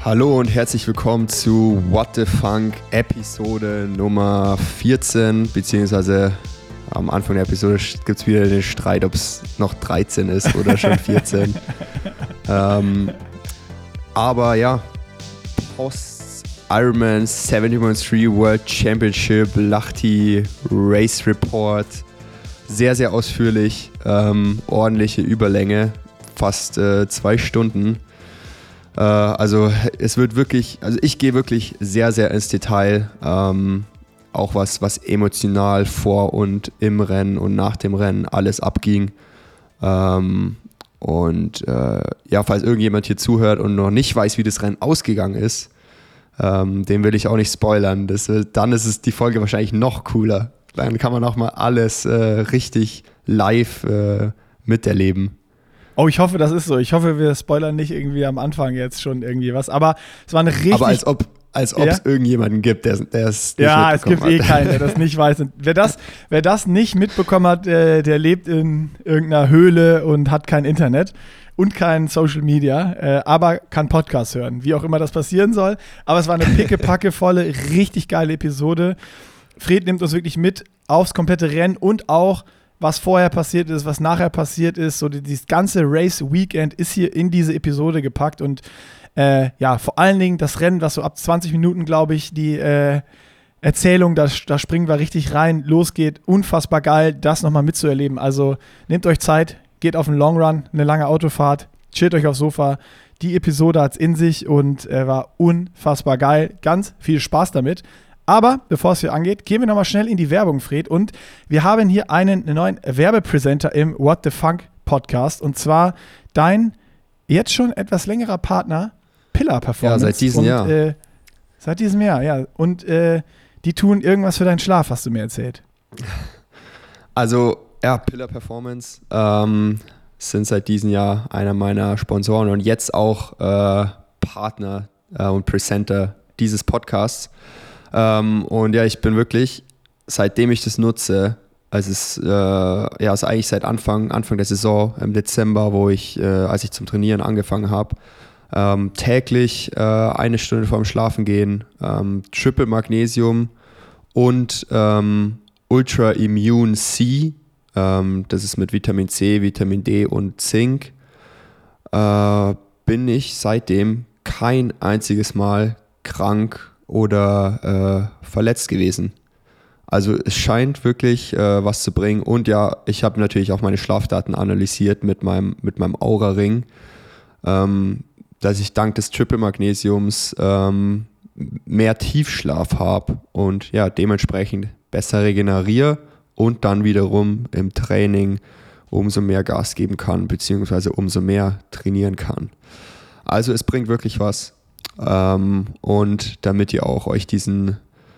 Hallo und herzlich willkommen zu What the Funk Episode Nummer 14, beziehungsweise am Anfang der Episode gibt es wieder den Streit, ob es noch 13 ist oder schon 14. Aber ja, Post-Ironman 70.3 World Championship, Lahti Race Report, sehr, sehr ausführlich, ordentliche Überlänge, fast 2 Stunden. Also es wird wirklich, also ich gehe wirklich sehr, sehr ins Detail, auch was emotional vor und im Rennen und nach dem Rennen alles abging. Falls irgendjemand hier zuhört und noch nicht weiß, wie das Rennen ausgegangen ist, den will ich auch nicht spoilern. Dann ist die Folge wahrscheinlich noch cooler. Dann kann man auch mal alles richtig live miterleben. Oh, ich hoffe, das ist so. Ich hoffe, wir spoilern nicht irgendwie am Anfang jetzt schon irgendwie was. Aber es war eine richtig... Aber als ob es irgendjemanden gibt, der es nicht mitbekommen hat. Ja, es gibt keinen, der das nicht weiß. Und wer das nicht mitbekommen hat, der lebt in irgendeiner Höhle und hat kein Internet und kein Social Media, aber kann Podcast hören, wie auch immer das passieren soll. Aber es war eine pickepackevolle, richtig geile Episode. Fred nimmt uns wirklich mit aufs komplette Rennen und auch was vorher passiert ist, was nachher passiert ist. So dieses ganze Race-Weekend ist hier in diese Episode gepackt. Und vor allen Dingen das Rennen, was so ab 20 Minuten, glaube ich, die Erzählung, da springen wir richtig rein, losgeht. Unfassbar geil, das nochmal mitzuerleben. Also nehmt euch Zeit, geht auf einen Long Run, eine lange Autofahrt, chillt euch aufs Sofa. Die Episode hat's in sich und war unfassbar geil. Ganz viel Spaß damit. Aber bevor es hier angeht, gehen wir nochmal schnell in die Werbung, Fred. Und wir haben hier einen neuen Werbepräsenter im What the Funk Podcast. Und zwar dein jetzt schon etwas längerer Partner, Pillar Performance. Ja, seit diesem Jahr. Seit diesem Jahr, ja. Und die tun irgendwas für deinen Schlaf, hast du mir erzählt. Also, ja, Pillar Performance sind seit diesem Jahr einer meiner Sponsoren und jetzt auch Partner und Presenter dieses Podcasts. Ich bin wirklich, seitdem ich das nutze, also eigentlich seit Anfang der Saison im Dezember, als ich zum Trainieren angefangen habe, täglich 1 Stunde vorm Schlafen gehen, Triple Magnesium und Ultra Immune C, das ist mit Vitamin C, Vitamin D und Zink, bin ich seitdem kein einziges Mal krank oder verletzt gewesen. Also es scheint wirklich was zu bringen. Und ja, ich habe natürlich auch meine Schlafdaten analysiert mit meinem Aura-Ring, dass ich dank des Triple Magnesiums mehr Tiefschlaf habe und ja, dementsprechend besser regeneriere und dann wiederum im Training umso mehr Gas geben kann, beziehungsweise umso mehr trainieren kann. Also es bringt wirklich was. Und damit ihr auch euch diesen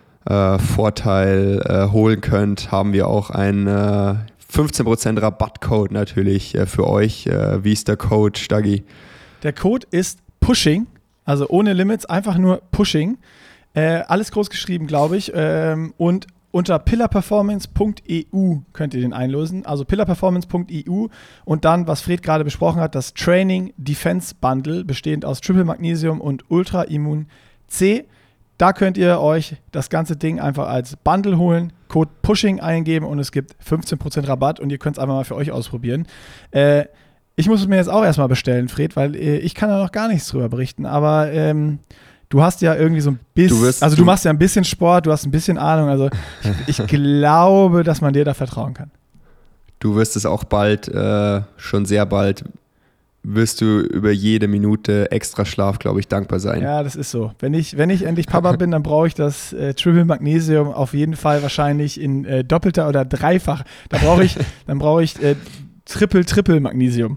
Vorteil holen könnt, haben wir auch einen 15% Rabattcode natürlich für euch. Wie ist der Code, Staggi? Der Code ist PUSHING, also ohne Limits, einfach nur PUSHING. Alles groß geschrieben, glaube ich. Und unter pillarperformance.eu könnt ihr den einlösen. Also pillarperformance.eu und dann, was Fred gerade besprochen hat, das Training Defense Bundle, bestehend aus Triple Magnesium und Ultra Immun C. Da könnt ihr euch das ganze Ding einfach als Bundle holen, Code PUSHING eingeben und es gibt 15% Rabatt und ihr könnt es einfach mal für euch ausprobieren. Ich muss es mir jetzt auch erstmal bestellen, Fred, weil ich kann da noch gar nichts drüber berichten, aber du hast ja irgendwie so ein bisschen, du machst ja ein bisschen Sport, du hast ein bisschen Ahnung, also ich glaube, dass man dir da vertrauen kann. Du wirst es auch bald, schon sehr bald, wirst du über jede Minute extra Schlaf, glaube ich, dankbar sein. Ja, das ist so. Wenn ich endlich Papa bin, dann brauche ich das Triple Magnesium auf jeden Fall wahrscheinlich in doppelter oder dreifach. Dann brauche ich Triple Magnesium.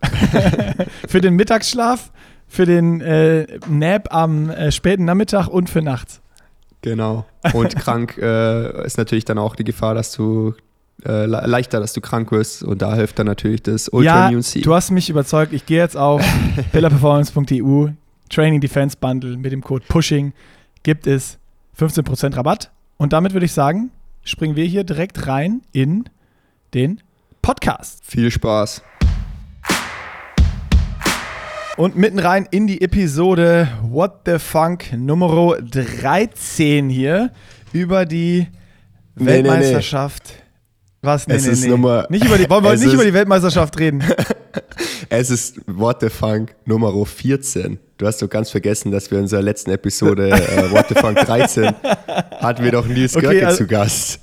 Für den Mittagsschlaf, für den Nap am späten Nachmittag und für nachts. Genau. Und krank ist natürlich dann auch die Gefahr, dass du leichter, dass du krank wirst und da hilft dann natürlich das Ultra Immune C. Du hast mich überzeugt. Ich gehe jetzt auf pillarperformance.eu Training Defense Bundle mit dem Code PUSHING gibt es 15% Rabatt und damit würde ich sagen, springen wir hier direkt rein in den Podcast. Viel Spaß. Und mitten rein in die Episode What the Funk Nummer 13 hier über die Weltmeisterschaft. Was? Nicht über die Weltmeisterschaft reden. Es ist What the Funk Nummer 14. Du hast doch ganz vergessen, dass wir in unserer letzten Episode What the Funk 13 hatten wir doch Nils Göcke zu Gast.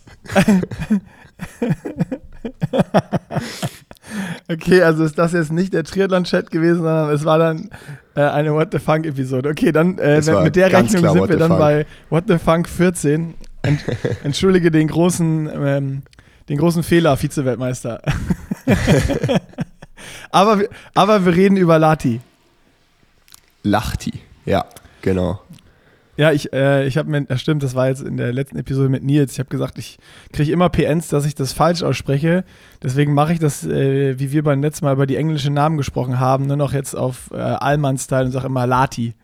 Okay, also ist das jetzt nicht der Triathlon-Chat gewesen, sondern es war dann eine What the Funk-Episode. Okay, dann mit der Rechnung sind wir dann bei What the Funk 14. Entschuldige den großen Fehler, Vize-Weltmeister. aber wir reden über Lati. Lachti, ja, genau. Ja, ich habe mir, das stimmt, das war jetzt in der letzten Episode mit Nils, ich habe gesagt, ich kriege immer PNs, dass ich das falsch ausspreche, deswegen mache ich das, wie wir beim letzten Mal über die englischen Namen gesprochen haben, nur noch jetzt auf Allmann-Style und sage immer Lati.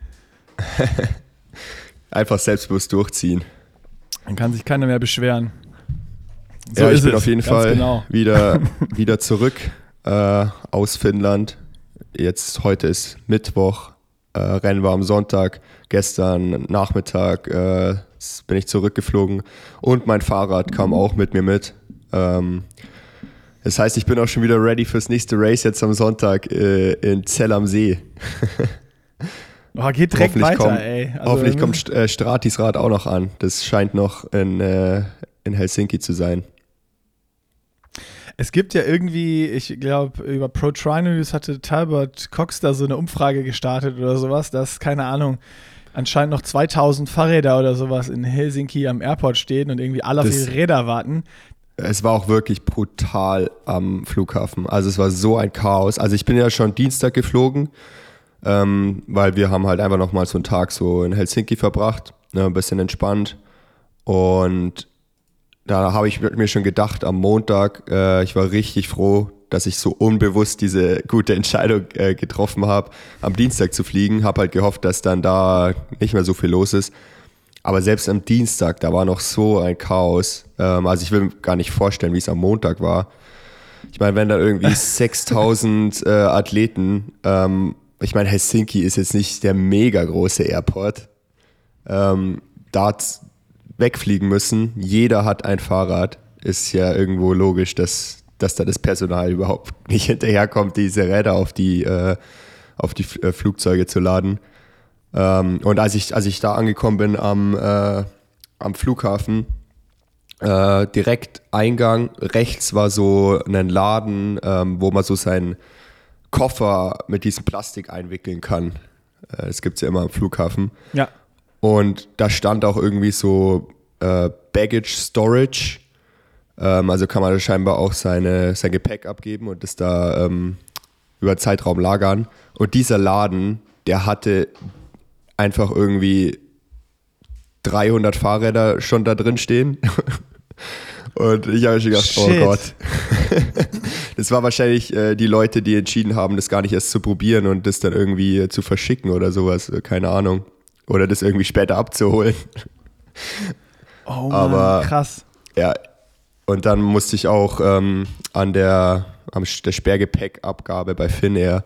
Einfach selbstbewusst durchziehen. Dann kann sich keiner mehr beschweren. So ja, ich bin auf jeden Fall wieder zurück aus Finnland. Heute ist Mittwoch, Rennen war am Sonntag. Gestern Nachmittag bin ich zurückgeflogen und mein Fahrrad kam auch mit mir mit. Das heißt, ich bin auch schon wieder ready fürs nächste Race jetzt am Sonntag in Zell am See. Oh, geht direkt weiter, ey. Also, hoffentlich kommt Stratis Rad auch noch an. Das scheint noch in Helsinki zu sein. Es gibt ja irgendwie, ich glaube, über Pro Tri-News hatte Talbot Cox da so eine Umfrage gestartet oder sowas, dass, keine Ahnung, anscheinend noch 2000 Fahrräder oder sowas in Helsinki am Airport stehen und irgendwie alle auf ihre Räder warten. Es war auch wirklich brutal am Flughafen. Also es war so ein Chaos. Also ich bin ja schon Dienstag geflogen, weil wir haben halt einfach nochmal so einen Tag so in Helsinki verbracht, ne, ein bisschen entspannt. Und da habe ich mir schon gedacht, am Montag, ich war richtig froh, dass ich so unbewusst diese gute Entscheidung getroffen habe, am Dienstag zu fliegen. Habe halt gehofft, dass dann da nicht mehr so viel los ist. Aber selbst am Dienstag, da war noch so ein Chaos. Also ich will mir gar nicht vorstellen, wie es am Montag war. Ich meine, wenn da irgendwie 6000 Athleten, ich meine, Helsinki ist jetzt nicht der mega große Airport, da wegfliegen müssen. Jeder hat ein Fahrrad. Ist ja irgendwo logisch, dass da das Personal überhaupt nicht hinterherkommt, diese Räder auf die Flugzeuge zu laden. Und als ich da angekommen bin am Flughafen, direkt Eingang, rechts war so ein Laden, wo man so seinen Koffer mit diesem Plastik einwickeln kann. Das gibt es ja immer am Flughafen. Ja. Und da stand auch irgendwie so Baggage Storage. Also kann man da scheinbar auch sein Gepäck abgeben und das da über Zeitraum lagern. Und dieser Laden, der hatte einfach irgendwie 300 Fahrräder schon da drin stehen. Und ich habe schon gedacht, oh Gott. Das war wahrscheinlich die Leute, die entschieden haben, das gar nicht erst zu probieren und das dann irgendwie zu verschicken oder sowas. Keine Ahnung. Oder das irgendwie später abzuholen. Oh Mann, aber krass. Ja, und dann musste ich auch an der Sperrgepäckabgabe bei Finnair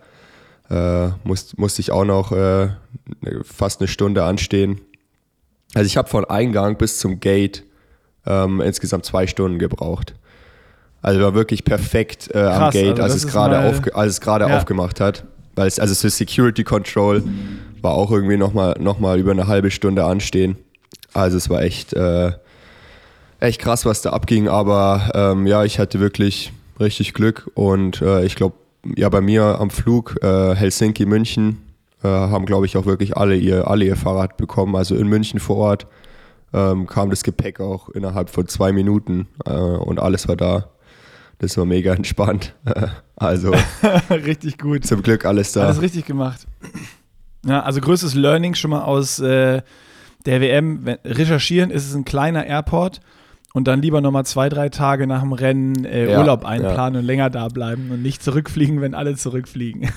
musste ich auch noch fast eine Stunde anstehen. Also ich habe von Eingang bis zum Gate insgesamt 2 Stunden gebraucht. Also war wirklich perfekt am Gate, als es gerade aufgemacht hat. Weil es, also für Security Control war auch irgendwie noch mal über eine halbe Stunde anstehen. Also es war echt krass, was da abging. Aber ich hatte wirklich richtig Glück. Und ich glaube, ja, bei mir am Flug Helsinki-München haben, glaube ich, auch wirklich alle ihr Fahrrad bekommen. Also in München vor Ort kam das Gepäck auch innerhalb von 2 Minuten und alles war da. Das war mega entspannt. Also richtig gut. Zum Glück alles da. Alles richtig gemacht. Ja, also größtes Learning schon mal aus der WM. Recherchieren, ist es ein kleiner Airport und dann lieber nochmal 2-3 Tage nach dem Rennen Urlaub einplanen und länger da bleiben und nicht zurückfliegen, wenn alle zurückfliegen.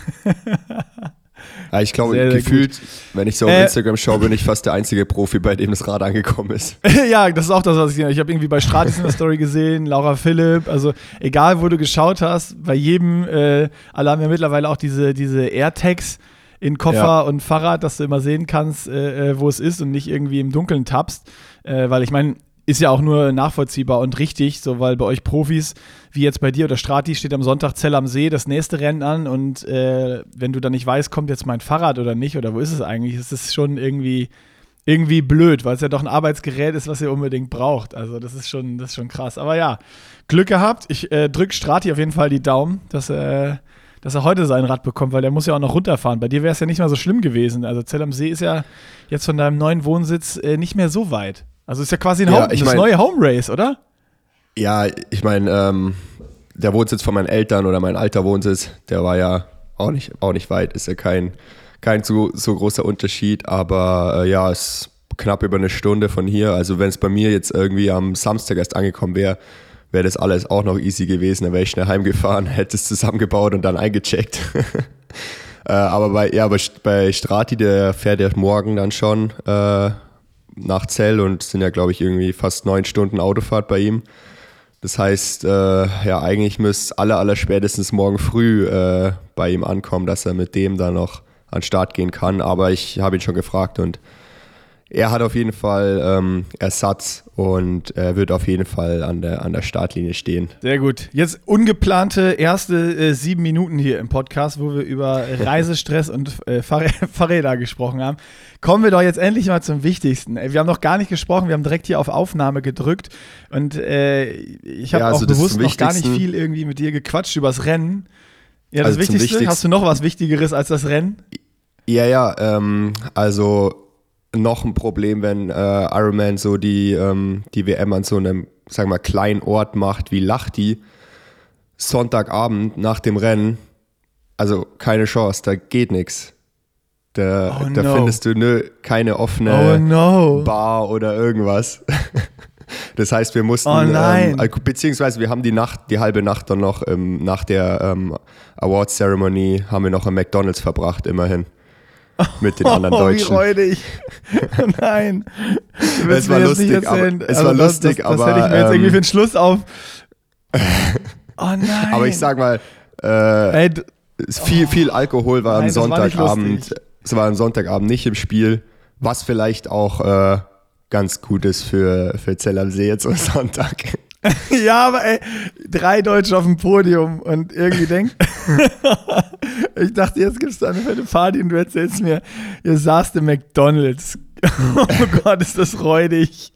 Ja, ich glaube, gefühlt, wenn ich so auf Instagram schaue, bin ich fast der einzige Profi, bei dem das Rad angekommen ist. Ja, das ist auch das, was ich gesehen habe. Ich habe irgendwie bei Stratis in der Story gesehen, Laura Philipp, also egal, wo du geschaut hast, bei jedem, alle haben ja mittlerweile auch diese AirTags in Koffer und Fahrrad, dass du immer sehen kannst, wo es ist und nicht irgendwie im Dunkeln tappst. Weil ich meine, ist ja auch nur nachvollziehbar und richtig, so, weil bei euch Profis, wie jetzt bei dir oder Strati, steht am Sonntag Zell am See das nächste Rennen an und wenn du dann nicht weißt, kommt jetzt mein Fahrrad oder nicht oder wo ist es eigentlich, ist es schon irgendwie blöd, weil es ja doch ein Arbeitsgerät ist, was ihr unbedingt braucht. Also das ist schon krass. Aber ja, Glück gehabt. Ich drücke Strati auf jeden Fall die Daumen, dass er heute sein Rad bekommt, weil der muss ja auch noch runterfahren. Bei dir wäre es ja nicht mal so schlimm gewesen. Also Zell am See ist ja jetzt von deinem neuen Wohnsitz nicht mehr so weit. Also ist ja quasi das neue Home Race, oder? Ja, ich meine, der Wohnsitz von meinen Eltern oder mein alter Wohnsitz, der war ja auch nicht weit. Ist ja kein so großer Unterschied, aber es ist knapp über eine Stunde von hier. Also wenn es bei mir jetzt irgendwie am Samstag erst angekommen wäre das alles auch noch easy gewesen. Dann wäre ich schnell heimgefahren, hätte es zusammengebaut und dann eingecheckt. Aber bei Strati, der fährt ja morgen dann schon nach Zell und sind ja, glaube ich, irgendwie fast 9 Stunden Autofahrt bei ihm. Das heißt, eigentlich müsste aller spätestens morgen früh bei ihm ankommen, dass er mit dem dann noch an den Start gehen kann. Aber ich habe ihn schon gefragt und er hat auf jeden Fall Ersatz und er wird auf jeden Fall an der Startlinie stehen. Sehr gut. Jetzt ungeplante erste 7 Minuten hier im Podcast, wo wir über Reisestress und Fahrräder gesprochen haben. Kommen wir doch jetzt endlich mal zum Wichtigsten. Wir haben noch gar nicht gesprochen, wir haben direkt hier auf Aufnahme gedrückt und ich habe auch bewusst noch gar nicht viel irgendwie mit dir gequatscht übers Rennen. Ja, das Wichtigste, hast du noch was Wichtigeres als das Rennen? Ja, also noch ein Problem, wenn Ironman so die WM an so einem, sagen wir mal, kleinen Ort macht wie Lahti, Sonntagabend nach dem Rennen, also keine Chance, da geht nichts. Da findest du keine offene Bar oder irgendwas. Das heißt, wir mussten, beziehungsweise wir haben die halbe Nacht dann noch nach der Awards Ceremony haben wir noch im McDonald's verbracht, immerhin. Mit den anderen Deutschen. Wie räudig. Oh nein. Es war lustig, aber das hätte ich mir jetzt irgendwie für den Schluss auf. Oh nein. Aber ich sag mal, viel Alkohol war am Sonntagabend. Es war am Sonntagabend nicht im Spiel, was vielleicht auch ganz gut ist für Zell am See jetzt am Sonntag. Ja, aber 3 Deutsche auf dem Podium und irgendwie ich dachte, jetzt gibt es da eine fette Party und du erzählst mir, ihr saßt im McDonald's. Oh Gott, ist das räudig.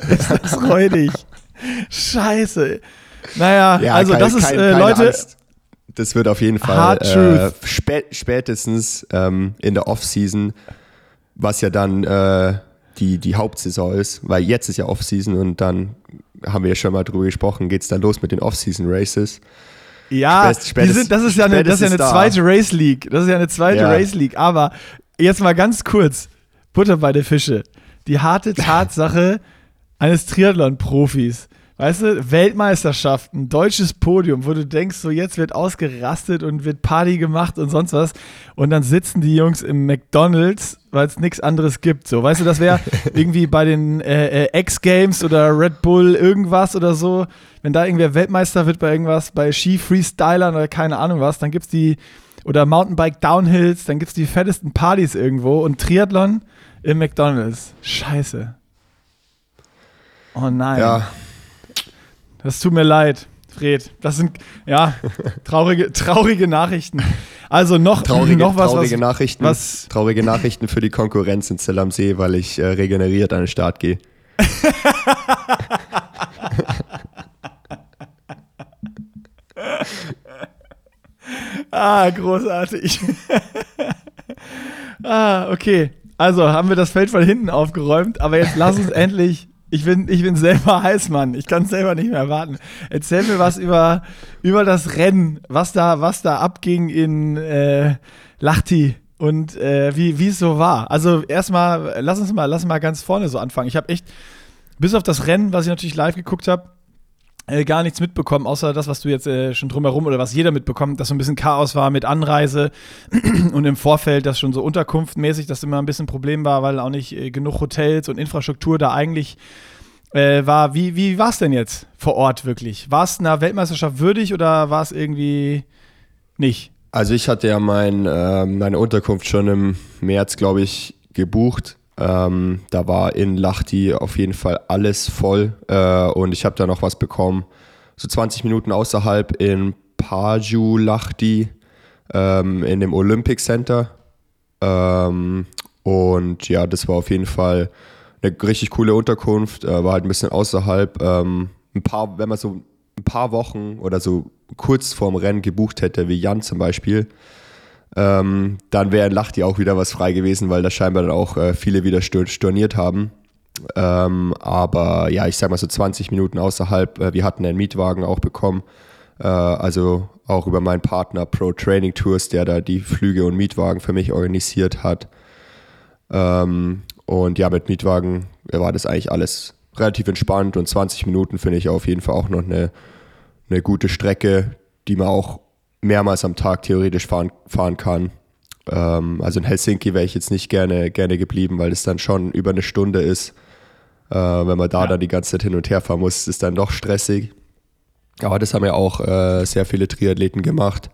Scheiße. Naja, ja, also das ist, Leute. Angst. Das wird auf jeden Fall spätestens in der Off-Season, was ja dann die Hauptsaison ist, weil jetzt ist ja Off-Season und dann haben wir ja schon mal drüber gesprochen, geht es dann los mit den Off-Season-Races. Ja, das ist ja eine zweite Race League. Das ist ja eine zweite Race League. Aber jetzt mal ganz kurz, Butter bei der Fische. Die harte Tatsache eines Triathlon-Profis. Weißt du, Weltmeisterschaften, deutsches Podium, wo du denkst, so jetzt wird ausgerastet und wird Party gemacht und sonst was. Und dann sitzen die Jungs im McDonald's, weil es nichts anderes gibt. So, weißt du, das wäre irgendwie bei den X-Games oder Red Bull irgendwas oder so. Wenn da irgendwer Weltmeister wird bei irgendwas, bei Ski-Freestylern oder keine Ahnung was, dann gibt's oder Mountainbike Downhills, dann gibt's die fettesten Partys irgendwo und Triathlon im McDonald's. Scheiße. Oh nein. Ja. Das tut mir leid, Fred. Das sind, traurige Nachrichten. Also noch traurige Nachrichten für die Konkurrenz in Zell am See, weil ich regeneriert an den Start gehe. Großartig. Okay. Also haben wir das Feld von hinten aufgeräumt, aber jetzt lass uns endlich. Ich bin selber heiß, Mann. Ich kann es selber nicht mehr erwarten. Erzähl mir was über das Rennen, was da abging in Lahti und wie es so war. Also erstmal, lass mal ganz vorne so anfangen. Ich habe echt, bis auf das Rennen, was ich natürlich live geguckt habe, gar nichts mitbekommen, außer das, was du jetzt schon drumherum oder was jeder mitbekommt, dass so ein bisschen Chaos war mit Anreise und im Vorfeld, dass schon so unterkunftmäßig das immer ein bisschen ein Problem war, weil auch nicht genug Hotels und Infrastruktur da eigentlich war. Wie war es denn jetzt vor Ort wirklich? War es einer Weltmeisterschaft würdig oder war es irgendwie nicht? Also ich hatte ja meine Unterkunft schon im März, glaube ich, gebucht. Da war in Lahti auf jeden Fall alles voll und ich habe da noch was bekommen. So 20 Minuten außerhalb in Paju-Lahti in dem Olympic Center. Und ja, das war auf jeden Fall eine richtig coole Unterkunft. War halt ein bisschen außerhalb. Wenn man so ein paar Wochen oder so kurz vorm Rennen gebucht hätte, wie Jan zum Beispiel, dann wäre in Lahti auch wieder was frei gewesen, weil da scheinbar dann auch viele wieder storniert haben. Aber ja, ich sag mal so 20 Minuten außerhalb. Wir hatten einen Mietwagen auch bekommen, also auch über meinen Partner Pro Training Tours, der da die Flüge und Mietwagen für mich organisiert hat. Und ja, mit Mietwagen war das eigentlich alles relativ entspannt und 20 Minuten finde ich auf jeden Fall auch noch eine gute Strecke, die man auch mehrmals am Tag theoretisch fahren kann. Also in Helsinki wäre ich jetzt nicht gerne geblieben, weil es dann schon über eine Stunde ist. Wenn man da dann die ganze Zeit hin und her fahren muss, ist dann doch stressig. Aber das haben ja auch sehr viele Triathleten gemacht.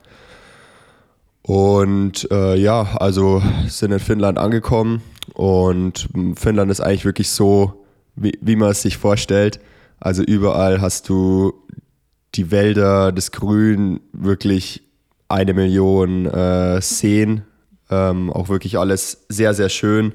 Und ja, also sind in Finnland angekommen und Finnland ist eigentlich wirklich so, wie man es sich vorstellt. Also überall hast du die Wälder, das Grün, wirklich 1 Million Seen, auch wirklich alles sehr, sehr schön.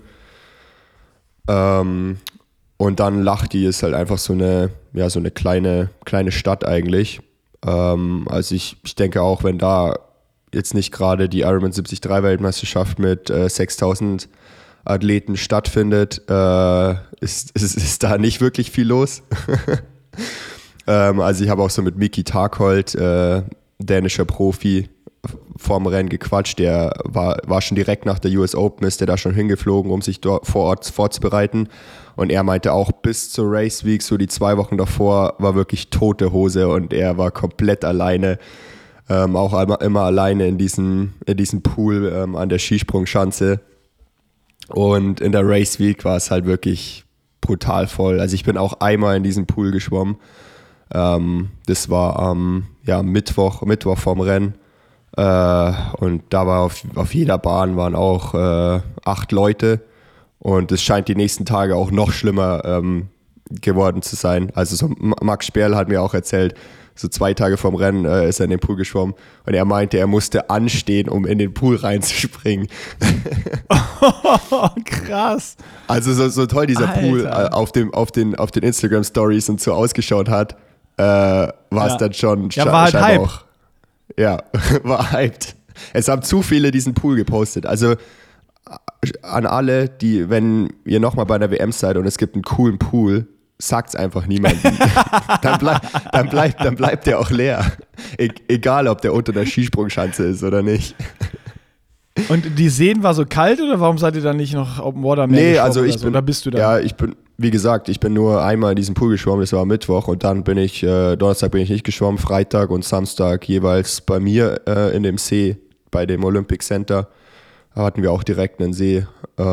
Und dann Lahti ist halt einfach so eine kleine Stadt eigentlich. Also ich denke auch, wenn da jetzt nicht gerade die Ironman 73-Weltmeisterschaft mit 6.000 Athleten stattfindet, ist da nicht wirklich viel los. Also ich habe auch so mit Miki Tarkold, dänischer Profi, vorm Rennen gequatscht. Der war schon direkt nach der US Open, ist der da schon hingeflogen, um sich dort vor Ort vorzubereiten. Und er meinte auch, bis zur Race Week, so die 2 Wochen davor, war wirklich tote Hose und er war komplett alleine. Auch immer alleine in diesem Pool an der Skisprungschanze. Und in der Race Week war es halt wirklich brutal voll. Also ich bin auch einmal in diesem Pool geschwommen. Das war am Mittwoch vorm Rennen. Und da war auf jeder Bahn waren auch 8 Leute. Und es scheint die nächsten Tage auch noch schlimmer geworden zu sein. Also so Max Sperl hat mir auch erzählt, so 2 Tage vorm Rennen ist er in den Pool geschwommen und er meinte, er musste anstehen, um in den Pool reinzuspringen. Oh, krass. Also so toll dieser Alter. Pool auf den Instagram-Stories und so ausgeschaut hat, war es dann schon war halt Hype. Auch, ja, war hyped. Es haben zu viele diesen Pool gepostet. Also an alle, die, wenn ihr nochmal bei einer WM seid und es gibt einen coolen Pool, sagt's einfach niemandem. dann bleibt der auch leer. Egal, ob der unter der Skisprungschanze ist oder nicht. Und die Seen war so kalt oder warum seid ihr dann nicht noch Open Water mehr? Nee, also oder bist du da? Ja, wie gesagt, ich bin nur einmal in diesem Pool geschwommen, das war Mittwoch und dann Donnerstag bin ich nicht geschwommen, Freitag und Samstag jeweils bei mir in dem See, bei dem Olympic Center. Da hatten wir auch direkt einen See.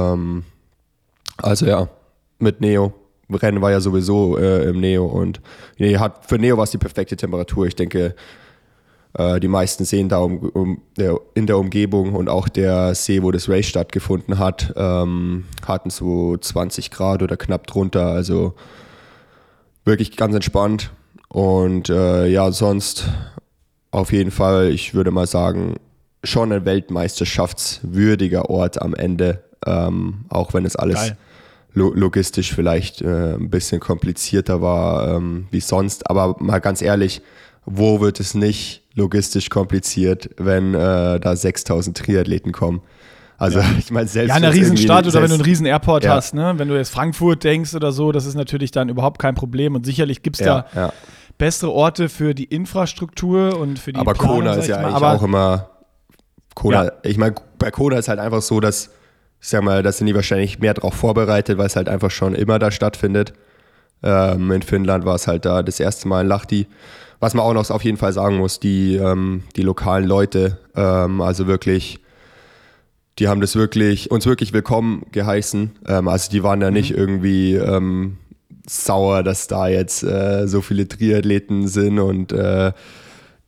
Also ja, mit Neo. Rennen war ja sowieso im Neo und für Neo war es die perfekte Temperatur. Ich denke, die meisten Seen da in der Umgebung und auch der See, wo das Race stattgefunden hat, hatten so 20 Grad oder knapp drunter. Also wirklich ganz entspannt. Und sonst auf jeden Fall, ich würde mal sagen, schon ein weltmeisterschaftswürdiger Ort am Ende, auch wenn es alles logistisch vielleicht ein bisschen komplizierter war wie sonst. Aber mal ganz ehrlich, wo wird es nicht logistisch kompliziert, wenn da 6.000 Triathleten kommen? Also ich meine, selbst in einer Riesenstadt oder wenn du einen riesen Airport hast, ne? Wenn du jetzt Frankfurt denkst oder so, das ist natürlich dann überhaupt kein Problem und sicherlich gibt es da bessere Orte für die Infrastruktur und für die Aber Planung, Kona ist ja eigentlich auch immer ich meine, bei Kona ist halt einfach so, dass ich sag mal, da sind die wahrscheinlich mehr drauf vorbereitet, weil es halt einfach schon immer da stattfindet. In Finnland war es halt da das erste Mal in Lahti. Was man auch noch auf jeden Fall sagen muss, die lokalen Leute, also wirklich, die haben uns wirklich willkommen geheißen. Also die waren da nicht irgendwie sauer, dass da jetzt so viele Triathleten sind und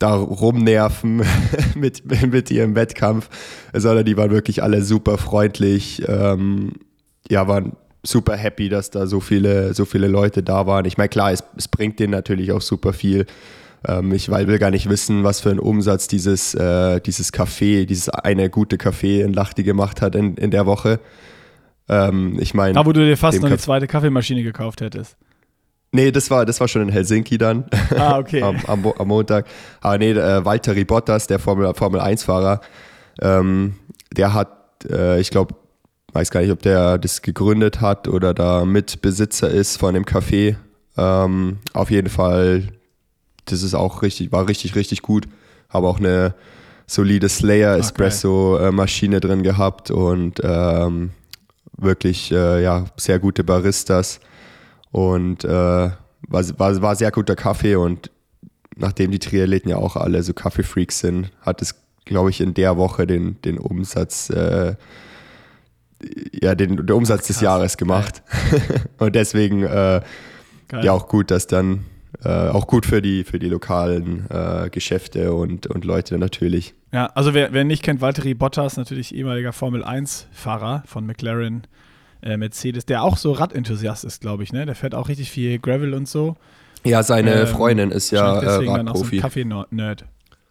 da rumnerven mit ihrem Wettkampf, sondern die waren wirklich alle super freundlich, waren super happy, dass da so viele Leute da waren. Ich meine, klar, es bringt denen natürlich auch super viel. Ich will gar nicht wissen, was für einen Umsatz dieses Café, dieses eine gute Café in Lahti gemacht hat in der Woche. Ich meine, da, wo du dir fast noch die zweite Kaffeemaschine gekauft hättest. Nee, das war schon in Helsinki dann. Ah, okay. am Montag. Aber nee, Valtteri Bottas, der Formel-1-Fahrer, der hat, ich glaube, weiß gar nicht, ob der das gegründet hat oder da Mitbesitzer ist von dem Café. Auf jeden Fall, das ist auch war richtig gut. Habe auch eine solide Slayer-Espresso-Maschine drin gehabt und wirklich, sehr gute Baristas. Und war sehr guter Kaffee, und nachdem die Triathleten ja auch alle so Kaffeefreaks sind, hat es, glaube ich, in der Woche den Umsatz, den Umsatz des Jahres gemacht. Und deswegen auch gut, dass dann auch gut für die lokalen Geschäfte und Leute natürlich. Ja, also wer nicht kennt, Valtteri Bottas, natürlich ehemaliger Formel-1-Fahrer von McLaren, Mercedes, der auch so Radenthusiast ist, glaube ich, ne? Der fährt auch richtig viel Gravel und so. Ja, seine Freundin ist ja deswegen dann auch so Radprofi. ein Kaffee-Nerd.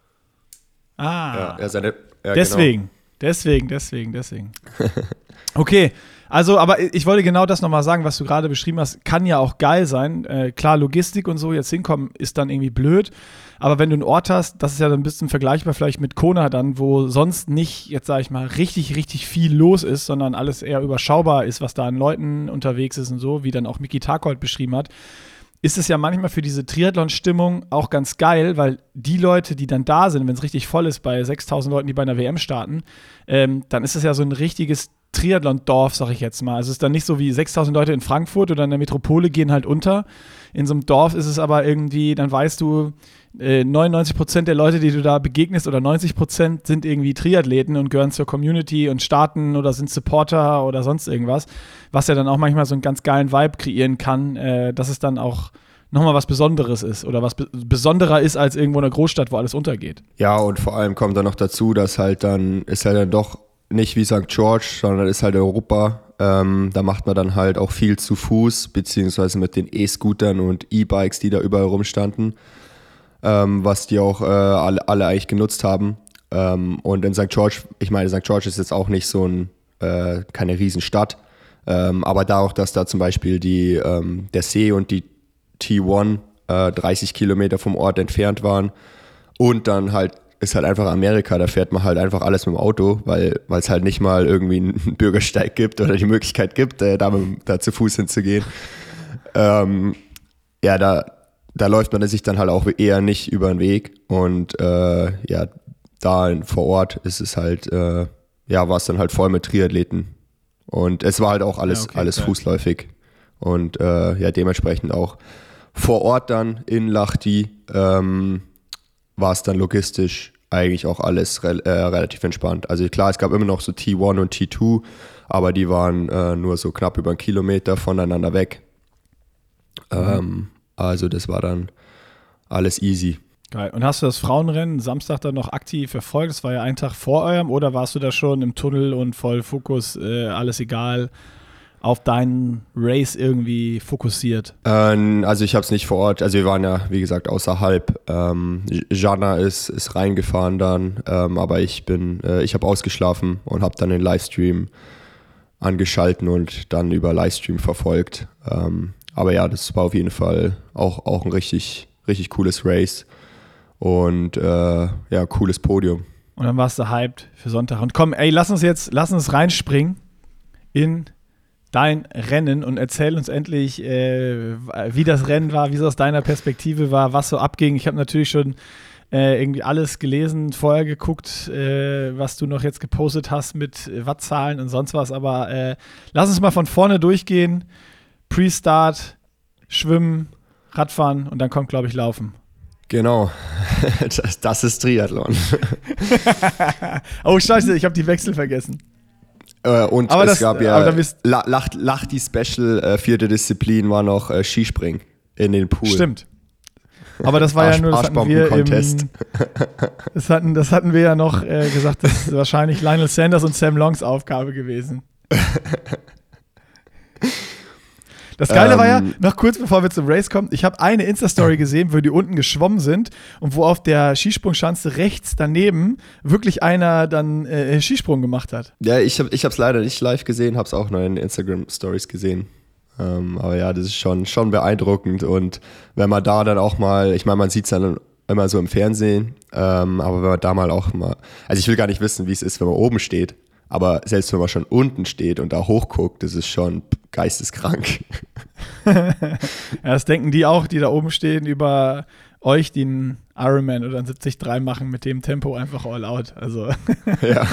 Ah, Genau. Deswegen. Okay, also, aber ich wollte genau das nochmal sagen, was du gerade beschrieben hast, kann ja auch geil sein. Klar, Logistik und so, jetzt hinkommen, ist dann irgendwie blöd. Aber wenn du einen Ort hast, das ist ja dann ein bisschen vergleichbar vielleicht mit Kona dann, wo sonst nicht, jetzt sage ich mal, richtig, richtig viel los ist, sondern alles eher überschaubar ist, was da an Leuten unterwegs ist und so, wie dann auch Miki Takold beschrieben hat, ist es ja manchmal für diese Triathlon-Stimmung auch ganz geil, weil die Leute, die dann da sind, wenn es richtig voll ist bei 6.000 Leuten, die bei einer WM starten, dann ist es ja so ein richtiges Triathlon-Dorf, sag ich jetzt mal. Also es ist dann nicht so wie 6.000 Leute in Frankfurt oder in der Metropole gehen halt unter. In so einem Dorf ist es aber irgendwie, dann weißt du, 99% der Leute, die du da begegnest, oder 90% sind irgendwie Triathleten und gehören zur Community und starten oder sind Supporter oder sonst irgendwas, was ja dann auch manchmal so einen ganz geilen Vibe kreieren kann, dass es dann auch nochmal was Besonderes ist oder was besonderer ist als irgendwo in einer Großstadt, wo alles untergeht. Ja, und vor allem kommt dann noch dazu, dass ist halt dann doch nicht wie St. George, sondern ist halt Europa. Da macht man dann halt auch viel zu Fuß, beziehungsweise mit den E-Scootern und E-Bikes, die da überall rumstanden, was die auch alle eigentlich genutzt haben. Und in St. George, ich meine, St. George ist jetzt auch nicht so keine Riesenstadt, aber dadurch, dass da zum Beispiel der See und die T1 30 Kilometer vom Ort entfernt waren und dann halt ist halt einfach Amerika, da fährt man halt einfach alles mit dem Auto, weil es halt nicht mal irgendwie einen Bürgersteig gibt oder die Möglichkeit gibt, da zu Fuß hinzugehen. Da läuft man sich dann halt auch eher nicht über den Weg, und da vor Ort ist es halt, war es dann halt voll mit Triathleten, und es war halt auch alles fußläufig, und dementsprechend auch vor Ort dann in Lahti war es dann logistisch eigentlich auch alles relativ entspannt. Also klar, es gab immer noch so T1 und T2, aber die waren nur so knapp über einen Kilometer voneinander weg. Also das war dann alles easy. Geil. Und hast du das Frauenrennen Samstag dann noch aktiv verfolgt? Das war ja ein Tag vor eurem, oder warst du da schon im Tunnel und voll Fokus, alles egal, auf deinen Race irgendwie fokussiert? Also ich habe es nicht vor Ort, also wir waren ja, wie gesagt, außerhalb. Jana ist reingefahren dann, aber ich habe ausgeschlafen und habe dann den Livestream angeschalten und dann über Livestream verfolgt. Aber ja, das war auf jeden Fall auch ein richtig, richtig cooles Race und cooles Podium. Und dann warst du hyped für Sonntag. Und komm, lass uns reinspringen in dein Rennen und erzähl uns endlich, wie das Rennen war, wie es aus deiner Perspektive war, was so abging. Ich habe natürlich schon irgendwie alles gelesen, vorher geguckt, was du noch jetzt gepostet hast mit Wattzahlen und sonst was, aber lass uns mal von vorne durchgehen. Pre-Start, Schwimmen, Radfahren und dann kommt, glaube ich, Laufen. Genau, das ist Triathlon. Oh scheiße, ich habe die Wechsel vergessen. Und aber es gab ja Lahti Special, 4. Disziplin war noch Skispringen in den Pool. Stimmt. Aber das war ja nur, das hatten wir Arschbomben-Contest. das hatten wir ja noch gesagt, das ist wahrscheinlich Lionel Sanders und Sam Longs Aufgabe gewesen. Das Geile war ja, noch kurz bevor wir zum Race kommen, ich habe eine Insta-Story gesehen, wo die unten geschwommen sind und wo auf der Skisprungschanze rechts daneben wirklich einer dann Skisprung gemacht hat. Ja, ich hab's leider nicht live gesehen, hab's auch nur in Instagram-Stories gesehen. Aber ja, das ist schon beeindruckend und wenn man da dann auch mal, ich meine, man sieht's dann immer so im Fernsehen, aber wenn man da mal auch mal, also ich will gar nicht wissen, wie es ist, wenn man oben steht, aber selbst wenn man schon unten steht und da hochguckt, das ist schon geisteskrank. Ja, das denken die auch, die da oben stehen, über euch, die einen Ironman oder einen 73 machen mit dem Tempo einfach all out. Also, Ja.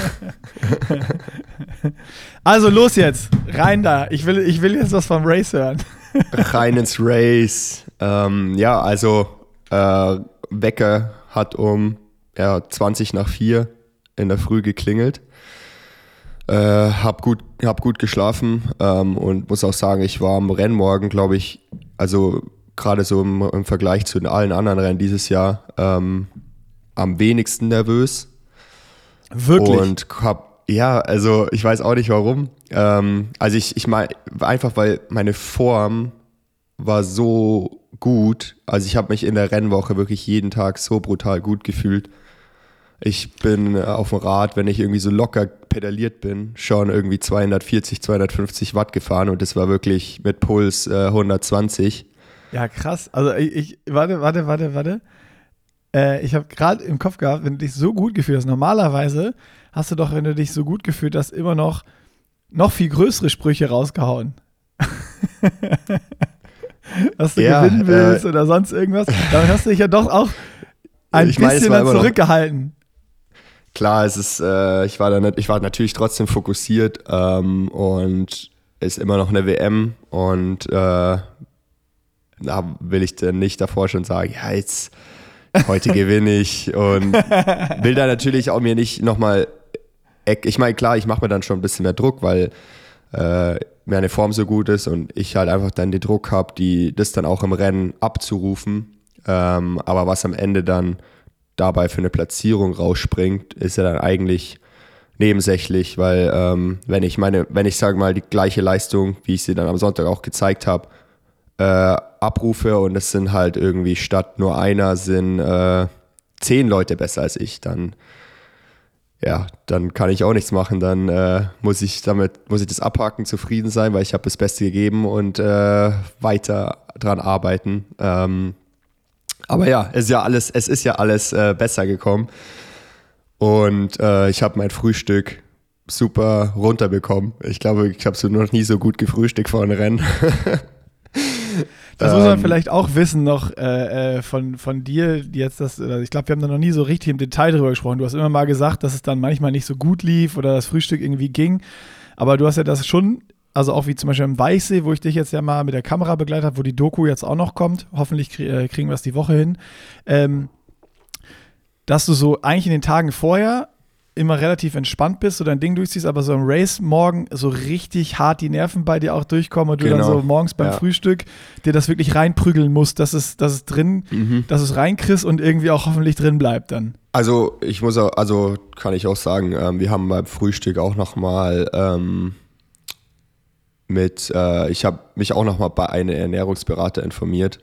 also los jetzt, rein da. Ich will jetzt was vom Race hören. Rein ins Race. Ja, also Wecker hat um 20 nach 4 in der Früh geklingelt. Hab gut geschlafen und muss auch sagen, ich war am Rennmorgen, glaube ich, also gerade so im Vergleich zu allen anderen Rennen dieses Jahr am wenigsten nervös. Wirklich? Und also ich weiß auch nicht warum. Also ich meine, einfach weil meine Form war so gut. Also ich habe mich in der Rennwoche wirklich jeden Tag so brutal gut gefühlt. Ich bin auf dem Rad, wenn ich irgendwie so locker pedaliert bin, schon irgendwie 240, 250 Watt gefahren und das war wirklich mit Puls 120. Ja, krass. Also warte. Ich habe gerade im Kopf gehabt, wenn du dich so gut gefühlt hast, normalerweise hast du doch, wenn du dich so gut gefühlt hast, immer noch viel größere Sprüche rausgehauen. Dass du gewinnen willst oder sonst irgendwas. Damit hast du dich ja doch auch ein bisschen dann zurückgehalten. Klar, es ist, ich war natürlich trotzdem fokussiert und ist immer noch eine WM und da will ich dann nicht davor schon sagen, ja, jetzt heute gewinne ich und will da natürlich auch mir nicht nochmal, ich meine, klar, ich mache mir dann schon ein bisschen mehr Druck, weil meine Form so gut ist und ich halt einfach dann den Druck habe, das dann auch im Rennen abzurufen, aber was am Ende dann dabei für eine Platzierung rausspringt, ist ja dann eigentlich nebensächlich, weil wenn ich sage mal die gleiche Leistung, wie ich sie dann am Sonntag auch gezeigt habe, abrufe und es sind halt irgendwie statt nur einer sind 10 Leute besser als ich, dann kann ich auch nichts machen, dann muss ich das abhaken, zufrieden sein, weil ich habe das Beste gegeben und weiter dran arbeiten. Aber ja, es ist ja alles besser gekommen. Und ich habe mein Frühstück super runterbekommen. Ich glaube, ich habe so noch nie so gut gefrühstückt vor einem Rennen. Das muss man vielleicht auch wissen noch von dir jetzt. Ich glaube, wir haben da noch nie so richtig im Detail drüber gesprochen. Du hast immer mal gesagt, dass es dann manchmal nicht so gut lief oder das Frühstück irgendwie ging. Aber du hast ja das schon, also auch wie zum Beispiel im Weichsee, wo ich dich jetzt ja mal mit der Kamera begleitet habe, wo die Doku jetzt auch noch kommt. Hoffentlich kriegen wir es die Woche hin. Dass du so eigentlich in den Tagen vorher immer relativ entspannt bist, so dein Ding durchziehst, aber so im Race morgen so richtig hart die Nerven bei dir auch durchkommen und du dann so morgens beim Frühstück dir das wirklich reinprügeln musst, dass es drin, dass es reinkriegst und irgendwie auch hoffentlich drin bleibt dann. Also kann ich auch sagen, wir haben beim Frühstück auch nochmal ich habe mich auch nochmal bei einem Ernährungsberater informiert,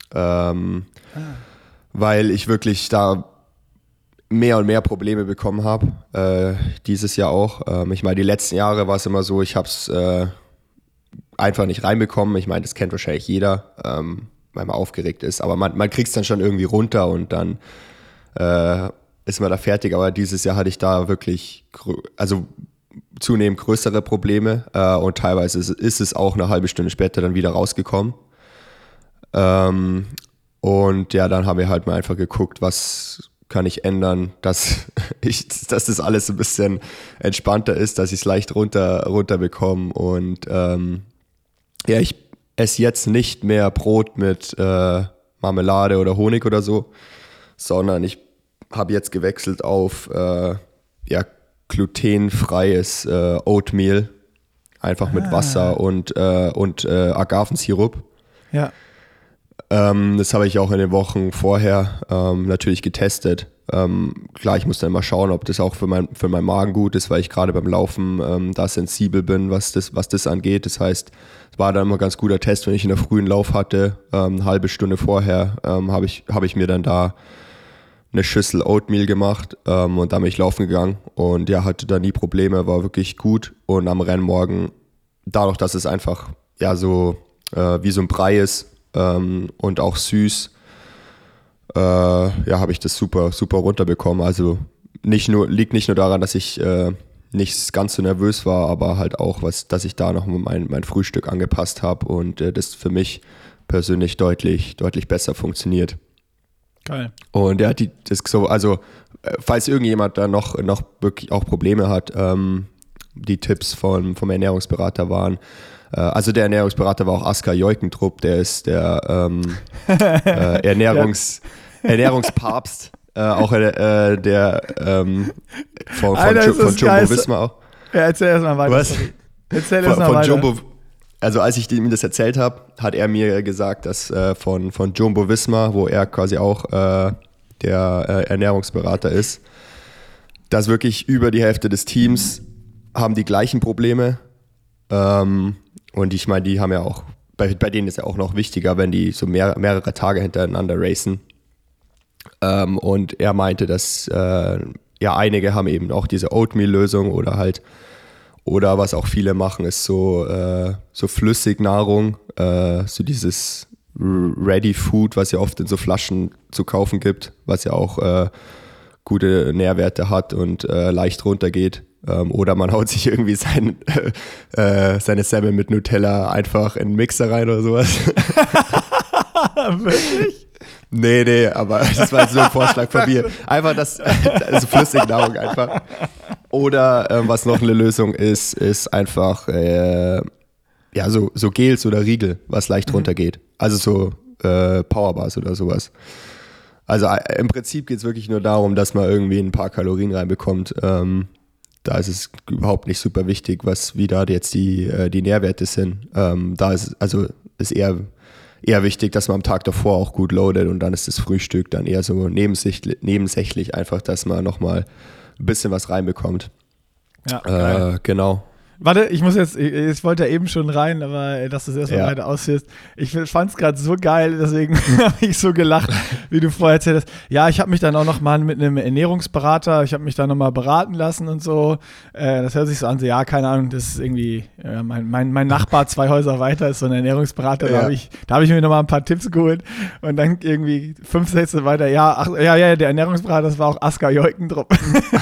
weil ich wirklich da mehr und mehr Probleme bekommen habe, dieses Jahr auch. Ich meine, die letzten Jahre war es immer so, ich habe es einfach nicht reinbekommen. Ich meine, das kennt wahrscheinlich jeder, weil man aufgeregt ist, aber man kriegt es dann schon irgendwie runter und dann ist man da fertig. Aber dieses Jahr hatte ich da wirklich zunehmend größere Probleme und teilweise ist es auch eine halbe Stunde später dann wieder rausgekommen. Und ja, dann haben wir halt mal einfach geguckt, was kann ich ändern, dass das alles ein bisschen entspannter ist, dass ich es leicht runter bekomme. Und ich esse jetzt nicht mehr Brot mit Marmelade oder Honig oder so, sondern ich habe jetzt gewechselt auf glutenfreies Oatmeal, einfach mit Wasser und Agavensirup. Ja. Das habe ich auch in den Wochen vorher natürlich getestet. Klar, ich muss dann mal schauen, ob das auch für meinen Magen gut ist, weil ich gerade beim Laufen da sensibel bin, was das angeht. Das heißt, es war dann immer ein ganz guter Test, wenn ich in der frühen Lauf hatte. Eine halbe Stunde vorher habe ich mir dann da eine Schüssel Oatmeal gemacht und da bin ich laufen gegangen und ja, hatte da nie Probleme, war wirklich gut. Und am Rennmorgen, dadurch, dass es einfach ja so wie so ein Brei ist und auch süß, habe ich das super, super runterbekommen. Also liegt nicht nur daran, dass ich nicht ganz so nervös war, aber halt auch, dass ich da noch mein Frühstück angepasst habe und das für mich persönlich deutlich, deutlich besser funktioniert. Geil. Und ja, falls irgendjemand da noch wirklich auch Probleme hat, die Tipps vom Ernährungsberater waren, also der Ernährungsberater war auch Askar Jeukentrup, der ist der Ernährungspapst, auch der von Jumbo Visma auch. Ja, erzähl erstmal weiter. Was? Erzähl erstmal weiter. Jumbo, also als ich ihm das erzählt habe, hat er mir gesagt, dass von Jumbo Visma, wo er quasi auch der Ernährungsberater ist, dass wirklich über die Hälfte des Teams haben die gleichen Probleme. Und ich meine, die haben ja auch, bei denen ist ja auch noch wichtiger, wenn die so mehrere Tage hintereinander racen. Und er meinte, dass einige haben eben auch diese Oatmeal-Lösung oder was auch viele machen, ist so Flüssignahrung, so dieses Ready Food, was ja oft in so Flaschen zu kaufen gibt, was ja auch gute Nährwerte hat und leicht runtergeht. Oder man haut sich irgendwie seine Semmel mit Nutella einfach in den Mixer rein oder sowas. Wirklich? Nee, aber das war so ein Vorschlag von mir. Einfach also Flüssignahrung einfach. Oder was noch eine Lösung ist einfach so Gels oder Riegel, was leicht runtergeht. Also so Powerbars oder sowas. Also im Prinzip geht es wirklich nur darum, dass man irgendwie ein paar Kalorien reinbekommt. Da ist es überhaupt nicht super wichtig, wie da jetzt die Nährwerte sind. Da ist eher wichtig, dass man am Tag davor auch gut loadet und dann ist das Frühstück dann eher so nebensächlich einfach, dass man nochmal ein bisschen was reinbekommt. Ja, genau. Warte, ich wollte ja eben schon rein, aber dass du es erstmal weiter ausführst. Ich fand es gerade so geil, deswegen habe ich so gelacht, wie du vorher erzählt hast. Ja, ich habe mich dann auch noch mal mit einem Ernährungsberater, ich habe mich da noch mal beraten lassen und so. Das hört sich so an, so, ja, keine Ahnung, das ist irgendwie, mein Nachbar 2 Häuser weiter ist so ein Ernährungsberater, da habe ich mir noch mal ein paar Tipps geholt und dann irgendwie 5 Sätze weiter, der Ernährungsberater, das war auch Askar Jeukentrup.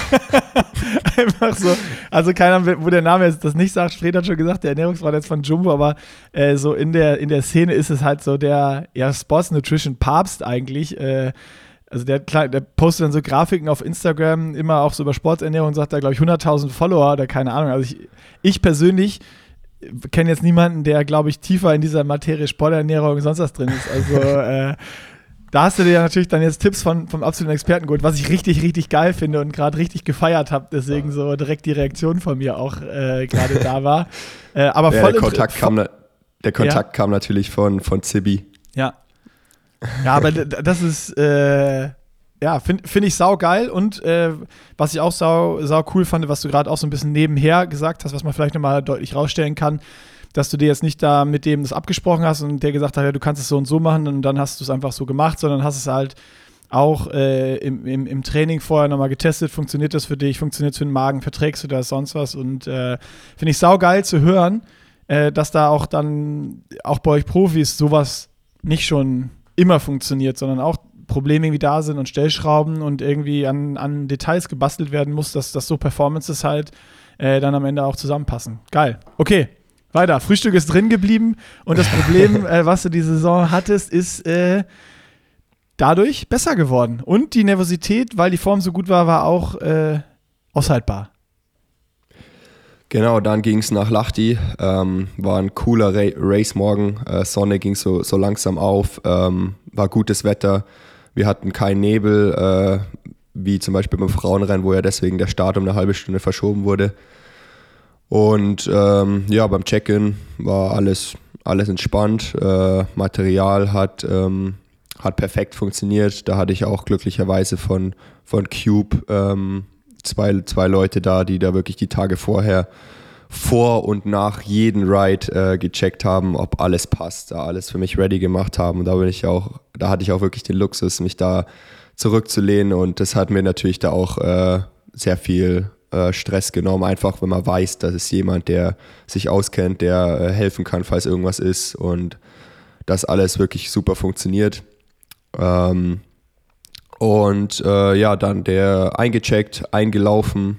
Einfach so, also keiner, wo der Name jetzt das nicht sagt, Fred hat schon gesagt, der Ernährungsberater ist von Jumbo, aber so in der Szene ist es halt so der Sports Nutrition Papst eigentlich, also der postet dann so Grafiken auf Instagram, immer auch so über Sporternährung, sagt da glaube ich 100.000 Follower oder keine Ahnung, also ich persönlich kenne jetzt niemanden, der glaube ich tiefer in dieser Materie Sporternährung und sonst was drin ist, also da hast du dir natürlich dann jetzt Tipps vom absoluten Experten geholt, was ich richtig, richtig geil finde und gerade richtig gefeiert habe. Deswegen so direkt die Reaktion von mir auch gerade da war. Aber voll der Kontakt kam natürlich von Zibi. Ja. Ja, aber das ist, finde ich saugeil. Und was ich auch sau cool fand, was du gerade auch so ein bisschen nebenher gesagt hast, was man vielleicht nochmal deutlich rausstellen kann, dass du dir jetzt nicht da mit dem das abgesprochen hast und der gesagt hat, ja, du kannst es so und so machen und dann hast du es einfach so gemacht, sondern hast es halt auch im Training vorher nochmal getestet, funktioniert das für dich, funktioniert es für den Magen, verträgst du das, sonst was und finde ich saugeil zu hören, dass da auch dann, auch bei euch Profis, sowas nicht schon immer funktioniert, sondern auch Probleme irgendwie da sind und Stellschrauben und irgendwie an Details gebastelt werden muss, dass so Performances halt dann am Ende auch zusammenpassen. Geil. Okay. Weiter, Frühstück ist drin geblieben und das Problem, was du die Saison hattest, ist dadurch besser geworden. Und die Nervosität, weil die Form so gut war auch aushaltbar. Genau, dann ging es nach Lahti, war ein cooler Race morgen, Sonne ging so langsam auf, war gutes Wetter, wir hatten keinen Nebel, wie zum Beispiel beim Frauenrennen, wo ja deswegen der Start um eine halbe Stunde verschoben wurde. Und beim Check-in war alles alles entspannt. Material hat perfekt funktioniert. Da hatte ich auch glücklicherweise von Cube zwei Leute da, die da wirklich die Tage vorher vor und nach jedem Ride gecheckt haben, ob alles passt, da alles für mich ready gemacht haben. Und da hatte ich auch wirklich den Luxus, mich da zurückzulehnen, und das hat mir natürlich da auch sehr viel Stress genommen, einfach wenn man weiß, dass es jemand, der sich auskennt, der helfen kann, falls irgendwas ist, und das alles wirklich super funktioniert. Dann der eingecheckt, eingelaufen,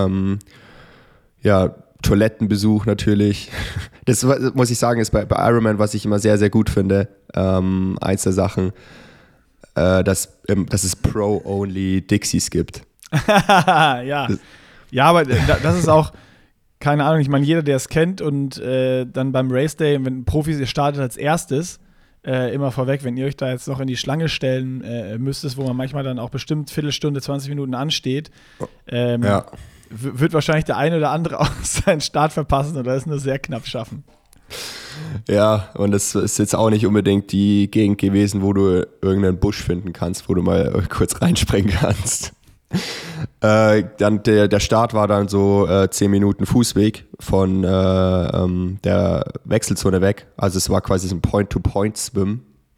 Toilettenbesuch natürlich. Das muss ich sagen, ist bei Ironman, was ich immer sehr, sehr gut finde, eins der Sachen, dass es Pro-Only Dixies gibt. Ja. Ja, aber das ist auch, keine Ahnung, ich meine, jeder, der es kennt, und dann beim Race Day, wenn Profis, ihr startet als erstes, immer vorweg, wenn ihr euch da jetzt noch in die Schlange stellen müsstet, wo man manchmal dann auch bestimmt Viertelstunde, 20 Minuten ansteht, wird wahrscheinlich der eine oder andere auch seinen Start verpassen oder es nur sehr knapp schaffen. Ja, und es ist jetzt auch nicht unbedingt die Gegend gewesen, wo du irgendeinen Busch finden kannst, wo du mal kurz reinspringen kannst. Dann der Start war dann so 10 Minuten Fußweg von der Wechselzone weg. Also es war quasi so ein Point-to-Point-Swim.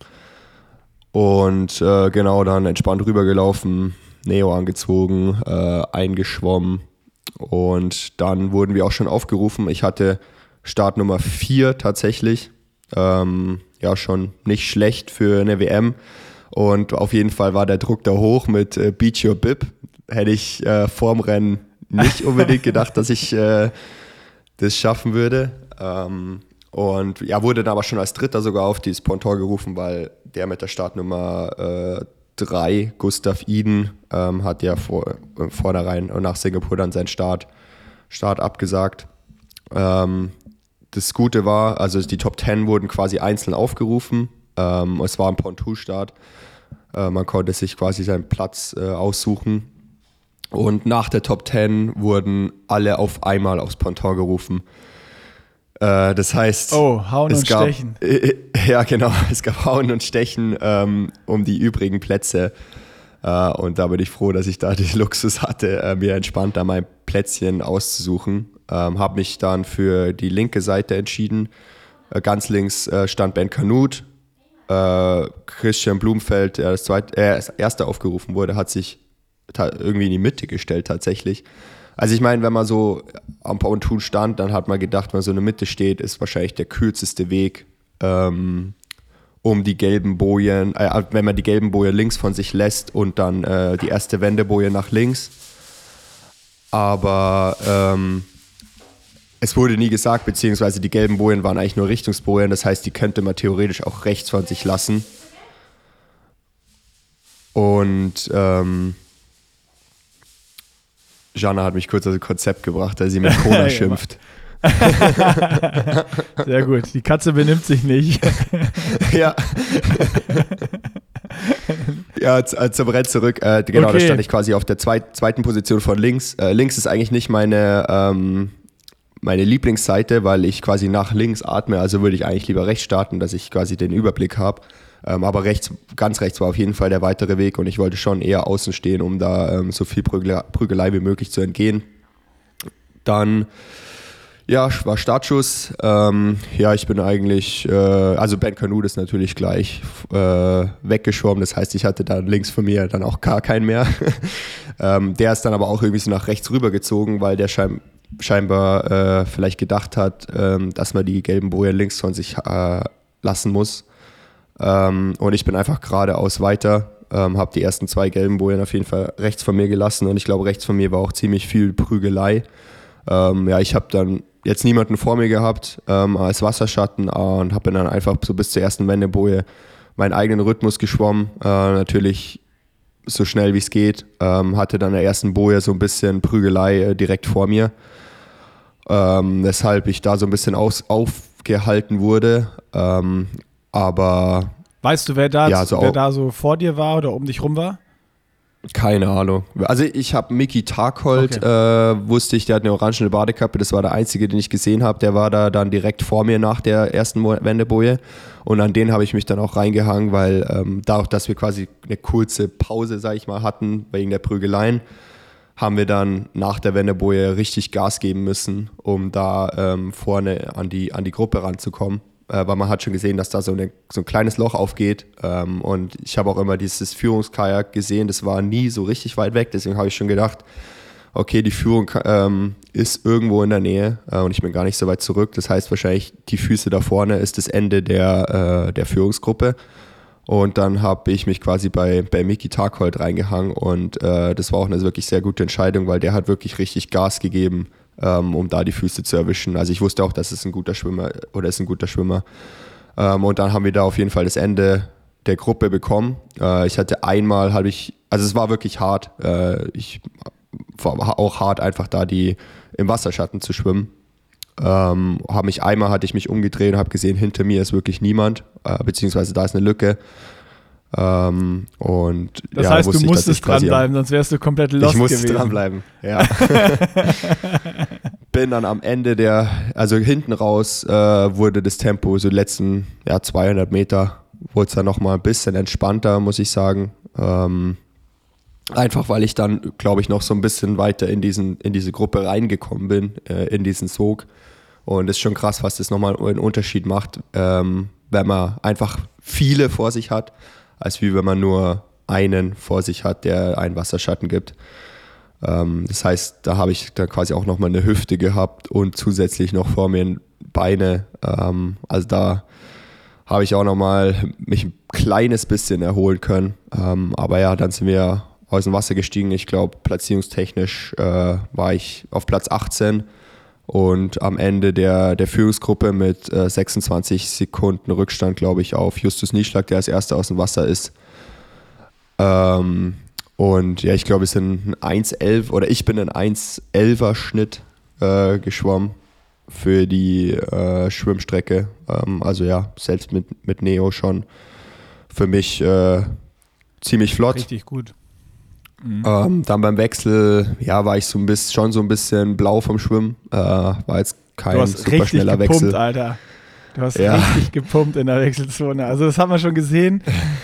Und dann entspannt rübergelaufen, Neo angezogen, eingeschwommen. Und dann wurden wir auch schon aufgerufen. Ich hatte Start Nummer 4 tatsächlich. Schon nicht schlecht für eine WM. Und auf jeden Fall war der Druck da hoch mit Beat Your Bib. Hätte ich vorm Rennen nicht unbedingt gedacht, dass ich das schaffen würde. Wurde dann aber schon als Dritter sogar auf dieses Ponton gerufen, weil der mit der Startnummer 3, Gustav Iden, hat ja vornherein und nach Singapur dann seinen Start abgesagt. Das Gute war, also die Top 10 wurden quasi einzeln aufgerufen. Es war ein Pontoon-Start. Man konnte sich quasi seinen Platz aussuchen. Und nach der Top 10 wurden alle auf einmal aufs Ponton gerufen. Das heißt, Hauen und Stechen. Ja, genau. Es gab Hauen und Stechen um die übrigen Plätze. Und da bin ich froh, dass ich da den Luxus hatte, mir entspannt da mein Plätzchen auszusuchen. Habe mich dann für die linke Seite entschieden. Ganz links stand Ben Kanute. Christian Blumfeld, der als Erster aufgerufen wurde, hat sich irgendwie in die Mitte gestellt tatsächlich. Also ich meine, wenn man so am Pontoon stand, dann hat man gedacht, wenn man so in der Mitte steht, ist wahrscheinlich der kürzeste Weg, um die gelben Bojen, wenn man die gelben Bojen links von sich lässt und dann die erste Wendeboje nach links. Aber es wurde nie gesagt, beziehungsweise die gelben Bojen waren eigentlich nur Richtungsbojen, das heißt, die könnte man theoretisch auch rechts von sich lassen. Und Jana hat mich kurz aus dem Konzept gebracht, weil sie mit Kona schimpft. Sehr gut, die Katze benimmt sich nicht. Ja. Ja, zum Rennen zurück. Da stand ich quasi auf der zweiten Position von links. Links ist eigentlich nicht meine Lieblingsseite, weil ich quasi nach links atme, also würde ich eigentlich lieber rechts starten, dass ich quasi den Überblick habe. Aber ganz rechts war auf jeden Fall der weitere Weg, und ich wollte schon eher außen stehen, um da so viel Prügelei wie möglich zu entgehen. Dann, war Startschuss. Ich bin eigentlich, also Ben Kanute ist natürlich gleich weggeschwommen, das heißt, ich hatte dann links von mir dann auch gar keinen mehr. Der ist dann aber auch irgendwie so nach rechts rübergezogen, weil der scheinbar vielleicht gedacht hat, dass man die gelben Bojen links von sich lassen muss. Und ich bin einfach geradeaus weiter, habe die ersten 2 gelben Bojen auf jeden Fall rechts von mir gelassen, und ich glaube, rechts von mir war auch ziemlich viel Prügelei. Ich habe dann jetzt niemanden vor mir gehabt als Wasserschatten und habe dann einfach so bis zur ersten Wendeboje meinen eigenen Rhythmus geschwommen, natürlich so schnell wie es geht, hatte dann in der ersten Boje so ein bisschen Prügelei direkt vor mir, weshalb ich da so ein bisschen aufgehalten wurde. Aber weißt du, wer da so vor dir war oder um dich rum war? Keine Ahnung. Also ich habe Mickey Tarkholt, wusste ich, der hat eine orangene Badekappe, das war der einzige, den ich gesehen habe. Der war da dann direkt vor mir nach der ersten Wendeboje und an den habe ich mich dann auch reingehangen, weil dadurch, dass wir quasi eine kurze Pause, sag ich mal, hatten, wegen der Prügeleien, haben wir dann nach der Wendeboje richtig Gas geben müssen, um da vorne an die Gruppe ranzukommen. Weil man hat schon gesehen, dass da so ein kleines Loch aufgeht und ich habe auch immer dieses Führungskajak gesehen, das war nie so richtig weit weg, deswegen habe ich schon gedacht, okay, die Führung ist irgendwo in der Nähe und ich bin gar nicht so weit zurück, das heißt wahrscheinlich die Füße da vorne ist das Ende der Führungsgruppe und dann habe ich mich quasi bei Mickey Tarkholt reingehangen und das war auch eine wirklich sehr gute Entscheidung, weil der hat wirklich richtig Gas gegeben, um da die Füße zu erwischen. Also ich wusste auch, dass es ein guter Schwimmer und dann haben wir da auf jeden Fall das Ende der Gruppe bekommen. Ich hatte einmal, also es war wirklich hart. Ich war auch hart, einfach da im Wasserschatten zu schwimmen. Hatte ich mich umgedreht und habe gesehen, hinter mir ist wirklich niemand, beziehungsweise da ist eine Lücke. Und das heißt, du musstest dranbleiben, sonst wärst du komplett lost gewesen. Ich musste dranbleiben, ja. Bin dann am Ende also hinten raus wurde das Tempo, so die letzten 200 Meter, wurde es dann nochmal ein bisschen entspannter, muss ich sagen. Einfach, weil ich dann, glaube ich, noch so ein bisschen weiter in diese Gruppe reingekommen bin, in diesen Sog. Und es ist schon krass, was das nochmal einen Unterschied macht, wenn man einfach viele vor sich hat, als wie wenn man nur einen vor sich hat, der einen Wasserschatten gibt. Das heißt, da habe ich dann quasi auch nochmal eine Hüfte gehabt und zusätzlich noch vor mir Beine. Also da habe ich auch nochmal mich ein kleines bisschen erholen können. Aber ja, dann sind wir aus dem Wasser gestiegen. Ich glaube, platzierungstechnisch war ich auf Platz 18 und am Ende der Führungsgruppe mit 26 Sekunden Rückstand, glaube ich, auf Justus Nieschlag, der als Erster aus dem Wasser ist. Und ja, ich glaube, es sind ein 1,11 oder ich bin ein 1,11er Schnitt geschwommen für die Schwimmstrecke. Also ja, selbst mit Neo schon für mich ziemlich flott. Richtig gut. Dann beim Wechsel, war ich schon so ein bisschen blau vom Schwimmen. War jetzt kein super schneller gepumpt, Wechsel. Alter. Du hast richtig gepumpt in der Wechselzone. Also das haben wir schon gesehen.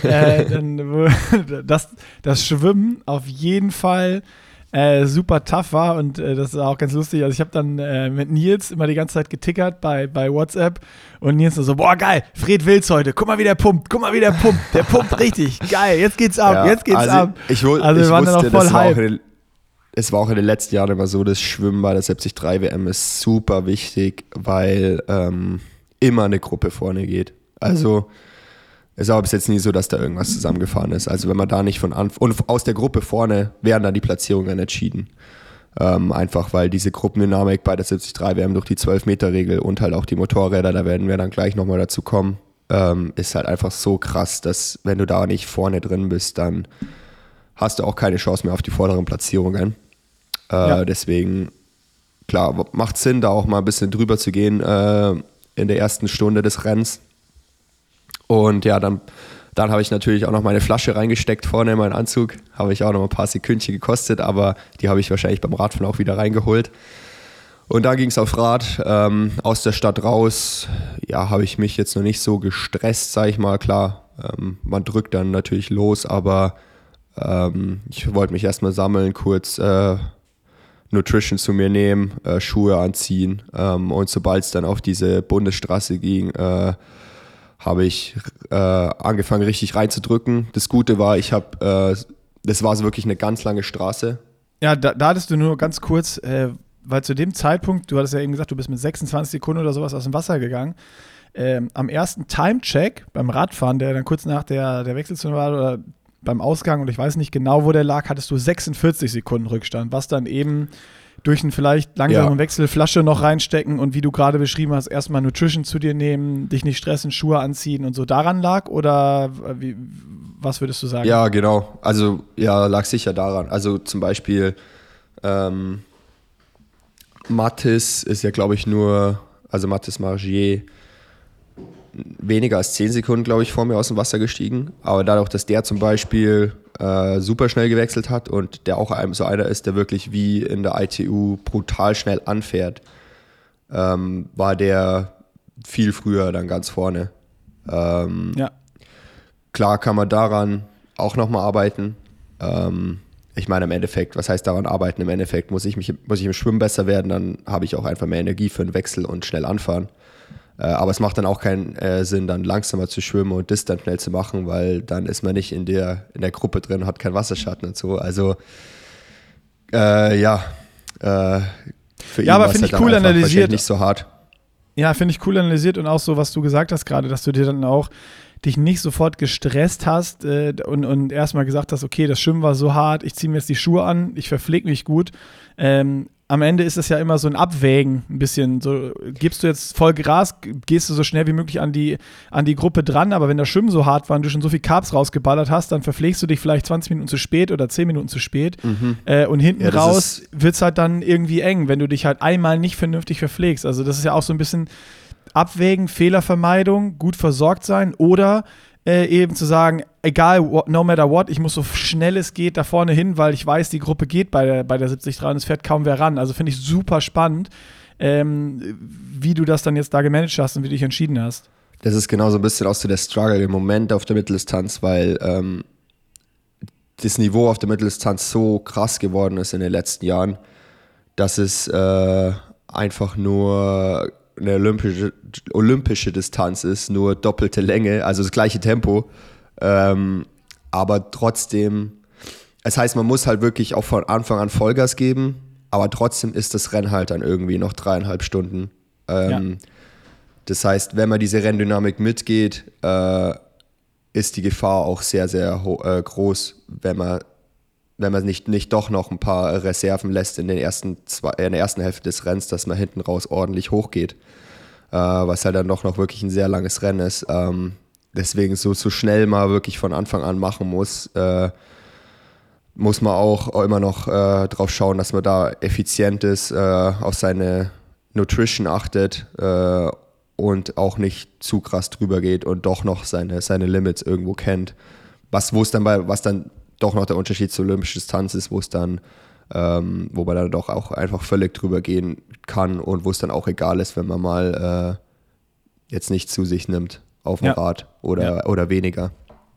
Das Schwimmen auf jeden Fall super tough war und das war auch ganz lustig. Also ich habe dann mit Nils immer die ganze Zeit getickert bei WhatsApp und Nils so, boah geil, Fred Wilz heute, guck mal wie der pumpt, der pumpt richtig, geil, jetzt geht's ab, ab. Wir waren dann auch voll hype. Es war auch in den letzten Jahren immer so, das Schwimmen bei der 73 WM ist super wichtig, weil immer eine Gruppe vorne geht. Also es war bis jetzt nie so, dass da irgendwas zusammengefahren ist. Also wenn man da nicht und aus der Gruppe vorne werden dann die Platzierungen entschieden. Einfach weil diese Gruppendynamik bei der 73 WM durch die 12-Meter-Regel und halt auch die Motorräder, da werden wir dann gleich nochmal dazu kommen, ist halt einfach so krass, dass wenn du da nicht vorne drin bist, dann hast du auch keine Chance mehr auf die vorderen Platzierungen. Deswegen, klar, macht Sinn, da auch mal ein bisschen drüber zu gehen in der ersten Stunde des Rennens. Und ja, dann habe ich natürlich auch noch meine Flasche reingesteckt vorne in meinen Anzug. Habe ich auch noch ein paar Sekündchen gekostet, aber die habe ich wahrscheinlich beim Radfahren auch wieder reingeholt. Und da ging es auf Rad aus der Stadt raus. Ja, habe ich mich jetzt noch nicht so gestresst, sage ich mal. Klar, man drückt dann natürlich los, aber ich wollte mich erstmal sammeln, kurz Nutrition zu mir nehmen, Schuhe anziehen. Und sobald es dann auf diese Bundesstraße ging, habe ich angefangen richtig reinzudrücken. Das Gute war, das war so wirklich eine ganz lange Straße. Ja, da hattest du nur ganz kurz, weil zu dem Zeitpunkt, du hattest ja eben gesagt, du bist mit 26 Sekunden oder sowas aus dem Wasser gegangen. Am ersten Time-Check beim Radfahren, der dann kurz nach der Wechselzone war oder beim Ausgang und ich weiß nicht genau, wo der lag, hattest du 46 Sekunden Rückstand, was dann eben durch einen vielleicht langsamen Wechsel Flasche noch reinstecken und wie du gerade beschrieben hast, erstmal Nutrition zu dir nehmen, dich nicht stressen, Schuhe anziehen und so daran lag oder was würdest du sagen? Ja, genau. Also ja, lag sicher daran. Also zum Beispiel Mathis ist ja, glaube ich, Mathis Margier weniger als 10 Sekunden, glaube ich, vor mir aus dem Wasser gestiegen. Aber dadurch, dass der zum Beispiel super schnell gewechselt hat und der auch so einer ist, der wirklich wie in der ITU brutal schnell anfährt, war der viel früher dann ganz vorne. Klar kann man daran auch nochmal arbeiten. Ich meine im Endeffekt, was heißt daran arbeiten? Im Endeffekt muss ich im Schwimmen besser werden, dann habe ich auch einfach mehr Energie für einen Wechsel und schnell anfahren. Aber es macht dann auch keinen Sinn, dann langsamer zu schwimmen und das dann schnell zu machen, weil dann ist man nicht in der Gruppe drin, hat keinen Wasserschatten und so. Also für ihn aber war es finde halt ich cool dann analysiert. nicht so hart. Ja, finde ich cool analysiert und auch so, was du gesagt hast gerade, dass du dir dann auch dich nicht sofort gestresst hast und erstmal gesagt hast, okay, das Schwimmen war so hart, ich ziehe mir jetzt die Schuhe an, ich verpflege mich gut. Am Ende ist es ja immer so ein Abwägen, ein bisschen so, gibst du jetzt voll Gras, gehst du so schnell wie möglich an die Gruppe dran, aber wenn das Schwimmen so hart war und du schon so viel Carbs rausgeballert hast, dann verpflegst du dich vielleicht 20 Minuten zu spät oder 10 Minuten zu spät und hinten raus wird es halt dann irgendwie eng, wenn du dich halt einmal nicht vernünftig verpflegst. Also das ist ja auch so ein bisschen Abwägen, Fehlervermeidung, gut versorgt sein oder eben zu sagen, egal, no matter what, ich muss so schnell es geht da vorne hin, weil ich weiß, die Gruppe geht bei der 73 und es fährt kaum wer ran. Also finde ich super spannend, wie du das dann jetzt da gemanagt hast und wie du dich entschieden hast. Das ist genau so ein bisschen auch so der Struggle im Moment auf der Mitteldistanz, weil das Niveau auf der Mitteldistanz so krass geworden ist in den letzten Jahren, dass es einfach nur eine olympische Distanz ist, nur doppelte Länge, also das gleiche Tempo, aber trotzdem, es heißt, man muss halt wirklich auch von Anfang an Vollgas geben, aber trotzdem ist das Rennen halt dann irgendwie noch 3,5 Stunden. Das heißt, wenn man diese Renndynamik mitgeht, ist die Gefahr auch sehr, sehr groß, wenn man nicht doch noch ein paar Reserven lässt in der ersten Hälfte des Rennens, dass man hinten raus ordentlich hochgeht, was halt dann doch noch wirklich ein sehr langes Rennen ist. Deswegen so schnell man wirklich von Anfang an machen muss man auch immer noch drauf schauen, dass man da effizient ist, auf seine Nutrition achtet und auch nicht zu krass drüber geht und doch noch seine Limits irgendwo kennt. Was dann doch noch der Unterschied zur olympischen Distanz ist, wo man dann doch auch einfach völlig drüber gehen kann und wo es dann auch egal ist, wenn man mal jetzt nicht zu sich nimmt auf dem Rad oder weniger.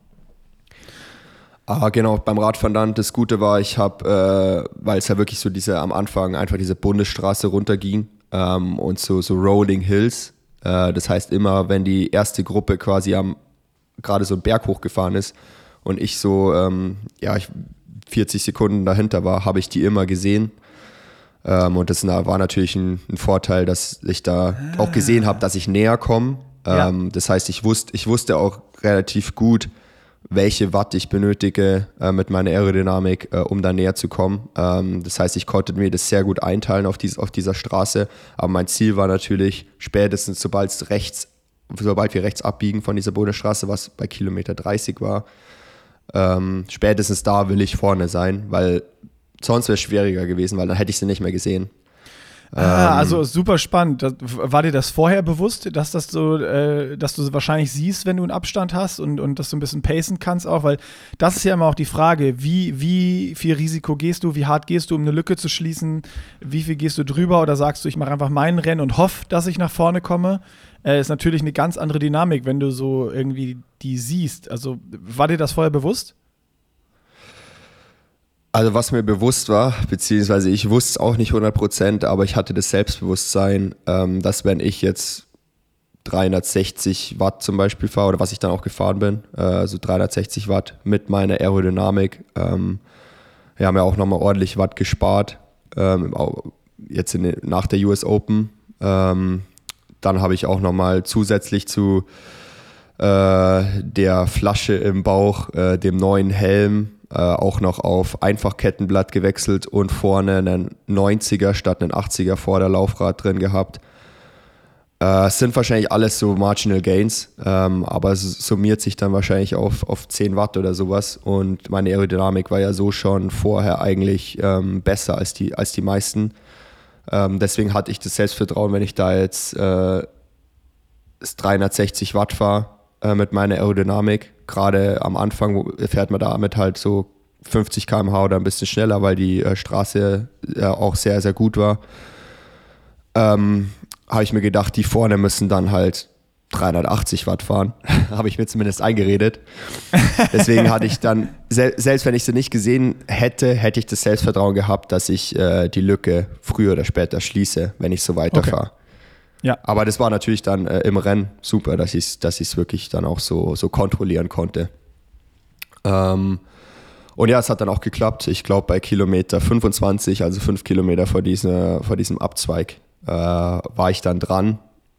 Genau, beim Radfahren dann, das Gute war, ich habe, weil es ja wirklich so am Anfang einfach diese Bundesstraße runterging und so Rolling Hills, das heißt immer, wenn die erste Gruppe quasi gerade so einen Berg hochgefahren ist, und ich so, 40 Sekunden dahinter war, habe ich die immer gesehen. Und das war natürlich ein Vorteil, dass ich da auch gesehen habe, dass ich näher komme. Das heißt, ich wusste auch relativ gut, welche Watt ich benötige mit meiner Aerodynamik, um da näher zu kommen. Das heißt, ich konnte mir das sehr gut einteilen auf dieser Straße. Aber mein Ziel war natürlich, spätestens sobald wir rechts abbiegen von dieser Bundesstraße, was bei Kilometer 30 war, spätestens da will ich vorne sein, weil sonst wäre es schwieriger gewesen, weil dann hätte ich sie nicht mehr gesehen. Also super spannend. War dir das vorher bewusst, dass dass du wahrscheinlich siehst, wenn du einen Abstand hast und dass du ein bisschen pacen kannst auch, weil das ist ja immer auch die Frage, wie viel Risiko gehst du, wie hart gehst du, um eine Lücke zu schließen, wie viel gehst du drüber oder sagst du, ich mache einfach meinen Rennen und hoffe, dass ich nach vorne komme. Ist natürlich eine ganz andere Dynamik, wenn du so irgendwie die siehst. Also war dir das vorher bewusst? Also was mir bewusst war, beziehungsweise ich wusste es auch nicht 100%, aber ich hatte das Selbstbewusstsein, dass wenn ich jetzt 360 Watt zum Beispiel fahre, oder was ich dann auch gefahren bin, so 360 Watt mit meiner Aerodynamik, wir haben ja auch nochmal ordentlich Watt gespart, jetzt nach der US Open. Dann habe ich auch nochmal zusätzlich zu der Flasche im Bauch, dem neuen Helm, auch noch auf Einfachkettenblatt gewechselt und vorne einen 90er statt einen 80er Vorderlaufrad drin gehabt. Es sind wahrscheinlich alles so Marginal Gains, aber es summiert sich dann wahrscheinlich auf 10 Watt oder sowas. Und meine Aerodynamik war ja so schon vorher eigentlich besser als die meisten. Deswegen hatte ich das Selbstvertrauen, wenn ich da jetzt 360 Watt fahre mit meiner Aerodynamik. Gerade am Anfang fährt man damit halt so 50 km/h oder ein bisschen schneller, weil die Straße auch sehr, sehr gut war. Habe ich mir gedacht, die vorne müssen dann halt 380 Watt fahren. Habe ich mir zumindest eingeredet. Deswegen hatte ich dann, selbst wenn ich sie nicht gesehen hätte, hätte ich das Selbstvertrauen gehabt, dass ich die Lücke früher oder später schließe, wenn ich so weiterfahre. Okay. Ja. Aber das war natürlich dann im Rennen super, dass ich es wirklich dann auch so kontrollieren konnte. Und ja, es hat dann auch geklappt. Ich glaube, bei Kilometer 25, also 5 Kilometer vor diesem Abzweig, war ich dann dran.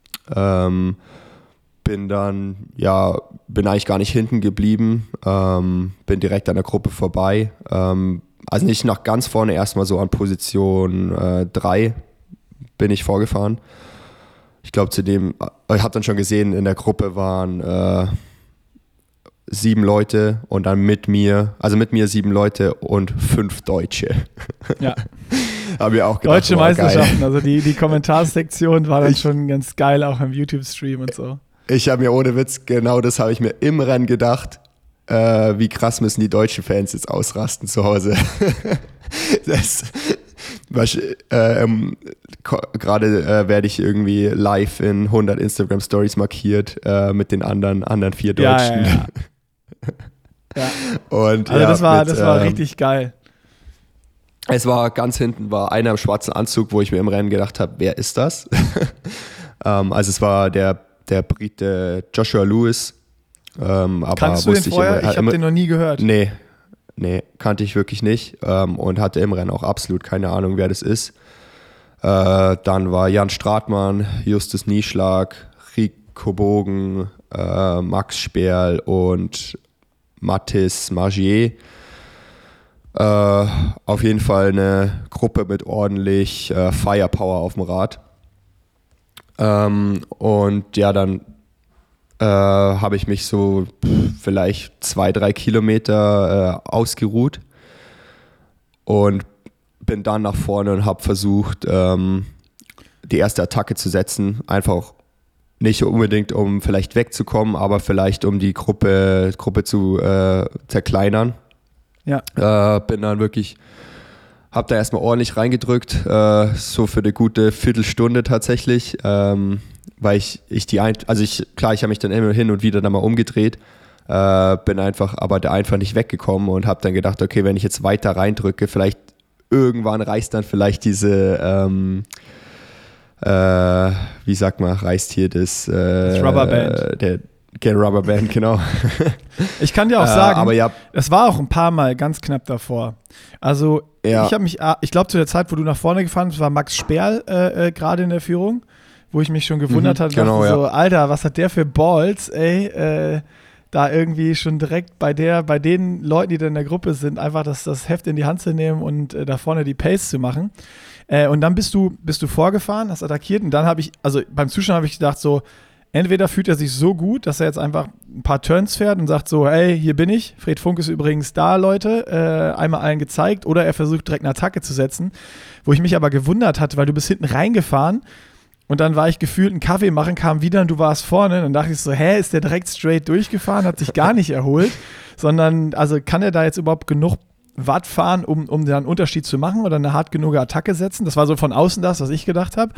Bin eigentlich gar nicht hinten geblieben, bin direkt an der Gruppe vorbei. Also nicht nach ganz vorne, erstmal so an Position 3 bin ich vorgefahren. Ich glaube, ich habe dann schon gesehen, in der Gruppe waren 7 Leute und dann mit mir 7 Leute und 5 Deutsche. Ja. Habe ich auch gedacht, Deutsche Meisterschaften, also die Kommentarsektion war dann schon ganz geil, auch im YouTube-Stream und so. Ich habe mir ohne Witz, genau das habe ich mir im Rennen gedacht, wie krass müssen die deutschen Fans jetzt ausrasten zu Hause. Gerade werde ich irgendwie live in 100 Instagram-Stories markiert mit den anderen 4 Deutschen. Ja. Und, also das war richtig geil. Es war ganz hinten, war einer im schwarzen Anzug, wo ich mir im Rennen gedacht habe, wer ist das? Also es war der Brite Joshua Lewis. Aber kannst du den vorher? Ich habe den noch nie gehört. Nee, kannte ich wirklich nicht und hatte im Rennen auch absolut keine Ahnung, wer das ist. Dann war Jan Stratmann, Justus Nieschlag, Rico Bogen, Max Sperl und Mathis Magier. Auf jeden Fall eine Gruppe mit ordentlich Firepower auf dem Rad. Und ja, dann habe ich mich so vielleicht 2-3 Kilometer ausgeruht und bin dann nach vorne und habe versucht, die erste Attacke zu setzen. Einfach nicht unbedingt, um vielleicht wegzukommen, aber vielleicht um die Gruppe zu zerkleinern. Ja. Bin dann wirklich, habe da erstmal ordentlich reingedrückt, so für eine gute Viertelstunde tatsächlich, weil ich habe mich dann immer hin und wieder dann mal umgedreht, bin einfach nicht weggekommen und habe dann gedacht, okay, wenn ich jetzt weiter reindrücke, vielleicht irgendwann reißt dann vielleicht diese, wie sagt man, reißt hier das Rubberband. Rubberband, genau. Ich kann dir auch sagen, aber ja, es war auch ein paar Mal ganz knapp davor. Also ja. ich glaube zu der Zeit, wo du nach vorne gefahren bist, war Max Sperl gerade in der Führung, wo ich mich schon gewundert habe, genau, dachte ja. so, Alter, was hat der für Balls, ey, da irgendwie schon direkt bei den Leuten, die da in der Gruppe sind, einfach das Heft in die Hand zu nehmen und da vorne die Pace zu machen. Und dann bist du vorgefahren, hast attackiert und dann beim Zuschauen habe ich gedacht so, entweder fühlt er sich so gut, dass er jetzt einfach ein paar Turns fährt und sagt so, hey, hier bin ich, Fred Funk ist übrigens da, Leute, einmal allen gezeigt, oder er versucht direkt eine Attacke zu setzen, wo ich mich aber gewundert hatte, weil du bist hinten reingefahren und dann war ich gefühlt einen Kaffee machen, kam wieder und du warst vorne, dann dachte ich so, ist der direkt straight durchgefahren, hat sich gar nicht erholt, sondern, also kann er da jetzt überhaupt genug Watt fahren, um da einen Unterschied zu machen oder eine hart genug Attacke setzen? Das war so von außen das, was ich gedacht habe.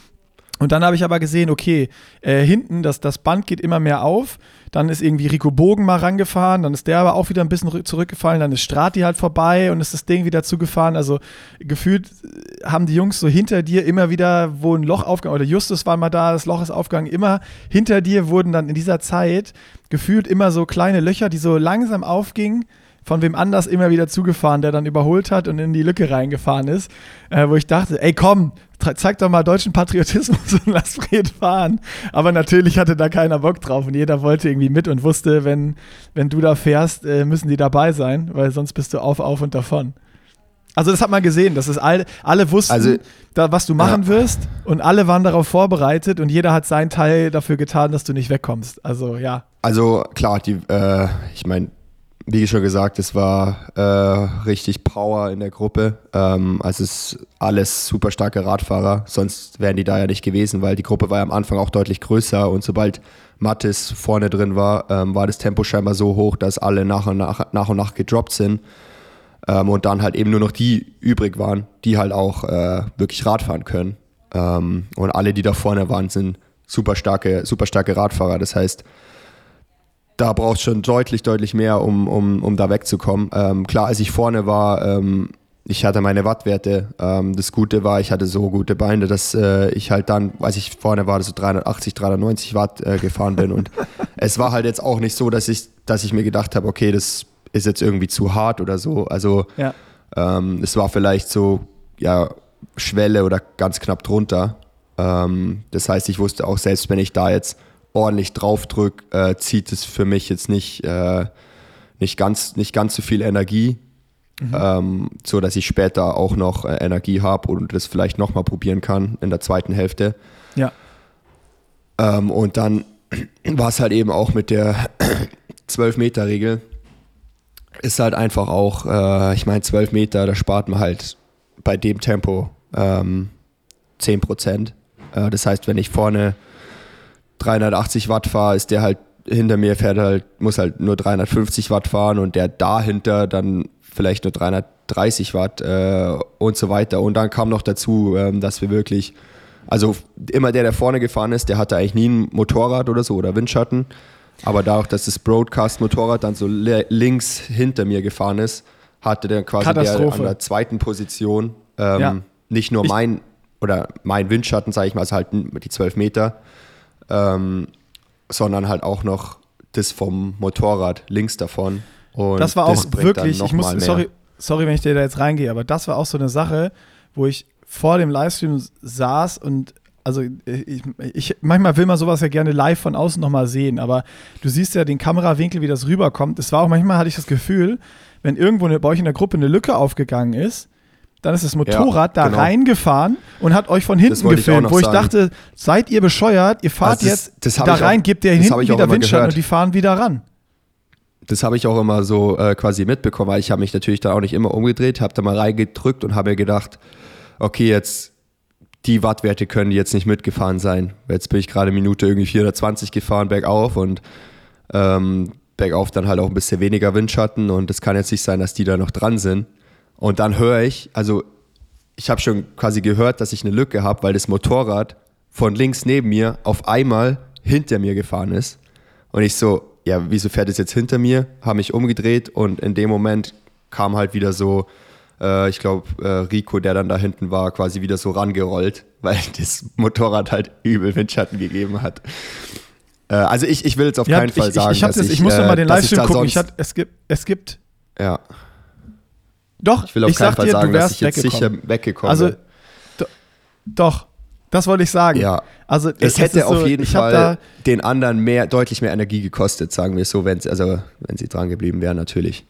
Und dann habe ich aber gesehen, okay, hinten, das Band geht immer mehr auf, dann ist irgendwie Rico Bogen mal rangefahren, dann ist der aber auch wieder ein bisschen zurückgefallen, dann ist Strati halt vorbei und ist das Ding wieder zugefahren, also gefühlt haben die Jungs so hinter dir immer wieder, wo ein Loch aufgegangen, oder Justus war mal da, das Loch ist aufgegangen, immer hinter dir wurden dann in dieser Zeit gefühlt immer so kleine Löcher, die so langsam aufgingen, von wem anders immer wieder zugefahren, der dann überholt hat und in die Lücke reingefahren ist, wo ich dachte, ey komm, zeig doch mal deutschen Patriotismus und lass Fred fahren. Aber natürlich hatte da keiner Bock drauf und jeder wollte irgendwie mit und wusste, wenn du da fährst, müssen die dabei sein, weil sonst bist du auf und davon. Also das hat man gesehen, dass es alle wussten, was du machen wirst und alle waren darauf vorbereitet und jeder hat seinen Teil dafür getan, dass du nicht wegkommst. Also ja. Also klar, ich meine, wie schon gesagt, es war richtig Power in der Gruppe. Also es ist alles super starke Radfahrer, sonst wären die da ja nicht gewesen, weil die Gruppe war ja am Anfang auch deutlich größer und sobald Mathis vorne drin war, war das Tempo scheinbar so hoch, dass alle nach und nach gedroppt sind. Und dann halt eben nur noch die übrig waren, die halt auch wirklich Radfahren können. Und alle, die da vorne waren, sind super starke Radfahrer. Das heißt, da braucht es schon deutlich mehr, um da wegzukommen. Klar, als ich vorne war, ich hatte meine Wattwerte. Das Gute war, ich hatte so gute Beine, dass ich halt dann, als ich vorne war, so 380, 390 Watt gefahren bin. Und es war halt jetzt auch nicht so, dass ich mir gedacht habe, okay, das ist jetzt irgendwie zu hart oder so. Also es war vielleicht so, ja, Schwelle oder ganz knapp drunter. Das heißt, ich wusste auch, selbst wenn ich da jetzt ordentlich drauf drücke, zieht es für mich jetzt nicht ganz so viel Energie, so dass ich später auch noch Energie habe und das vielleicht nochmal probieren kann in der zweiten Hälfte. Ja. Und dann war es halt eben auch mit der 12-Meter-Regel. Ist halt einfach auch, ich meine 12 Meter, da spart man halt bei dem Tempo 10%. Das heißt, wenn ich vorne 380 Watt fahre, ist der halt hinter mir muss halt nur 350 Watt fahren und der dahinter dann vielleicht nur 330 Watt und so weiter. Und dann kam noch dazu, dass wir wirklich, also immer der vorne gefahren ist, der hatte eigentlich nie ein Motorrad oder so oder Windschatten. Aber dadurch, dass das Broadcast-Motorrad dann so links hinter mir gefahren ist, hatte der quasi der an der zweiten Position nicht nur mein Windschatten, sage ich mal, also halt die 12 Meter, sondern halt auch noch das vom Motorrad links davon. Und das war auch wirklich, sorry, wenn ich dir da jetzt reingehe, aber das war auch so eine Sache, wo ich vor dem Livestream saß und also ich manchmal will man sowas ja gerne live von außen nochmal sehen, aber du siehst ja den Kamerawinkel, wie das rüberkommt. Es war auch manchmal, hatte ich das Gefühl, wenn irgendwo bei euch in der Gruppe eine Lücke aufgegangen ist, dann ist das Motorrad reingefahren und hat euch von hinten gefilmt, wo ich dachte, seid ihr bescheuert, ihr fahrt jetzt da rein, gebt ihr hinten wieder Windschatten und die fahren wieder ran. Das habe ich auch immer so quasi mitbekommen, weil ich habe mich natürlich dann auch nicht immer umgedreht, habe da mal reingedrückt und habe mir gedacht, okay, jetzt die Wattwerte können jetzt nicht mitgefahren sein. Jetzt bin ich gerade Minute irgendwie 420 gefahren bergauf und bergauf dann halt auch ein bisschen weniger Windschatten und es kann jetzt nicht sein, dass die da noch dran sind. Und dann höre ich, also ich habe schon quasi gehört, dass ich eine Lücke habe, weil das Motorrad von links neben mir auf einmal hinter mir gefahren ist. Und ich so, ja, wieso fährt es jetzt hinter mir? Habe mich umgedreht und in dem Moment kam halt wieder so, ich glaube, Rico, der dann da hinten war, quasi wieder so rangerollt, weil das Motorrad halt übel Windschatten gegeben hat. Also ich will jetzt auf keinen Fall sagen, ich muss noch mal den Livestream gucken. Es gibt ja. Doch, ich will auf keinen Fall sagen, dass ich jetzt sicher weggekommen bin. Doch, das wollte ich sagen. Ja. Also es hätte auf jeden Fall den anderen deutlich mehr Energie gekostet, sagen wir es so, wenn sie dran geblieben wären, natürlich.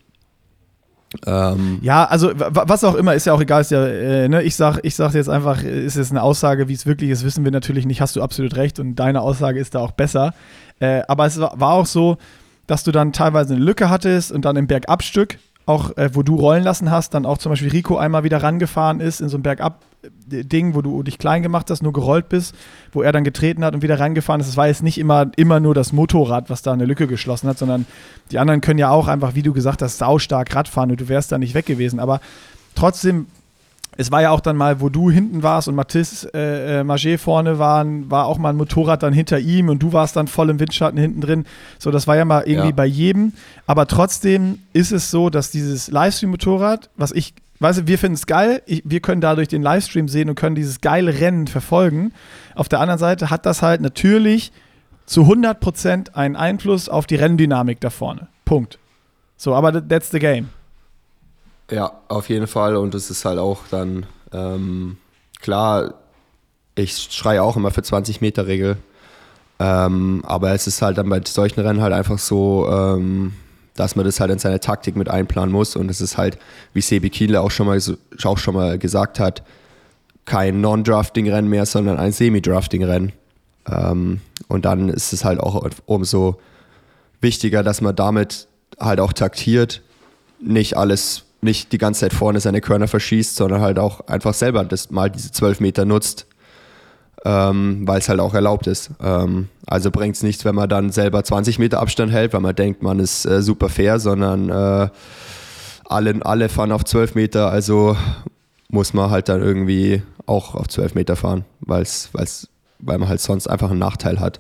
Ja, also was auch immer, ist ja auch egal. Ist ja, ne? Ich sag jetzt einfach, ist es eine Aussage, wie es wirklich ist, wissen wir natürlich nicht, hast du absolut recht und deine Aussage ist da auch besser. Aber es war auch so, dass du dann teilweise eine Lücke hattest und dann im Bergabstück, auch wo du rollen lassen hast, dann auch zum Beispiel Rico einmal wieder rangefahren ist in so ein Bergab-Ding, wo du dich klein gemacht hast, nur gerollt bist, wo er dann getreten hat und wieder rangefahren ist. Es war jetzt nicht immer nur das Motorrad, was da eine Lücke geschlossen hat, sondern die anderen können ja auch einfach, wie du gesagt hast, saustark Radfahren und du wärst da nicht weg gewesen. Aber trotzdem, es war ja auch dann mal, wo du hinten warst und Mathis Marget vorne war auch mal ein Motorrad dann hinter ihm und du warst dann voll im Windschatten hinten drin. So, das war ja mal irgendwie bei jedem. Aber trotzdem ist es so, dass dieses Livestream-Motorrad, wir finden es geil, wir können dadurch den Livestream sehen und können dieses geile Rennen verfolgen. Auf der anderen Seite hat das halt natürlich zu 100% einen Einfluss auf die Renndynamik da vorne. Punkt. So, aber that's the game. Ja, auf jeden Fall und es ist halt auch dann, klar, ich schreie auch immer für 20-Meter-Regel, aber es ist halt dann bei solchen Rennen halt einfach so, dass man das halt in seine Taktik mit einplanen muss und es ist halt, wie Sebi Kienle auch schon mal gesagt hat, kein Non-Drafting-Rennen mehr, sondern ein Semi-Drafting-Rennen und dann ist es halt auch umso wichtiger, dass man damit halt auch taktiert, nicht die ganze Zeit vorne seine Körner verschießt, sondern halt auch einfach selber mal diese 12 Meter nutzt, weil es halt auch erlaubt ist. Also bringt es nichts, wenn man dann selber 20 Meter Abstand hält, weil man denkt, man ist super fair, sondern alle fahren auf 12 Meter, also muss man halt dann irgendwie auch auf 12 Meter fahren, weil man halt sonst einfach einen Nachteil hat.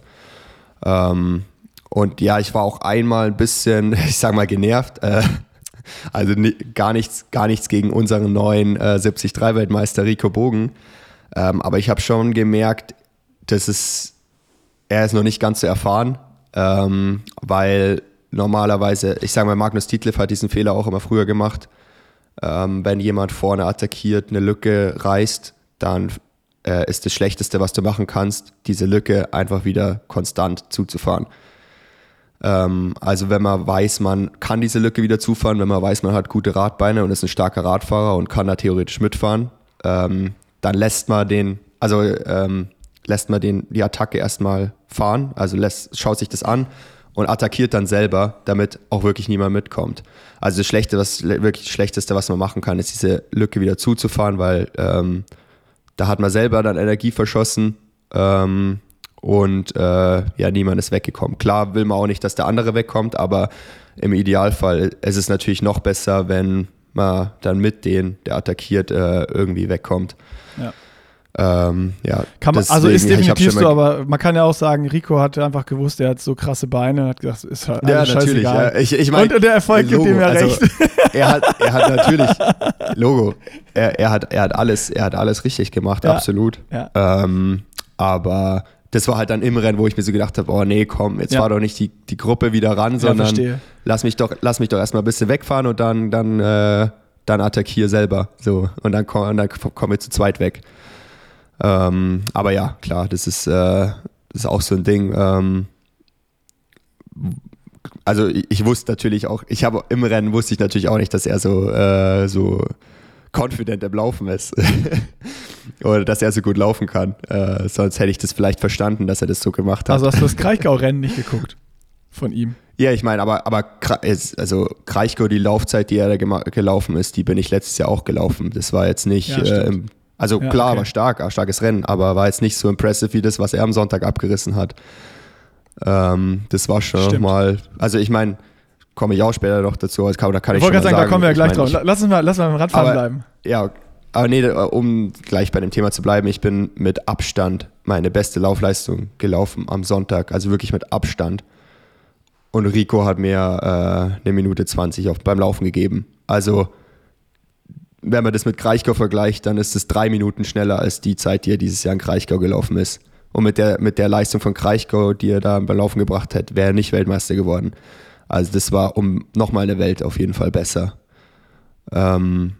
Und ja, ich war auch einmal ein bisschen, ich sag mal, genervt. Also gar nichts gegen unseren neuen 73-Weltmeister Rico Bogen. Aber ich habe schon gemerkt, er ist noch nicht ganz so erfahren, weil normalerweise, ich sage mal, Magnus Ditlev hat diesen Fehler auch immer früher gemacht. Wenn jemand vorne attackiert, eine Lücke reißt, dann ist das Schlechteste, was du machen kannst, diese Lücke einfach wieder konstant zuzufahren. Also wenn man weiß, man kann diese Lücke wieder zufahren, wenn man weiß, man hat gute Radbeine und ist ein starker Radfahrer und kann da theoretisch mitfahren, dann lässt man die Attacke erstmal fahren, also schaut sich das an und attackiert dann selber, damit auch wirklich niemand mitkommt. Also das wirklich Schlechteste, was man machen kann, ist diese Lücke wieder zuzufahren, weil da hat man selber dann Energie verschossen und niemand ist weggekommen. Klar will man auch nicht, dass der andere wegkommt, aber im Idealfall ist es natürlich noch besser, wenn man dann mit denen, der attackiert, irgendwie wegkommt. Ja. Deswegen, ist definitiv so, aber man kann ja auch sagen, Rico hat einfach gewusst, er hat so krasse Beine und hat gesagt, ist halt alles scheißegal. Ja, ich mein, und der Erfolg gibt ihm ja recht. Er hat natürlich, Logo, er hat alles richtig gemacht, absolut. Ja. Aber das war halt dann im Rennen, wo ich mir so gedacht habe, oh nee, komm, jetzt fahr doch nicht die Gruppe wieder ran, sondern lass mich doch erstmal ein bisschen wegfahren und dann attackiere selber. So, und dann kommen wir zu zweit weg. Aber ja, klar, das ist auch so ein Ding. Also ich wusste natürlich auch, im Rennen wusste ich natürlich auch nicht, dass er so confident im Laufen ist. Oder dass er so gut laufen kann. Sonst hätte ich das vielleicht verstanden, dass er das so gemacht hat. Also hast du das Kraichgau-Rennen nicht geguckt von ihm? Ja, ich meine, aber Kraichgau, die Laufzeit, die er da gelaufen ist, die bin ich letztes Jahr auch gelaufen. Das war jetzt nicht klar, war starkes Rennen, aber war jetzt nicht so impressive wie das, was er am Sonntag abgerissen hat. Das war schon nochmal, also ich meine, komme ich auch später noch dazu, da kann ich schon mal sagen. Da kommen wir ja gleich drauf. Lass mal beim Radfahren bleiben. Ja, aber nee, um gleich bei dem Thema zu bleiben, ich bin mit Abstand meine beste Laufleistung gelaufen am Sonntag, also wirklich mit Abstand. Und Rico hat mir 1 Minute 20 beim Laufen gegeben. Also wenn man das mit Kraichgau vergleicht, dann ist es 3 Minuten schneller als die Zeit, die er dieses Jahr in Kraichgau gelaufen ist. Und mit der Leistung von Kraichgau, die er da beim Laufen gebracht hat, wäre er nicht Weltmeister geworden. Also das war um nochmal eine Welt auf jeden Fall besser. Und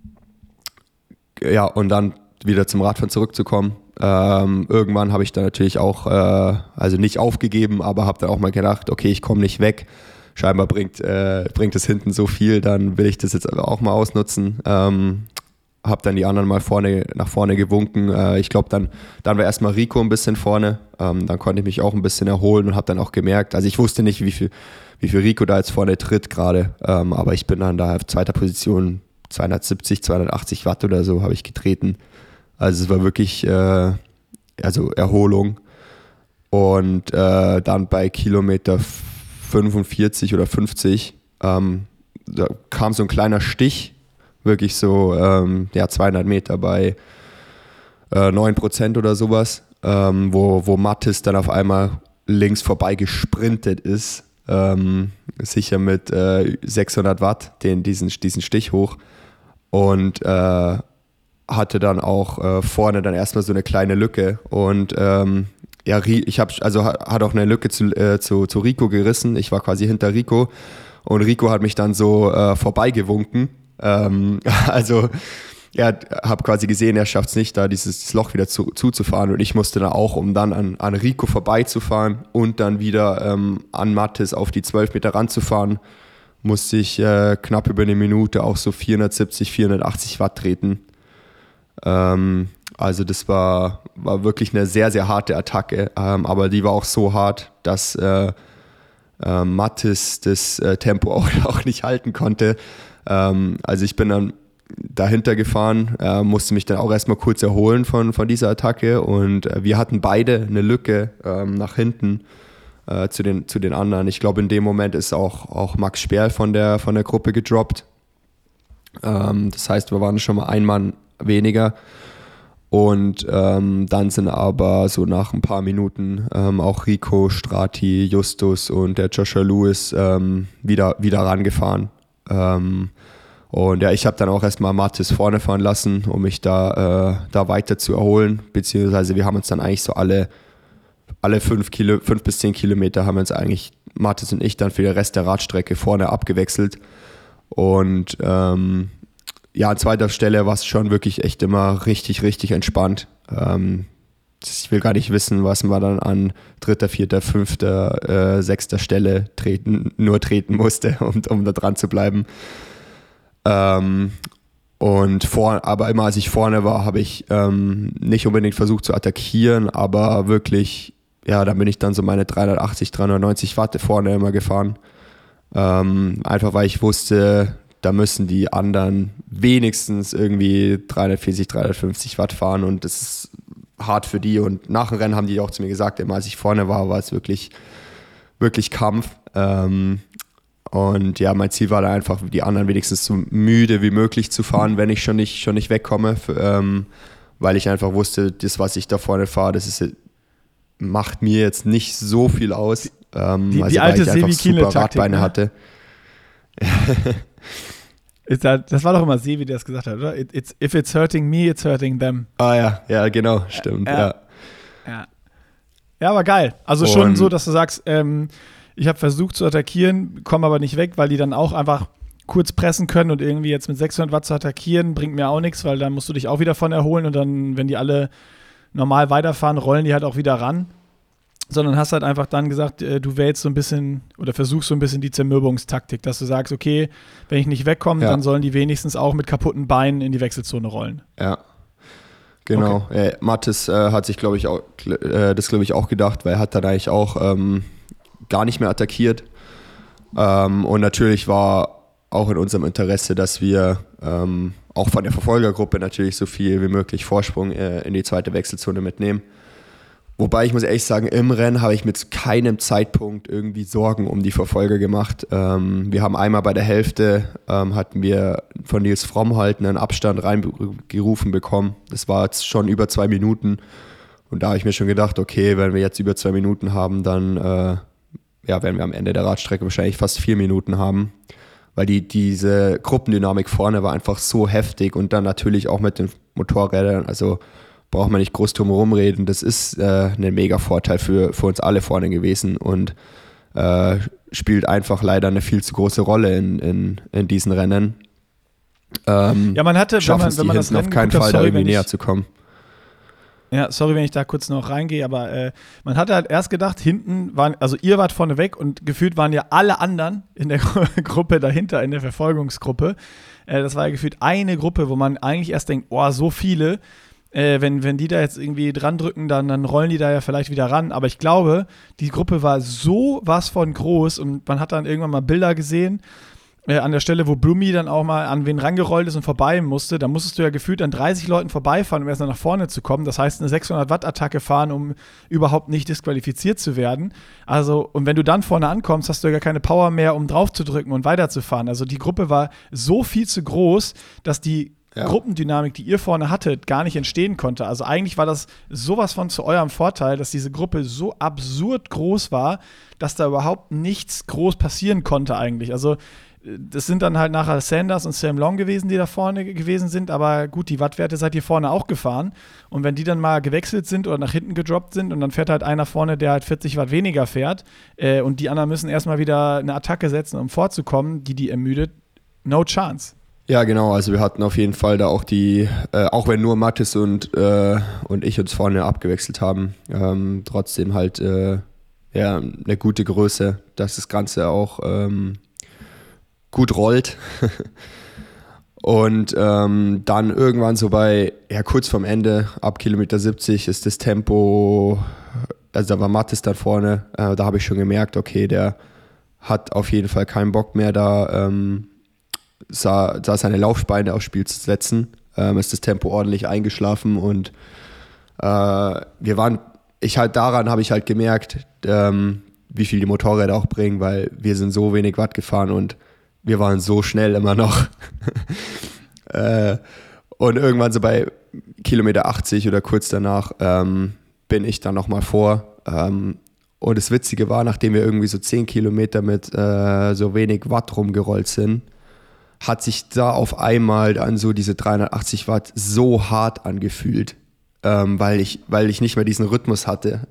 dann wieder zum Radfahren zurückzukommen. Irgendwann habe ich dann natürlich auch, also nicht aufgegeben, aber habe dann auch mal gedacht, okay, ich komme nicht weg. Scheinbar bringt es hinten so viel, dann will ich das jetzt auch mal ausnutzen. Habe dann die anderen mal nach vorne gewunken. Ich glaube, dann war erstmal Rico ein bisschen vorne. Dann konnte ich mich auch ein bisschen erholen und habe dann auch gemerkt, also ich wusste nicht, wie viel Rico da jetzt vorne tritt gerade, aber ich bin dann da auf zweiter Position, 270, 280 Watt oder so habe ich getreten. Also es war wirklich Erholung. Und dann bei Kilometer 45 oder 50 da kam so ein kleiner Stich, wirklich so 200 Meter bei 9% oder sowas, wo Mathis dann auf einmal links vorbei gesprintet ist, sicher mit 600 Watt diesen Stich hoch und hatte dann auch vorne dann erstmal so eine kleine Lücke und hat auch eine Lücke zu Rico gerissen. Ich war quasi hinter Rico und Rico hat mich dann so vorbeigewunken. Also habe quasi gesehen, er schafft es nicht, da dieses Loch wieder zuzufahren und ich musste dann auch, um dann an Rico vorbeizufahren und dann wieder an Mathis auf die 12 Meter ranzufahren, musste ich knapp über 1 Minute auch so 470, 480 Watt treten. Also das war wirklich eine sehr, sehr harte Attacke, aber die war auch so hart, dass Mathis das Tempo auch nicht halten konnte. Also ich bin dann dahinter gefahren, musste mich dann auch erstmal kurz erholen von dieser Attacke und wir hatten beide eine Lücke nach hinten zu den anderen. Ich glaube, in dem Moment ist auch Max Sperl von der Gruppe gedroppt. Das heißt, wir waren schon mal ein Mann weniger. Und dann sind aber so nach ein paar Minuten auch Rico, Strati, Justus und der Joshua Lewis wieder rangefahren. Und ja, ich habe dann auch erstmal Mathis vorne fahren lassen, um mich da weiter zu erholen. Beziehungsweise wir haben uns dann eigentlich so alle 5 bis 10 Kilometer haben wir uns eigentlich, Mathis und ich, dann für den Rest der Radstrecke vorne abgewechselt. Und ja, an zweiter Stelle war es schon wirklich echt immer richtig, richtig entspannt. Ich will gar nicht wissen, was man dann an 3., 4., 5., 6. Stelle treten musste, um da dran zu bleiben. Aber immer als ich vorne war, habe ich nicht unbedingt versucht zu attackieren, aber wirklich, ja, da bin ich dann so meine 380, 390 Watt vorne immer gefahren. Einfach weil ich wusste, da müssen die anderen wenigstens irgendwie 340, 350 Watt fahren und das ist hart für die. Und nach dem Rennen haben die auch zu mir gesagt, immer als ich vorne war es wirklich, wirklich Kampf. Und ja, mein Ziel war da einfach, die anderen wenigstens so müde wie möglich zu fahren, wenn ich schon nicht wegkomme, weil ich einfach wusste, das, was ich da vorne fahre, macht mir jetzt nicht so viel aus, die weil alte ich einfach super Sevi-Kienle-Taktik, Radbeine ne? hatte. Das war doch immer Sevi, der es gesagt hat, oder? If it's hurting me, it's hurting them. Ah ja, genau, stimmt, ja. Ja, aber geil. Also schon so, dass du sagst, ich habe versucht zu attackieren, komme aber nicht weg, weil die dann auch einfach kurz pressen können und irgendwie jetzt mit 600 Watt zu attackieren, bringt mir auch nichts, weil dann musst du dich auch wieder von erholen und dann, wenn die alle normal weiterfahren, rollen die halt auch wieder ran. Sondern hast halt einfach dann gesagt, du wählst so ein bisschen oder versuchst so ein bisschen die Zermürbungstaktik, dass du sagst, okay, wenn ich nicht wegkomme, dann sollen die wenigstens auch mit kaputten Beinen in die Wechselzone rollen. Ja, genau. Okay. Mathis hat sich, glaube ich, auch gedacht, weil er hat dann eigentlich auch gar nicht mehr attackiert. Und natürlich war auch in unserem Interesse, dass wir auch von der Verfolgergruppe natürlich so viel wie möglich Vorsprung in die zweite Wechselzone mitnehmen. Wobei ich muss ehrlich sagen, im Rennen habe ich mit keinem Zeitpunkt irgendwie Sorgen um die Verfolger gemacht. Wir haben einmal bei der Hälfte, hatten wir von Nils Fromm halt einen Abstand reingerufen bekommen. Das war jetzt schon über 2 Minuten. Und da habe ich mir schon gedacht, okay, wenn wir jetzt über 2 Minuten haben, dann werden wir am Ende der Radstrecke wahrscheinlich fast 4 Minuten haben. Weil diese Gruppendynamik vorne war einfach so heftig und dann natürlich auch mit den Motorrädern, also braucht man nicht groß drum herum reden. Das ist ein mega Vorteil für uns alle vorne gewesen und spielt einfach leider eine viel zu große Rolle in diesen Rennen. Ja, man hatte, wenn man das Rennen auf keinen Fall da irgendwie näher zu kommen. Ja, sorry, wenn ich da kurz noch reingehe, aber man hatte halt erst gedacht, hinten waren, also ihr wart vorne weg und gefühlt waren ja alle anderen in der Gruppe dahinter, in der Verfolgungsgruppe. Das war ja gefühlt eine Gruppe, wo man eigentlich erst denkt, oh, so viele. Wenn die da jetzt irgendwie dran drücken, dann rollen die da ja vielleicht wieder ran. Aber ich glaube, die Gruppe war so was von groß und man hat dann irgendwann mal Bilder gesehen, an der Stelle, wo Blumi dann auch mal an wen rangerollt ist und vorbei musste. Da musstest du ja gefühlt an 30 Leuten vorbeifahren, um erst nach vorne zu kommen. Das heißt, eine 600-Watt-Attacke fahren, um überhaupt nicht disqualifiziert zu werden. Also, und wenn du dann vorne ankommst, hast du ja gar keine Power mehr, um drauf zu drücken und weiterzufahren. Also die Gruppe war so viel zu groß, dass die Gruppendynamik, die ihr vorne hattet, gar nicht entstehen konnte. Also eigentlich war das sowas von zu eurem Vorteil, dass diese Gruppe so absurd groß war, dass da überhaupt nichts groß passieren konnte eigentlich. Also das sind dann halt nachher Sanders und Sam Long gewesen, die da vorne gewesen sind, aber gut, die Wattwerte seid ihr vorne auch gefahren und wenn die dann mal gewechselt sind oder nach hinten gedroppt sind und dann fährt halt einer vorne, der halt 40 Watt weniger fährt und die anderen müssen erstmal wieder eine Attacke setzen, um vorzukommen, die ermüdet, no chance. Ja, genau, also wir hatten auf jeden Fall da auch auch wenn nur Mathis und ich uns vorne abgewechselt haben, trotzdem halt eine gute Größe, dass das Ganze auch gut rollt. Und dann irgendwann so kurz vorm Ende, ab Kilometer 70 ist das Tempo, also da war Mathis dann vorne, da habe ich schon gemerkt, okay, der hat auf jeden Fall keinen Bock mehr da, seine Laufbeine aufs Spiel zu setzen, ist das Tempo ordentlich eingeschlafen und daran habe ich halt gemerkt, wie viel die Motorräder auch bringen, weil wir sind so wenig Watt gefahren und wir waren so schnell immer noch. Und irgendwann so bei Kilometer 80 oder kurz danach bin ich dann nochmal vor. Und das Witzige war, nachdem wir irgendwie so 10 Kilometer mit so wenig Watt rumgerollt sind, hat sich da auf einmal dann so diese 380 Watt so hart angefühlt, weil ich nicht mehr diesen Rhythmus hatte.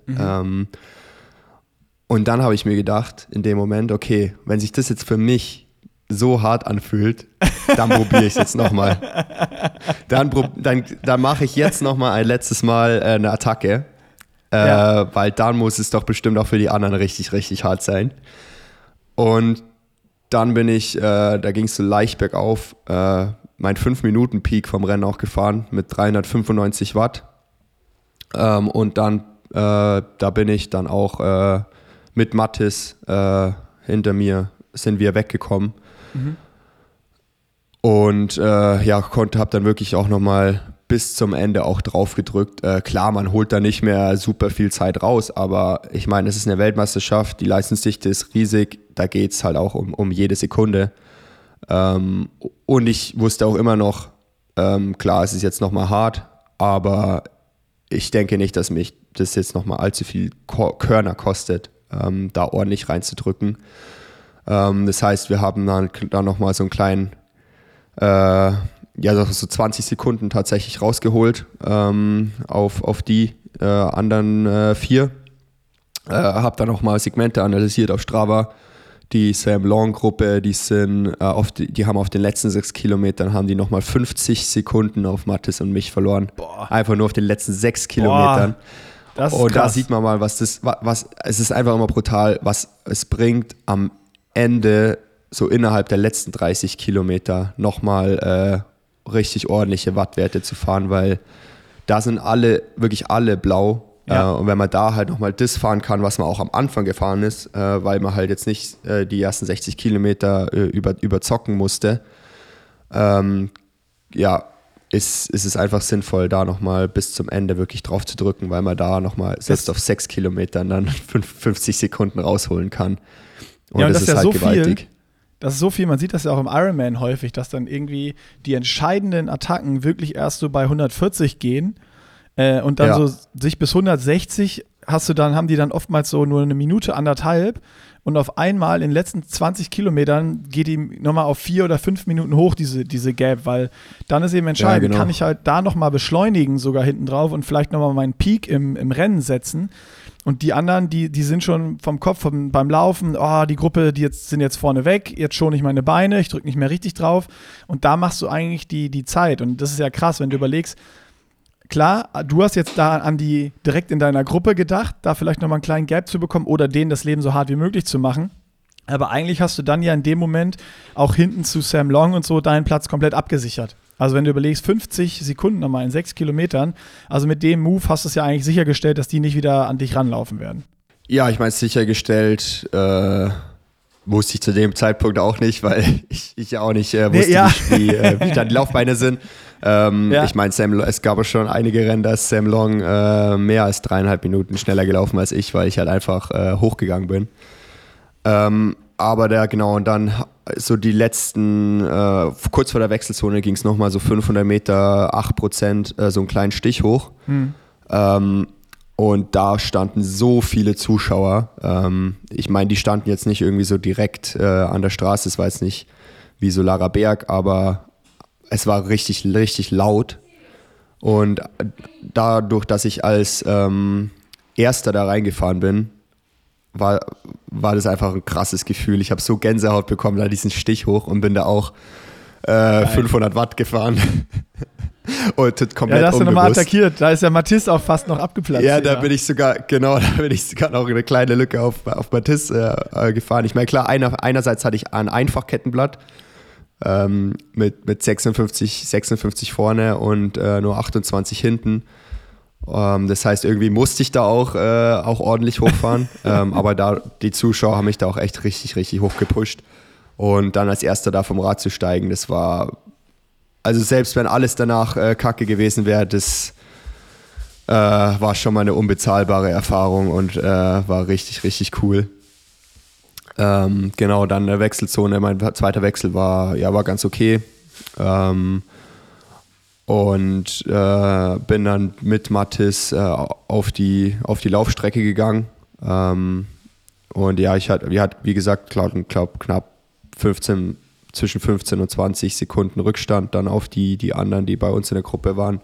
Und dann habe ich mir gedacht, in dem Moment, okay, wenn sich das jetzt für mich so hart anfühlt, dann probiere ich es jetzt nochmal. Dann mache ich jetzt nochmal ein letztes Mal eine Attacke, weil dann muss es doch bestimmt auch für die anderen richtig, richtig hart sein. Und dann bin ich, da ging es so leicht bergauf, mein 5-Minuten-Peak vom Rennen auch gefahren mit 395 Watt. Und dann, da bin ich dann auch mit Mathis hinter mir, sind wir weggekommen. Und habe dann wirklich auch nochmal bis zum Ende auch drauf gedrückt. Klar, man holt da nicht mehr super viel Zeit raus, aber ich meine, es ist eine Weltmeisterschaft, die Leistungsdichte ist riesig, da geht es halt auch um jede Sekunde. Und ich wusste auch immer noch, klar, es ist jetzt nochmal hart, aber ich denke nicht, dass mich das jetzt nochmal allzu viel Körner kostet, da ordentlich reinzudrücken. Das heißt, wir haben dann nochmal so einen kleinen, so 20 Sekunden tatsächlich rausgeholt auf die anderen 4. Habe dann nochmal Segmente analysiert auf Strava. Die Sam Long Gruppe, die haben auf den letzten 6 Kilometern haben die nochmal 50 Sekunden auf Mathis und mich verloren. Boah. Einfach nur auf den letzten 6 Kilometern. Das ist und krass. Da sieht man mal, es ist einfach immer brutal, was es bringt am Ende, so innerhalb der letzten 30 Kilometer nochmal richtig ordentliche Wattwerte zu fahren, weil da sind wirklich alle blau. Ja. Und wenn man da halt nochmal das fahren kann, was man auch am Anfang gefahren ist, weil man halt jetzt nicht die ersten 60 Kilometer überzocken musste, ist es einfach sinnvoll, da nochmal bis zum Ende wirklich drauf zu drücken, weil man da nochmal selbst auf 6 Kilometern dann 50 Sekunden rausholen kann. Und das ist halt so gewaltig. Das ist so viel, man sieht das ja auch im Ironman häufig, dass dann irgendwie die entscheidenden Attacken wirklich erst so bei 140 gehen und dann so sich bis 160 haben die dann oftmals so nur eine Minute, anderthalb und auf einmal in den letzten 20 Kilometern geht die nochmal auf 4 oder 5 Minuten hoch, diese Gap, weil dann ist eben entscheidend, kann ich halt da nochmal beschleunigen sogar hinten drauf und vielleicht nochmal meinen Peak im Rennen setzen. Und die anderen, die sind schon vom Kopf beim Laufen, die Gruppe, sind jetzt vorne weg, jetzt schone ich meine Beine, ich drücke nicht mehr richtig drauf. Und da machst du eigentlich die Zeit. Und das ist ja krass, wenn du überlegst, klar, du hast jetzt da an die direkt in deiner Gruppe gedacht, da vielleicht nochmal einen kleinen Gap zu bekommen oder denen das Leben so hart wie möglich zu machen. Aber eigentlich hast du dann ja in dem Moment auch hinten zu Sam Long und so deinen Platz komplett abgesichert. Also wenn du überlegst, 50 Sekunden nochmal in 6 Kilometern, also mit dem Move hast du es ja eigentlich sichergestellt, dass die nicht wieder an dich ranlaufen werden. Ja, ich meine, sichergestellt wusste ich zu dem Zeitpunkt auch nicht, weil ich ja auch nicht wusste, wie dann die Laufbeine sind. Ich meine, es gab auch schon einige Rennen, da ist Sam Long mehr als 3,5 Minuten schneller gelaufen als ich, weil ich halt einfach hochgegangen bin. Aber und dann so die letzten, kurz vor der Wechselzone ging es nochmal so 500 Meter, 8%, so einen kleinen Stich hoch. Und da standen so viele Zuschauer. Ich meine, die standen jetzt nicht irgendwie so direkt an der Straße, es war jetzt nicht wie so Lara Berg, aber es war richtig, richtig laut. Und dadurch, dass ich als Erster da reingefahren bin, war das einfach ein krasses Gefühl. Ich habe so Gänsehaut bekommen, da diesen Stich hoch und bin da auch 500 Watt gefahren. Und komplett da hast du nochmal unbewusst. Attackiert. Da ist ja Mathis auch fast noch abgeplatzt. Ja, da bin ich sogar noch eine kleine Lücke auf Mathis gefahren. Ich meine, klar, einerseits hatte ich ein Einfachkettenblatt mit 56 vorne und nur 28 hinten. Das heißt, irgendwie musste ich da auch ordentlich hochfahren. Aber die Zuschauer haben mich da auch echt richtig, richtig hoch gepusht. Und dann als Erster da vom Rad zu steigen, das war, also selbst wenn alles danach kacke gewesen wäre, das war schon mal eine unbezahlbare Erfahrung und war richtig, richtig cool. Genau, dann der Wechselzone. Mein zweiter Wechsel war ganz okay. Und bin dann mit Mathis auf die Laufstrecke gegangen. Und ja, wir hatten, wie gesagt, knapp zwischen 15 und 20 Sekunden Rückstand dann auf die anderen, die bei uns in der Gruppe waren.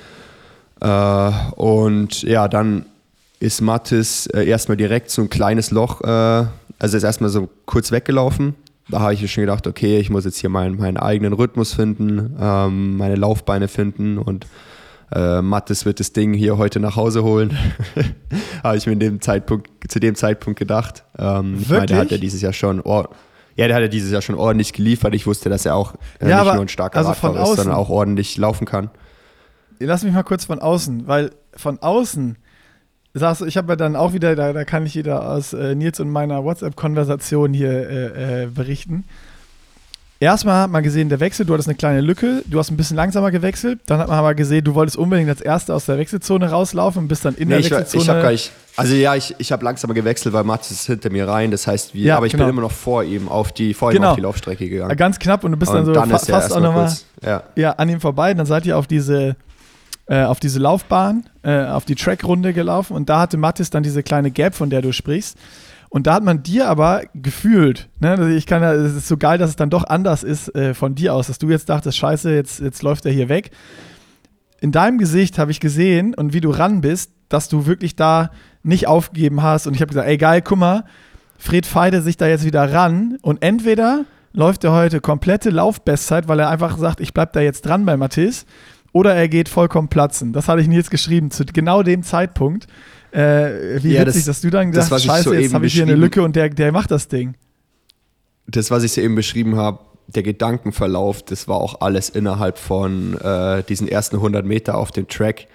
Und ja, dann ist Mathis erstmal direkt so ein kleines Loch, also ist erstmal so kurz weggelaufen. Da habe ich mir schon gedacht, okay, ich muss jetzt hier meinen eigenen Rhythmus finden, meine Laufbeine finden und Mathis wird das Ding hier heute nach Hause holen. Habe ich mir zu dem Zeitpunkt gedacht. Ich meine, der hat ja dieses Jahr schon ordentlich geliefert. Ich wusste, dass er auch nicht nur ein starker Radfahrer ist, sondern auch ordentlich laufen kann. Lass mich mal kurz von außen, weil von außen sagst du, ich habe ja dann auch wieder, da kann ich wieder aus Nils und meiner WhatsApp-Konversation hier berichten. Erstmal hat man gesehen, der Wechsel, du hattest eine kleine Lücke, du hast ein bisschen langsamer gewechselt, dann hat man aber gesehen, du wolltest unbedingt als Erster aus der Wechselzone rauslaufen und bist dann in der Wechselzone. Ich habe gar nicht, ich habe langsamer gewechselt, weil Mathis ist hinter mir rein, das heißt, bin immer noch vor ihm auf die Laufstrecke gegangen. Ganz knapp und du bist dann so fast auch nochmal an ihm vorbei, dann seid ihr auf diese Laufbahn, auf die Trackrunde gelaufen und da hatte Mathis dann diese kleine Gap, von der du sprichst. Und da hat man dir aber gefühlt, ne, es ist so geil, dass es dann doch anders ist von dir aus, dass du jetzt dachtest, scheiße, jetzt läuft er hier weg. In deinem Gesicht habe ich gesehen und wie du ran bist, dass du wirklich da nicht aufgegeben hast. Und ich habe gesagt, ey geil, guck mal, Fred Feide sich da jetzt wieder ran und entweder läuft er heute komplette Laufbestzeit, weil er einfach sagt, ich bleib da jetzt dran bei Mathis, oder er geht vollkommen platzen. Das hatte ich Nils geschrieben, zu genau dem Zeitpunkt. Wie witzig, dass du dann gesagt hast, scheiße, jetzt habe ich hier eine Lücke und der macht das Ding. Das, was ich so eben beschrieben habe, der Gedankenverlauf, das war auch alles innerhalb von diesen ersten 100 Meter auf dem Track.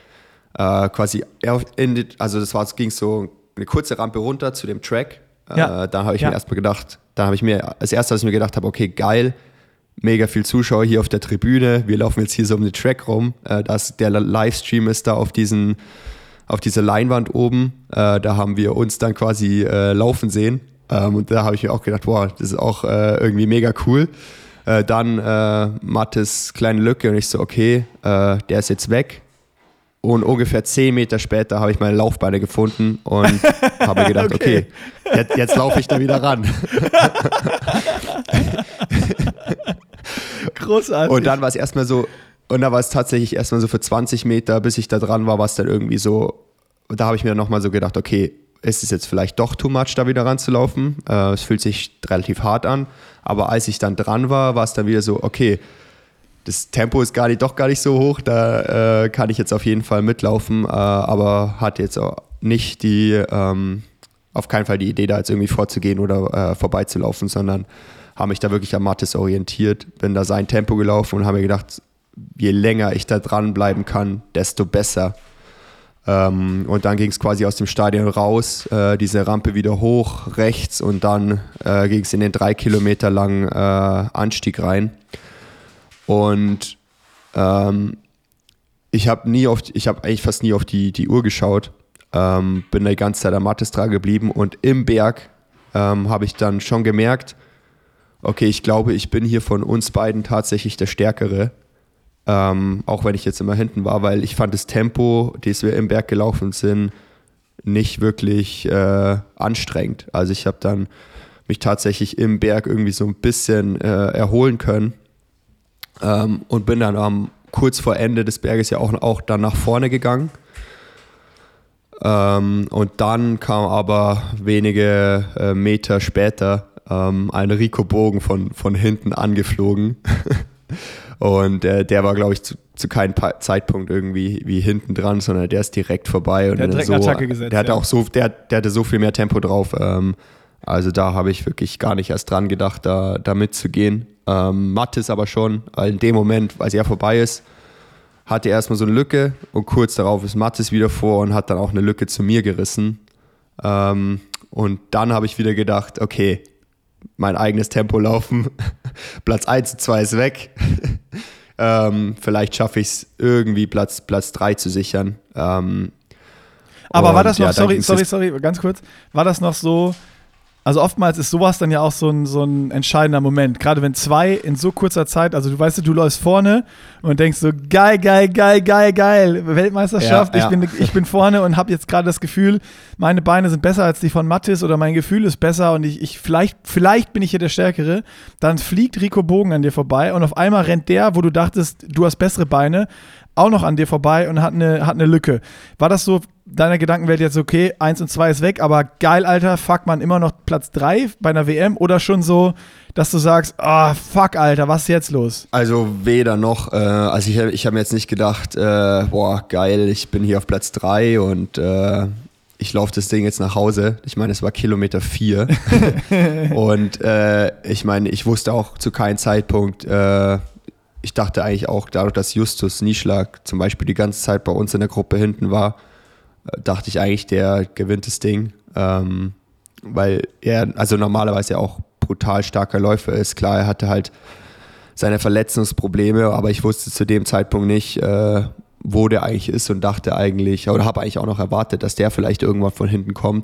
Ging so eine kurze Rampe runter zu dem Track. Da habe ich mir erstmal gedacht, als erstes, was ich mir gedacht habe, okay, geil, mega viel Zuschauer hier auf der Tribüne, wir laufen jetzt hier so um den Track rum. Der Livestream ist da auf dieser Leinwand oben, da haben wir uns dann quasi laufen sehen und da habe ich mir auch gedacht, wow, das ist auch irgendwie mega cool. Dann Mathis kleine Lücke und ich so, okay, der ist jetzt weg und ungefähr 10 Meter später habe ich meine Laufbeine gefunden und habe mir gedacht, okay, jetzt laufe ich da wieder ran. Großartig. Und dann war es erstmal so, tatsächlich erstmal so für 20 Meter, bis ich da dran war es dann irgendwie so, da habe ich mir dann nochmal so gedacht, okay, ist es jetzt vielleicht doch too much, da wieder ranzulaufen? Es fühlt sich relativ hart an, aber als ich dann dran war es dann wieder so, okay, das Tempo ist doch gar nicht so hoch, da kann ich jetzt auf jeden Fall mitlaufen, aber hatte jetzt auch nicht auf keinen Fall die Idee, da jetzt irgendwie vorzugehen oder vorbeizulaufen, sondern habe mich da wirklich an Mathis orientiert, bin da sein Tempo gelaufen und habe mir gedacht, je länger ich da dranbleiben kann, desto besser. Und dann ging es quasi aus dem Stadion raus, diese Rampe wieder hoch, rechts und dann ging es in den 3 Kilometer langen Anstieg rein. Und ich habe eigentlich fast nie auf die Uhr geschaut, bin die ganze Zeit am Mathis dran geblieben und im Berg habe ich dann schon gemerkt, okay, ich glaube, ich bin hier von uns beiden tatsächlich der Stärkere, auch wenn ich jetzt immer hinten war, weil ich fand das Tempo, das wir im Berg gelaufen sind, nicht wirklich anstrengend. Also ich habe dann mich tatsächlich im Berg irgendwie so ein bisschen erholen können und bin dann kurz vor Ende des Berges ja auch dann nach vorne gegangen. Und dann kam aber wenige Meter später ein Rico Bogen von hinten angeflogen. Und der war, glaube ich, zu keinem Zeitpunkt irgendwie wie hinten dran, sondern der ist direkt vorbei. Und der hat direkt eine Attacke gesetzt. Der hatte so viel mehr Tempo drauf. Also da habe ich wirklich gar nicht erst dran gedacht, da mitzugehen. Mathis aber schon, weil in dem Moment, als er vorbei ist, hatte er erstmal so eine Lücke und kurz darauf ist Mathis wieder vor und hat dann auch eine Lücke zu mir gerissen. Und dann habe ich wieder gedacht, okay, mein eigenes Tempo laufen, Platz 1 und 2 ist weg. Vielleicht schaffe ich es irgendwie Platz 3 zu sichern. Aber war das noch, sorry, ganz kurz, war das noch so, Also oftmals ist sowas dann ja auch so ein entscheidender Moment. Gerade wenn zwei in so kurzer Zeit, also du weißt, du läufst vorne und denkst so, geil, Weltmeisterschaft, Ja. Ich bin vorne und habe jetzt gerade das Gefühl, meine Beine sind besser als die von Mathis oder mein Gefühl ist besser und vielleicht bin ich hier der Stärkere. Dann fliegt Rico Bogen an dir vorbei und auf einmal rennt der, wo du dachtest, du hast bessere Beine, auch noch an dir vorbei und hat eine Lücke. War das so deiner Gedankenwelt jetzt, okay, 1 und 2 ist weg, aber geil, Alter, fuck, man, immer noch Platz 3 bei einer WM oder schon so, dass du sagst, fuck, Alter, was ist jetzt los? Also weder noch. Also ich habe mir jetzt nicht gedacht, boah, geil, ich bin hier auf Platz 3 und ich laufe das Ding jetzt nach Hause. Ich meine, es war Kilometer 4. Und ich meine, ich wusste auch zu keinem Zeitpunkt, ich dachte eigentlich auch, dadurch, dass Justus Nieschlag zum Beispiel die ganze Zeit bei uns in der Gruppe hinten war, dachte ich eigentlich, der gewinnt das Ding, weil er also normalerweise auch brutal starker Läufer ist. Klar, er hatte halt seine Verletzungsprobleme, aber ich wusste zu dem Zeitpunkt nicht, wo der eigentlich ist und dachte eigentlich, oder habe eigentlich auch noch erwartet, dass der vielleicht irgendwann von hinten kommt.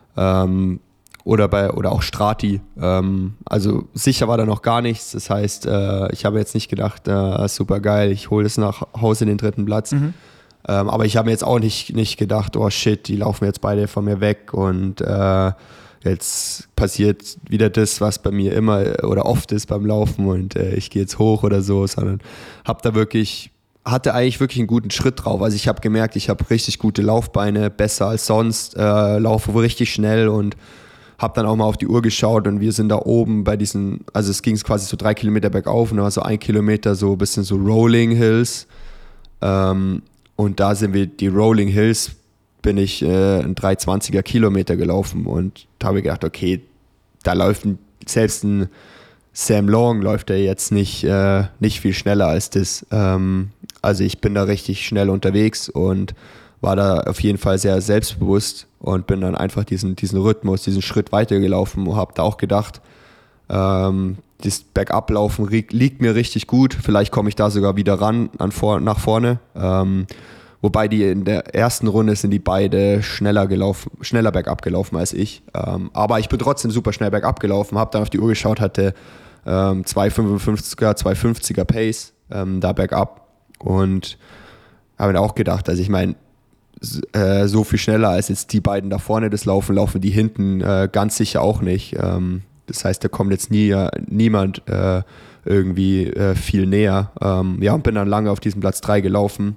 Oder auch Strati. Also sicher war da noch gar nichts. Das heißt, ich habe jetzt nicht gedacht, super geil, ich hole es nach Hause den 3. Platz. Aber ich habe mir jetzt auch nicht gedacht, oh shit, die laufen jetzt beide von mir weg und jetzt passiert wieder das, was bei mir immer oder oft ist beim Laufen und ich gehe jetzt hoch oder so, sondern hatte eigentlich wirklich einen guten Schritt drauf. Also ich habe gemerkt, ich habe richtig gute Laufbeine, besser als sonst, laufe richtig schnell und habe dann auch mal auf die Uhr geschaut und wir sind da oben bei diesen, also es ging quasi so 3 Kilometer bergauf und da war so 1 Kilometer so ein bisschen so Rolling Hills. Und da sind wir, die Rolling Hills, bin ich einen 3,20er Kilometer gelaufen und da habe ich gedacht, okay, da läuft selbst ein Sam Long läuft er jetzt nicht viel schneller als das. Also ich bin da richtig schnell unterwegs und war da auf jeden Fall sehr selbstbewusst und bin dann einfach diesen Rhythmus, diesen Schritt weitergelaufen und habe da auch gedacht, das Bergablaufen liegt mir richtig gut. Vielleicht komme ich da sogar wieder ran nach vorne. Wobei in der ersten Runde sind die beide schneller bergab gelaufen als ich. Aber ich bin trotzdem super schnell bergab gelaufen, habe dann auf die Uhr geschaut, hatte 2,55er, 2,50er Pace da bergab und habe mir auch gedacht, also ich meine, so viel schneller als jetzt die beiden da vorne das laufen die hinten ganz sicher auch nicht. Das heißt, da kommt jetzt niemand irgendwie viel näher. Und bin dann lange auf diesem Platz 3 gelaufen.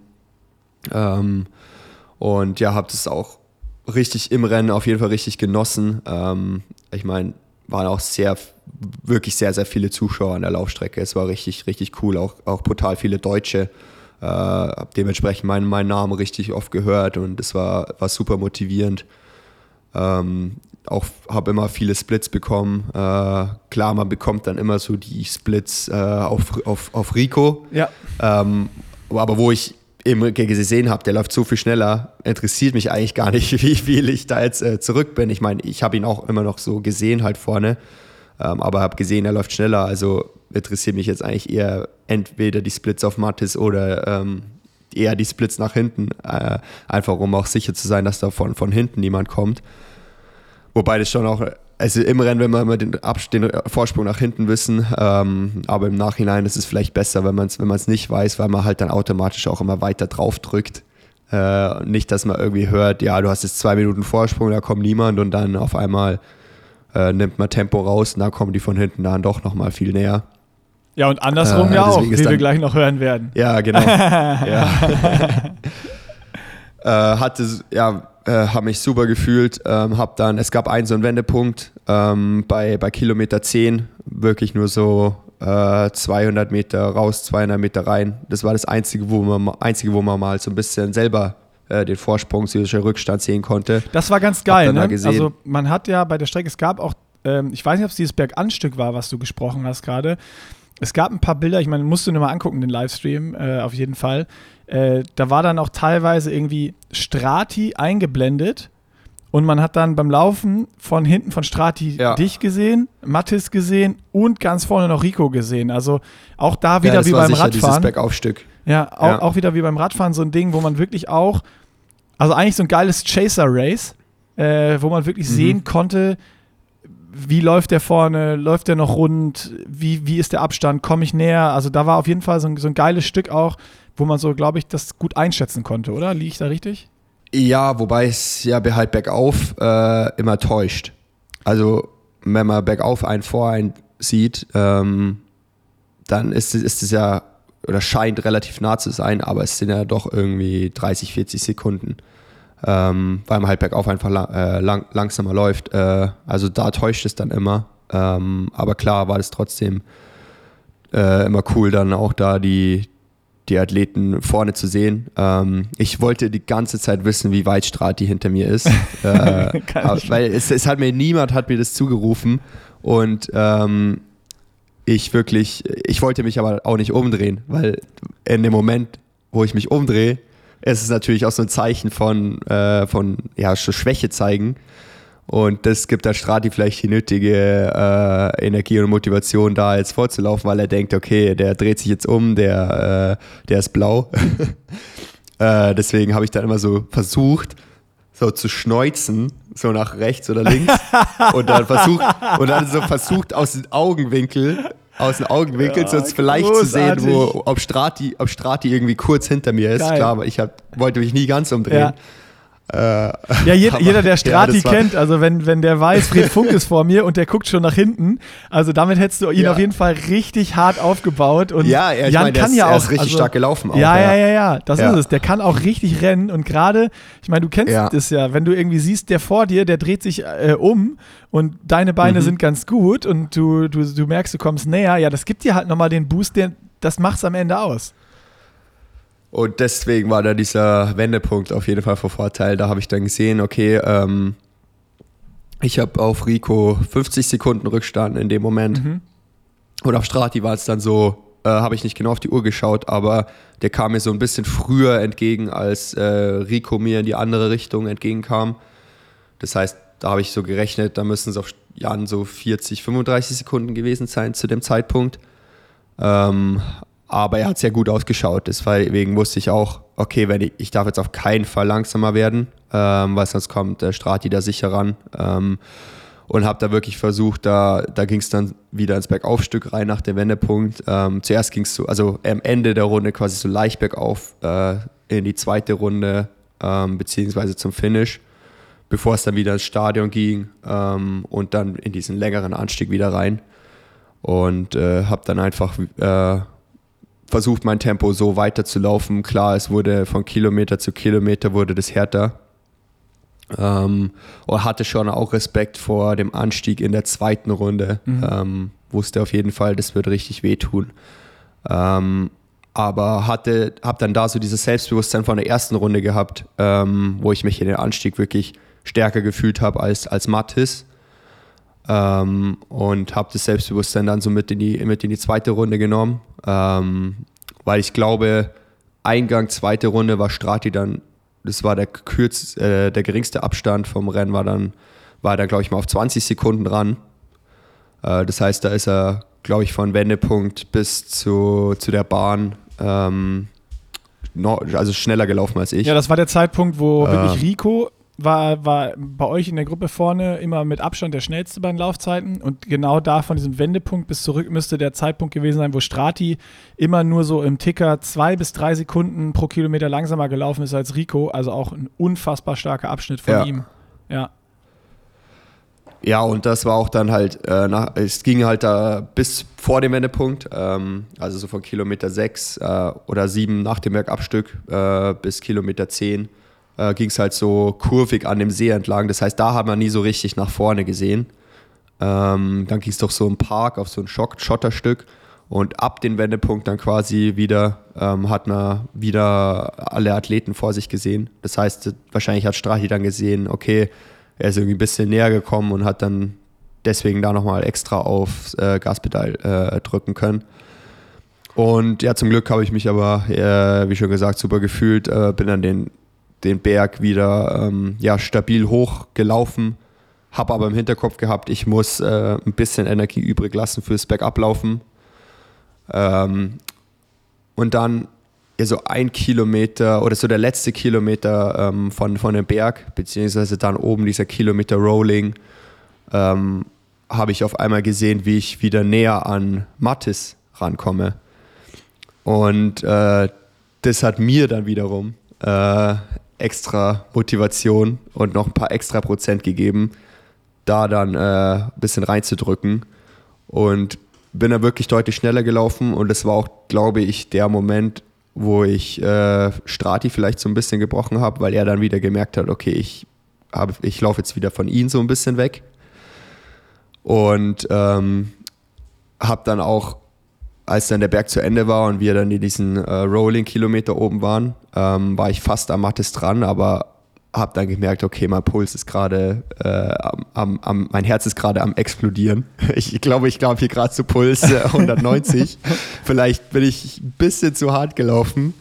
Und ja, habe das auch richtig im Rennen auf jeden Fall richtig genossen. Ich meine, waren auch wirklich sehr, sehr viele Zuschauer an der Laufstrecke. Es war richtig, richtig cool, auch brutal viele Deutsche. Habe dementsprechend meinen Namen richtig oft gehört und es war super motivierend. Auch habe immer viele Splits bekommen. Klar, man bekommt dann immer so die Splits auf Rico. Ja. Aber wo ich eben gesehen habe, der läuft so viel schneller, interessiert mich eigentlich gar nicht, wie viel ich da jetzt zurück bin. Ich meine, ich habe ihn auch immer noch so gesehen halt vorne, aber habe gesehen, er läuft schneller, also interessiert mich jetzt eigentlich eher entweder die Splits auf Mathis oder eher die Splits nach hinten, einfach um auch sicher zu sein, dass da von hinten niemand kommt. Wobei das schon auch, also im Rennen will man immer den Vorsprung nach hinten wissen, aber im Nachhinein ist es vielleicht besser, wenn man es nicht weiß, weil man halt dann automatisch auch immer weiter drauf drückt. Nicht, dass man irgendwie hört, ja, du hast jetzt 2 Minuten Vorsprung, da kommt niemand und dann auf einmal nimmt man Tempo raus und dann kommen die von hinten dann doch nochmal viel näher. Ja, und andersrum ja auch, wie wir gleich noch hören werden. Ja, genau. Habe mich super gefühlt, es gab einen so einen Wendepunkt bei Kilometer 10, wirklich nur so 200 Meter raus, 200 Meter rein. Das war das Einzige, wo man mal so ein bisschen selber den Vorsprung, den Rückstand sehen konnte. Das war ganz geil, ne? Also man hat ja bei der Strecke, es gab auch, ich weiß nicht, ob es dieses Berganstück war, was du gesprochen hast gerade. Es gab ein paar Bilder, ich meine, musst du dir mal angucken, den Livestream, auf jeden Fall. Da war dann auch teilweise irgendwie Strati eingeblendet und man hat dann beim Laufen von hinten von Strati dich gesehen, Mathis gesehen und ganz vorne noch Rico gesehen. Also auch da wieder wie beim Radfahren. Dieses Bergaufstück. Auch wieder wie beim Radfahren so ein Ding, wo man wirklich auch, also eigentlich so ein geiles Chaser-Race, wo man wirklich sehen konnte, wie läuft der vorne, läuft der noch rund, wie ist der Abstand, komme ich näher? Also da war auf jeden Fall so ein geiles Stück auch, wo man so, glaube ich, das gut einschätzen konnte, oder? Liege ich da richtig? Ja, wobei es ja halt bergauf immer täuscht. Also wenn man bergauf einen Vorhin sieht, dann ist es ja, oder scheint relativ nah zu sein, aber es sind ja doch irgendwie 30, 40 Sekunden, weil man halt bergauf einfach langsamer läuft. Also da täuscht es dann immer. Aber klar war das trotzdem immer cool, dann auch da die Athleten vorne zu sehen. Ich wollte die ganze Zeit wissen, wie weit Strati hinter mir ist. Weil es hat mir niemand das zugerufen. Und ich wollte mich aber auch nicht umdrehen, weil in dem Moment, wo ich mich umdrehe, ist es natürlich auch so ein Zeichen von Schwäche zeigen. Und das gibt der Strati vielleicht die nötige Energie und Motivation, da jetzt vorzulaufen, weil er denkt, okay, der dreht sich jetzt um, der ist blau. Deswegen habe ich dann immer so versucht, so zu schneuzen, so nach rechts oder links. und dann versucht aus dem Augenwinkel so vielleicht großartig zu sehen, ob Strati irgendwie kurz hinter mir ist. Geil. Klar, aber ich wollte mich nie ganz umdrehen. Ja. Jeder, der Strati kennt, also wenn der weiß, Fred Funk ist vor mir und der guckt schon nach hinten, also damit hättest du ihn auf jeden Fall richtig hart aufgebaut. Und ja, ich meine, er ist richtig stark gelaufen. Auch, das ist es. Der kann auch richtig rennen und gerade, ich meine, du kennst das ja, wenn du irgendwie siehst, der vor dir, der dreht sich um und deine Beine sind ganz gut und du merkst, du kommst näher, ja, das gibt dir halt nochmal den Boost, das macht's am Ende aus. Und deswegen war da dieser Wendepunkt auf jeden Fall von Vorteil. Da habe ich dann gesehen, okay, ich habe auf Rico 50 Sekunden Rückstand in dem Moment. Und auf Strati war es dann so, habe ich nicht genau auf die Uhr geschaut, aber der kam mir so ein bisschen früher entgegen, als Rico mir in die andere Richtung entgegenkam. Das heißt, da habe ich so gerechnet, da müssen es auf Jan so 40, 35 Sekunden gewesen sein zu dem Zeitpunkt. Aber er hat sehr gut ausgeschaut, deswegen wusste ich auch, okay, ich darf jetzt auf keinen Fall langsamer werden, weil sonst kommt der Strati da sicher ran. Und habe da wirklich versucht, da ging es dann wieder ins Bergaufstück rein nach dem Wendepunkt. Zuerst ging es so, also am Ende der Runde quasi so leicht bergauf in die zweite Runde, beziehungsweise zum Finish, bevor es dann wieder ins Stadion ging und dann in diesen längeren Anstieg wieder rein. Und habe dann einfach versucht, mein Tempo so weiterzulaufen. Klar, es wurde von Kilometer zu Kilometer wurde das härter. Und hatte schon auch Respekt vor dem Anstieg in der zweiten Runde. Wusste auf jeden Fall, das wird richtig wehtun. Aber habe dann da so dieses Selbstbewusstsein von der ersten Runde gehabt, wo ich mich in den Anstieg wirklich stärker gefühlt habe als Mathis. Und habe das Selbstbewusstsein dann so mit in die zweite Runde genommen, weil ich glaube, Eingang zweite Runde war Strati dann, das war der geringste Abstand vom Rennen, war dann glaube ich mal auf 20 Sekunden dran. Das heißt, da ist er, glaube ich, von Wendepunkt bis zu der Bahn also schneller gelaufen als ich. Ja, das war der Zeitpunkt, wo wirklich Rico war bei euch in der Gruppe vorne immer mit Abstand der schnellste bei den Laufzeiten und genau da von diesem Wendepunkt bis zurück müsste der Zeitpunkt gewesen sein, wo Strati immer nur so im Ticker 2 bis 3 Sekunden pro Kilometer langsamer gelaufen ist als Rico, also auch ein unfassbar starker Abschnitt von ihm. Ja, und das war auch dann halt, es ging halt da bis vor dem Wendepunkt, also so von Kilometer 6 oder 7 nach dem Bergabstück bis Kilometer 10 ging es halt so kurvig an dem See entlang. Das heißt, da haben wir nie so richtig nach vorne gesehen. Dann ging es doch so im Park auf so ein Schotterstück und ab dem Wendepunkt dann quasi wieder hat man wieder alle Athleten vor sich gesehen. Das heißt, wahrscheinlich hat Strati dann gesehen, okay, er ist irgendwie ein bisschen näher gekommen und hat dann deswegen da nochmal extra aufs Gaspedal drücken können. Und ja, zum Glück habe ich mich aber, wie schon gesagt, super gefühlt, bin dann den Berg wieder stabil hochgelaufen, habe aber im Hinterkopf gehabt, ich muss ein bisschen Energie übrig lassen fürs Bergablaufen. Und dann so 1 Kilometer oder so der letzte Kilometer von dem Berg, beziehungsweise dann oben dieser Kilometer Rolling, habe habe ich auf einmal gesehen, wie ich wieder näher an Mathis rankomme. Und das hat mir dann wiederum extra Motivation und noch ein paar extra Prozent gegeben, da dann ein bisschen reinzudrücken. Und bin dann wirklich deutlich schneller gelaufen. Und das war auch, glaube ich, der Moment, wo ich Strati vielleicht so ein bisschen gebrochen habe, weil er dann wieder gemerkt hat, okay, ich laufe jetzt wieder von ihm so ein bisschen weg. Und habe dann auch, als dann der Berg zu Ende war und wir dann in diesen Rolling-Kilometer oben waren, war ich fast am Mattes dran, aber habe dann gemerkt, okay, mein Puls ist gerade, mein Herz ist gerade am explodieren. Ich glaube hier gerade zu Puls 190. Vielleicht bin ich ein bisschen zu hart gelaufen,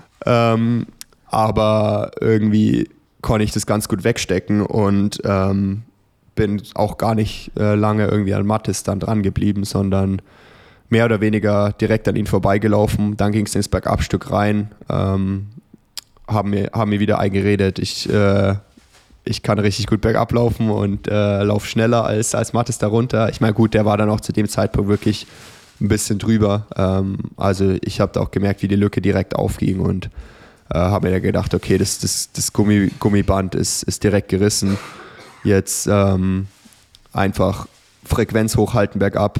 aber irgendwie konnte ich das ganz gut wegstecken und bin auch gar nicht lange irgendwie an Mattes dann dran geblieben, sondern mehr oder weniger direkt an ihn vorbeigelaufen. Dann ging es ins Bergabstück rein, haben mir wieder eingeredet, ich kann richtig gut bergab laufen und laufe schneller als Mattes darunter. Ich meine, gut, der war dann auch zu dem Zeitpunkt wirklich ein bisschen drüber. Also ich habe da auch gemerkt, wie die Lücke direkt aufging und habe mir dann gedacht, okay, das Gummiband ist direkt gerissen. Jetzt einfach Frequenz hochhalten bergab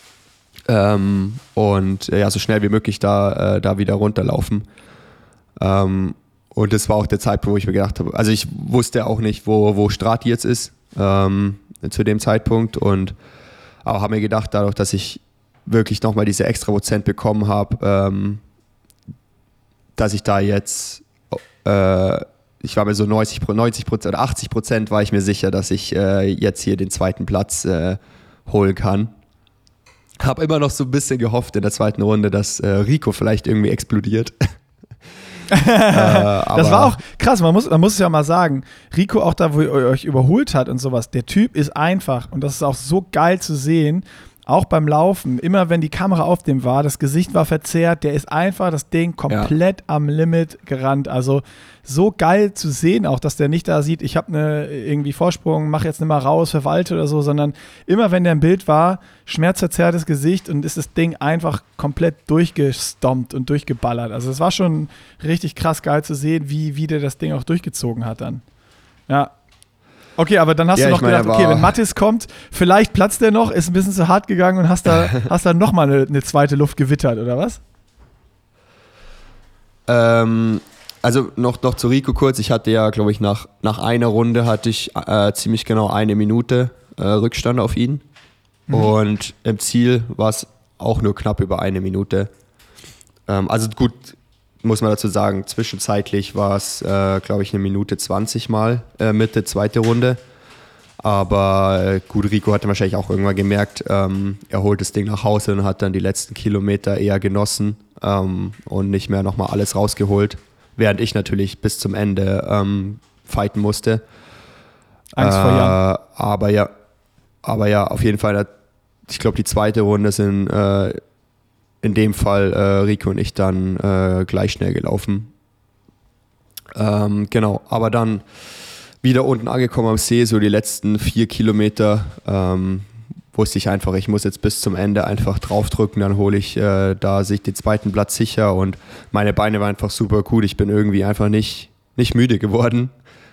und ja, so schnell wie möglich da wieder runterlaufen. Und das war auch der Zeitpunkt, wo ich mir gedacht habe, also ich wusste auch nicht, wo Strati jetzt ist zu dem Zeitpunkt, aber habe mir gedacht, dadurch, dass ich wirklich nochmal diese extra Prozent bekommen habe, dass ich da jetzt, ich war mir so 90% oder 80% war ich mir sicher, dass ich jetzt hier den zweiten Platz holen kann. Habe immer noch so ein bisschen gehofft in der zweiten Runde, dass Rico vielleicht irgendwie explodiert. Das war auch krass, man muss es ja mal sagen, Rico auch da, wo er euch überholt hat und sowas, der Typ ist einfach und das ist auch so geil zu sehen, auch beim Laufen, immer wenn die Kamera auf dem war, das Gesicht war verzerrt, der ist einfach das Ding komplett am Limit gerannt, also so geil zu sehen auch, dass der nicht da sieht, ich habe irgendwie Vorsprung, mach jetzt nicht mal raus, verwalte oder so, sondern immer wenn der im Bild war, schmerzverzerrtes Gesicht und ist das Ding einfach komplett durchgestompt und durchgeballert, also es war schon richtig krass geil zu sehen, wie der das Ding auch durchgezogen hat dann, ja. Okay, aber dann hast du noch gedacht, okay, wenn Mathis kommt, vielleicht platzt der noch, ist ein bisschen zu hart gegangen und hast da nochmal eine zweite Luft gewittert, oder was? Also noch zu Rico kurz, ich hatte ja, glaube ich, nach einer Runde hatte ich ziemlich genau 1 Minute Rückstand auf ihn und im Ziel war es auch nur knapp über 1 Minute. Also gut, muss man dazu sagen, zwischenzeitlich war es, glaube ich, 1 Minute 20 mal Mitte, zweite Runde. Aber gut, Rico hatte wahrscheinlich auch irgendwann gemerkt, er holt das Ding nach Hause und hat dann die letzten Kilometer eher genossen und nicht mehr nochmal alles rausgeholt. Während ich natürlich bis zum Ende fighten musste. Angst vor Jan. Aber ja, auf jeden Fall, ich glaube, die zweite Runde sind in dem Fall Rico und ich dann gleich schnell gelaufen. Genau, aber dann wieder unten angekommen am See, so die letzten 4 Kilometer, wusste ich einfach, ich muss jetzt bis zum Ende einfach draufdrücken, dann hole ich da sich den zweiten Platz sicher und meine Beine waren einfach super gut, ich bin irgendwie einfach nicht müde geworden.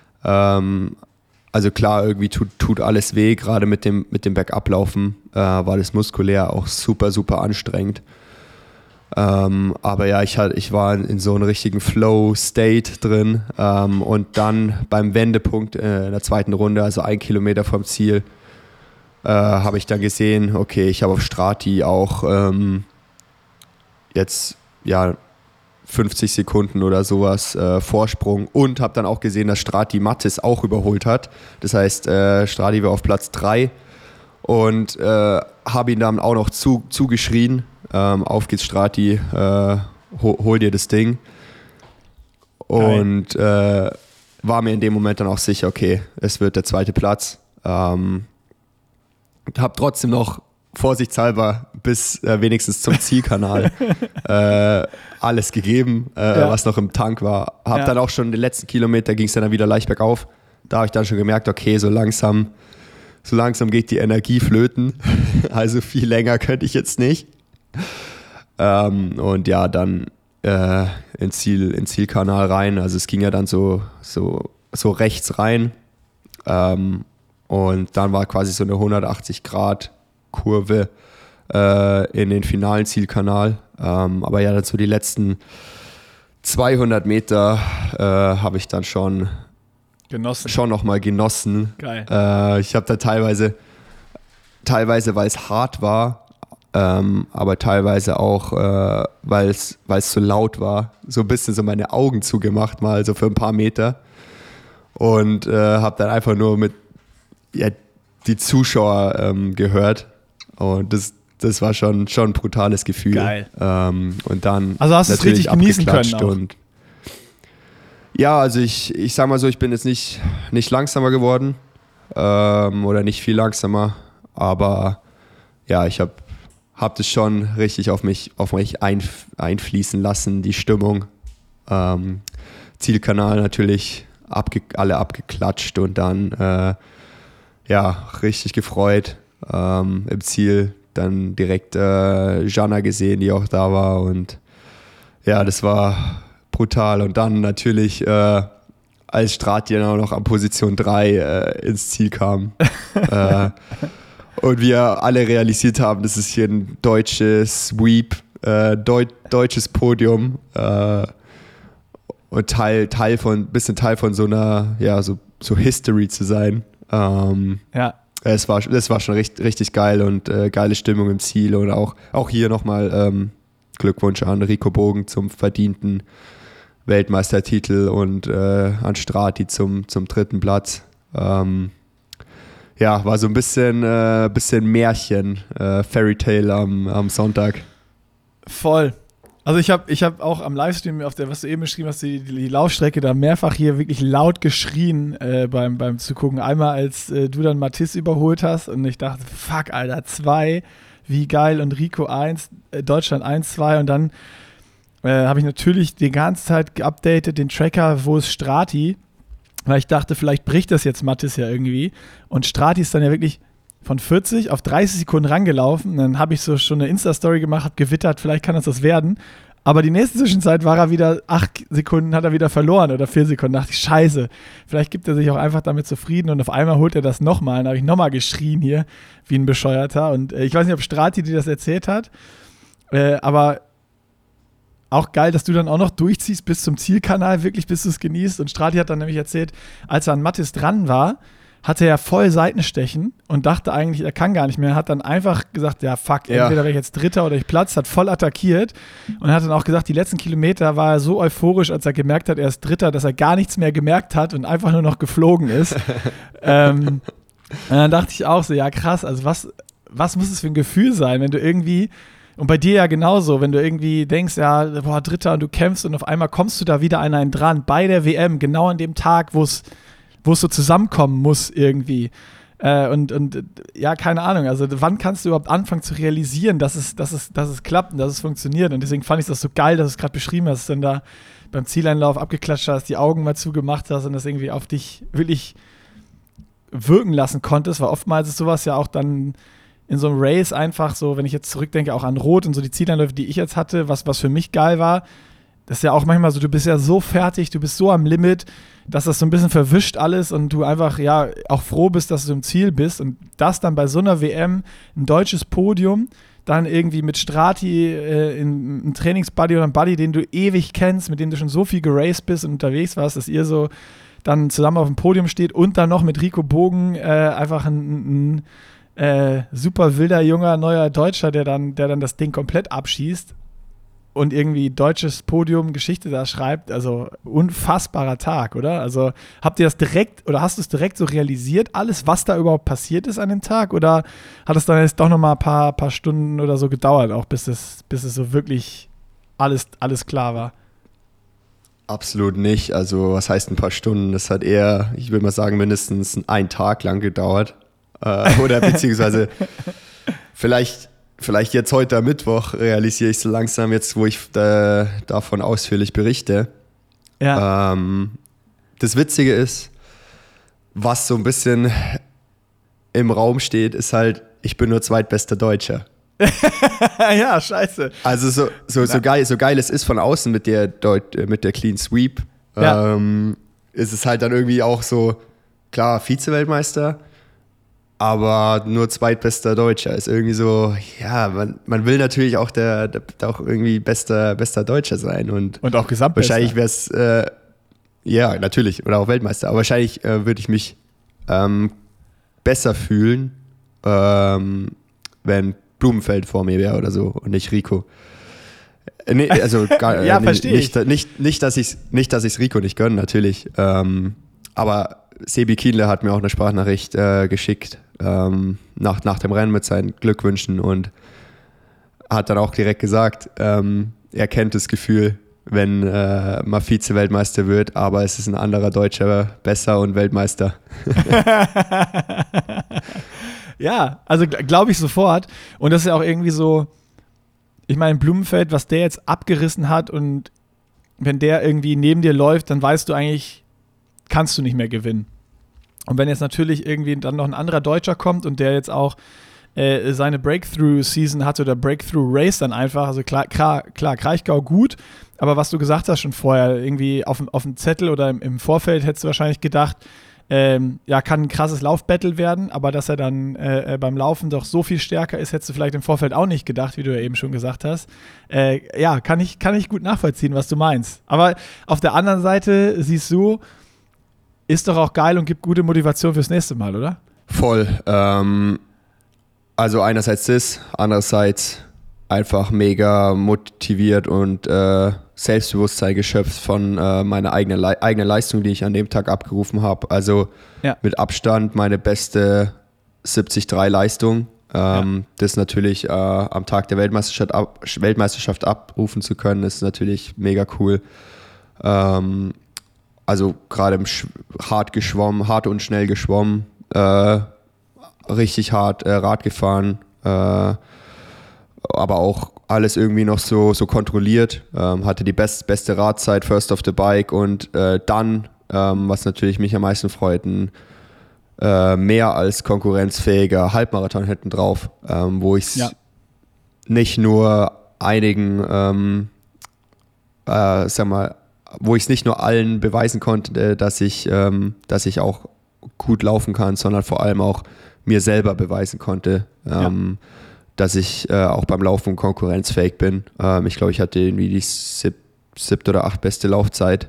Also klar, irgendwie tut alles weh, gerade mit dem Bergablaufen war das muskulär auch super, super anstrengend. Aber ja, ich war in so einem richtigen Flow-State drin und dann beim Wendepunkt in der zweiten Runde, also 1 Kilometer vom Ziel, habe ich dann gesehen, okay, ich habe auf Strati auch jetzt ja 50 Sekunden oder sowas Vorsprung und habe dann auch gesehen, dass Strati Mathis auch überholt hat. Das heißt, Strati war auf Platz 3 und habe ihn dann auch noch zugeschrien. Auf geht's Strati, hol dir das Ding. Und war mir in dem Moment dann auch sicher, okay, es wird der zweite Platz. Habe trotzdem noch vorsichtshalber bis wenigstens zum Zielkanal alles gegeben, was noch im Tank war. Habe dann auch schon den letzten Kilometer, ging es dann wieder leicht bergauf. Da habe ich dann schon gemerkt, okay, so langsam so langsam geht die Energie flöten. Also viel länger könnte ich jetzt nicht. Und ja, dann in Zielkanal rein. Also es ging ja dann so rechts rein. Und dann war quasi so eine 180-Grad-Kurve in den finalen Zielkanal. Aber ja, dazu die letzten 200 Meter habe ich dann schon nochmal genossen. Geil. Ich habe da teilweise, weil es hart war, aber teilweise auch, weil es so laut war, so ein bisschen so meine Augen zugemacht, mal so für ein paar Meter. Und habe dann einfach nur mit die Zuschauer gehört. Und das war schon ein brutales Gefühl. Geil. Und dann also hast du es richtig genießen können auch. Und ja, also ich sag mal so, ich bin jetzt nicht langsamer geworden oder nicht viel langsamer, aber ja, ich habe das schon richtig auf mich einfließen lassen, die Stimmung. Zielkanal natürlich alle abgeklatscht und dann richtig gefreut. Im Ziel dann direkt Jana gesehen, die auch da war, und ja, das war brutal. Und dann natürlich, als Stratien auch noch an Position 3 ins Ziel kam und wir alle realisiert haben, das ist hier ein deutsches Sweep, deutsches Podium und Teil von so einer, ja, so History zu sein. Es war schon richtig geil und geile Stimmung im Ziel, und auch hier nochmal Glückwunsch an Rico Bogen zum verdienten Weltmeistertitel und an Strati zum 3. Platz. War so ein bisschen Märchen, Fairy Tale am Sonntag. Voll. Also ich hab auch am Livestream, was du eben beschrieben hast, die Laufstrecke da mehrfach hier wirklich laut geschrien beim Zugucken. Einmal, als du dann Matisse überholt hast und ich dachte, fuck, Alter, 2, wie geil, und Rico 1, Deutschland 1, 2, und dann habe ich natürlich die ganze Zeit geupdatet, den Tracker, wo ist Strati, weil ich dachte, vielleicht bricht das jetzt Matisse ja irgendwie, und Strati ist dann ja wirklich von 40 auf 30 Sekunden rangelaufen, und dann habe ich so schon eine Insta-Story gemacht, habe gewittert, vielleicht kann das werden, aber die nächste Zwischenzeit war er wieder 8 Sekunden, hat er wieder verloren, oder 4 Sekunden, dachte ich, scheiße, vielleicht gibt er sich auch einfach damit zufrieden, und auf einmal holt er das nochmal, dann habe ich nochmal geschrien hier, wie ein Bescheuerter, und ich weiß nicht, ob Strati dir das erzählt hat, aber auch geil, dass du dann auch noch durchziehst bis zum Zielkanal, wirklich, bis du es genießt. Und Strati hat dann nämlich erzählt, als er an Mattis dran war, hatte er voll Seitenstechen und dachte eigentlich, er kann gar nicht mehr. Hat dann einfach gesagt, ja fuck, entweder wäre ich jetzt Dritter oder ich platze, hat voll attackiert und hat dann auch gesagt, die letzten Kilometer war er so euphorisch, als er gemerkt hat, er ist Dritter, dass er gar nichts mehr gemerkt hat und einfach nur noch geflogen ist. Und dann dachte ich auch so, ja krass, also was muss es für ein Gefühl sein, wenn du irgendwie, und bei dir ja genauso, wenn du irgendwie denkst, ja, boah, Dritter, und du kämpfst und auf einmal kommst du da wieder an einen dran, bei der WM, genau an dem Tag, wo es so zusammenkommen muss irgendwie. Und ja, keine Ahnung, also wann kannst du überhaupt anfangen zu realisieren, dass es klappt und dass es funktioniert, und deswegen fand ich das so geil, dass du es gerade beschrieben hast, dass du dann da beim Zieleinlauf abgeklatscht hast, die Augen mal zugemacht hast und das irgendwie auf dich wirklich wirken lassen konntest, weil oftmals ist sowas ja auch dann in so einem Race einfach so, wenn ich jetzt zurückdenke, auch an Rot und so die Zieleinläufe, die ich jetzt hatte, was für mich geil war, das ist ja auch manchmal so, du bist ja so fertig, du bist so am Limit, dass das so ein bisschen verwischt alles und du einfach ja auch froh bist, dass du im Ziel bist, und das dann bei so einer WM, ein deutsches Podium, dann irgendwie mit Strati in einem Trainingsbuddy oder einem Buddy, den du ewig kennst, mit dem du schon so viel geraced bist und unterwegs warst, dass ihr so dann zusammen auf dem Podium steht, und dann noch mit Rico Bogen einfach ein super wilder, junger, neuer Deutscher, der dann das Ding komplett abschießt und irgendwie deutsches Podium Geschichte da schreibt. Also unfassbarer Tag, oder? Also habt ihr das direkt, oder hast du es direkt so realisiert, alles, was da überhaupt passiert ist an dem Tag, oder hat es dann jetzt doch nochmal ein paar Stunden oder so gedauert, auch bis es so wirklich alles klar war? Absolut nicht. Also was heißt ein paar Stunden? Das hat eher, ich würde mal sagen, mindestens einen Tag lang gedauert. Oder beziehungsweise vielleicht jetzt heute am Mittwoch realisiere ich so langsam jetzt, wo ich davon ausführlich berichte. Ja. Das Witzige ist, was so ein bisschen im Raum steht, ist halt, ich bin nur zweitbester Deutscher. Ja, scheiße. Also so geil es ist von außen mit der Clean Sweep, ist es halt dann irgendwie auch so, klar, Vize-Weltmeister, aber nur zweitbester Deutscher. Ist irgendwie so, ja, man will natürlich auch auch irgendwie bester Deutscher sein. Und auch Gesamtbester. Wahrscheinlich wäre es, ja, natürlich, oder auch Weltmeister, aber wahrscheinlich würde ich mich besser fühlen, wenn Blumenfeld vor mir wäre oder so und nicht Rico. Nee, also gar, ja, verstehe ich. Nicht, dass ich es Rico nicht gönne, natürlich. Aber Sebi Kienle hat mir auch eine Sprachnachricht geschickt nach dem Rennen mit seinen Glückwünschen und hat dann auch direkt gesagt, er kennt das Gefühl, wenn mal Vize-Weltmeister wird, aber es ist ein anderer Deutscher besser und Weltmeister. Ja, also glaube ich sofort. Und das ist ja auch irgendwie so, ich meine, Blumenfeld, was der jetzt abgerissen hat und wenn der irgendwie neben dir läuft, dann weißt du eigentlich, kannst du nicht mehr gewinnen. Und wenn jetzt natürlich irgendwie dann noch ein anderer Deutscher kommt und der jetzt auch seine Breakthrough-Season hatte oder Breakthrough-Race dann einfach, also klar, Kraichgau gut, aber was du gesagt hast schon vorher, irgendwie auf dem Zettel oder im Vorfeld hättest du wahrscheinlich gedacht, ja, kann ein krasses Laufbattle werden, aber dass er dann beim Laufen doch so viel stärker ist, hättest du vielleicht im Vorfeld auch nicht gedacht, wie du ja eben schon gesagt hast. Ja, kann ich gut nachvollziehen, was du meinst. Aber auf der anderen Seite siehst du, ist doch auch geil und gibt gute Motivation fürs nächste Mal, oder? Voll. Also einerseits das, andererseits einfach mega motiviert und Selbstbewusstsein geschöpft von meiner eigenen Leistung, die ich an dem Tag abgerufen habe. Also mit Abstand meine beste 73-Leistung. Das natürlich am Tag der Weltmeisterschaft abrufen zu können, ist natürlich mega cool. Also gerade hart und schnell geschwommen, richtig hart Rad gefahren, aber auch alles irgendwie noch so kontrolliert, hatte die beste Radzeit, first of the bike und dann, was natürlich mich am meisten freut, ein mehr als konkurrenzfähiger Halbmarathon hinten drauf, wo ich nicht nur einigen, wo ich es nicht nur allen beweisen konnte, dass ich auch gut laufen kann, sondern vor allem auch mir selber beweisen konnte, dass ich auch beim Laufen konkurrenzfähig bin. Ich glaube, ich hatte irgendwie die 7. oder 8. beste Laufzeit.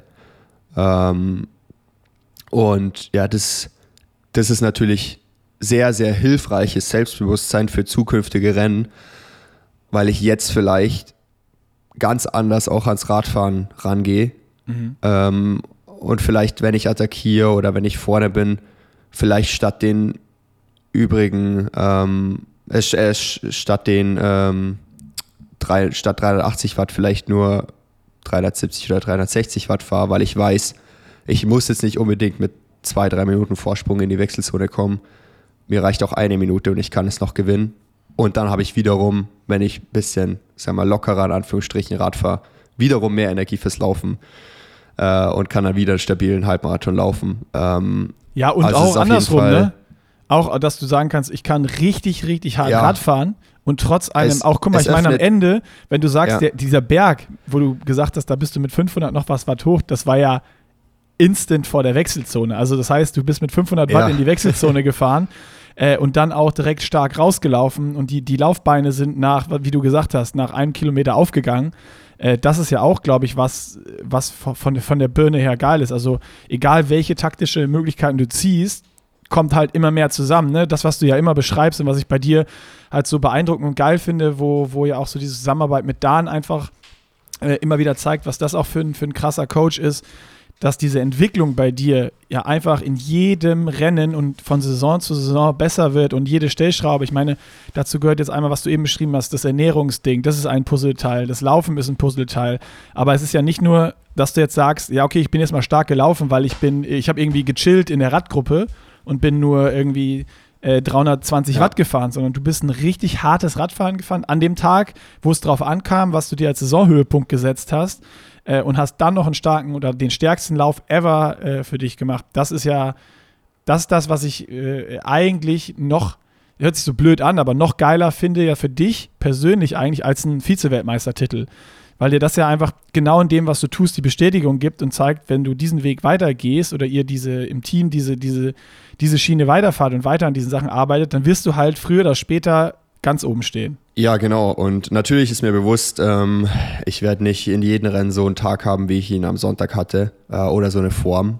Und ja, das ist natürlich sehr, sehr hilfreiches Selbstbewusstsein für zukünftige Rennen, weil ich jetzt vielleicht ganz anders auch ans Radfahren rangehe. Und vielleicht, wenn ich attackiere oder wenn ich vorne bin, vielleicht statt den übrigen statt 380 Watt vielleicht nur 370 oder 360 Watt fahre, weil ich weiß, ich muss jetzt nicht unbedingt mit 2-3 Minuten Vorsprung in die Wechselzone kommen. Mir reicht auch 1 Minute und ich kann es noch gewinnen. Und dann habe ich wiederum, wenn ich ein bisschen, lockerer in Anführungsstrichen Rad fahre, wiederum mehr Energie fürs Laufen und kann dann wieder einen stabilen Halbmarathon laufen. Ja, und also auch andersrum, ne? Auch, dass du sagen kannst, ich kann richtig, richtig hart Rad fahren und trotz allem, guck mal, ich meine am Ende, wenn du sagst, dieser Berg, wo du gesagt hast, da bist du mit 500 noch was Watt hoch, das war ja instant vor der Wechselzone. Also das heißt, du bist mit 500 Watt in die Wechselzone gefahren und dann auch direkt stark rausgelaufen und die Laufbeine sind wie du gesagt hast, nach 1 Kilometer aufgegangen. Das ist ja auch, glaube ich, was von der Birne her geil ist. Also egal, welche taktische Möglichkeiten du ziehst, kommt halt immer mehr zusammen, ne? Das, was du ja immer beschreibst und was ich bei dir halt so beeindruckend und geil finde, wo ja auch so diese Zusammenarbeit mit Dan einfach immer wieder zeigt, was das auch für ein krasser Coach ist, dass diese Entwicklung bei dir ja einfach in jedem Rennen und von Saison zu Saison besser wird und jede Stellschraube, ich meine, dazu gehört jetzt einmal, was du eben beschrieben hast, das Ernährungsding, das ist ein Puzzleteil, das Laufen ist ein Puzzleteil, aber es ist ja nicht nur, dass du jetzt sagst, ja okay, ich bin jetzt mal stark gelaufen, weil ich habe irgendwie gechillt in der Radgruppe und bin nur irgendwie 320 Watt gefahren, sondern du bist ein richtig hartes Radfahren gefahren an dem Tag, wo es drauf ankam, was du dir als Saisonhöhepunkt gesetzt hast und hast dann noch einen starken oder den stärksten Lauf ever für dich gemacht. Das ist ja das ist das, was ich eigentlich noch, hört sich so blöd an, aber noch geiler finde ja für dich persönlich eigentlich als ein Vize-Weltmeistertitel. Weil dir das ja einfach genau in dem, was du tust, die Bestätigung gibt und zeigt, wenn du diesen Weg weitergehst oder ihr im Team diese Schiene weiterfahrt und weiter an diesen Sachen arbeitet, dann wirst du halt früher oder später ganz oben stehen. Ja, genau. Und natürlich ist mir bewusst, ich werde nicht in jedem Rennen so einen Tag haben, wie ich ihn am Sonntag hatte oder so eine Form.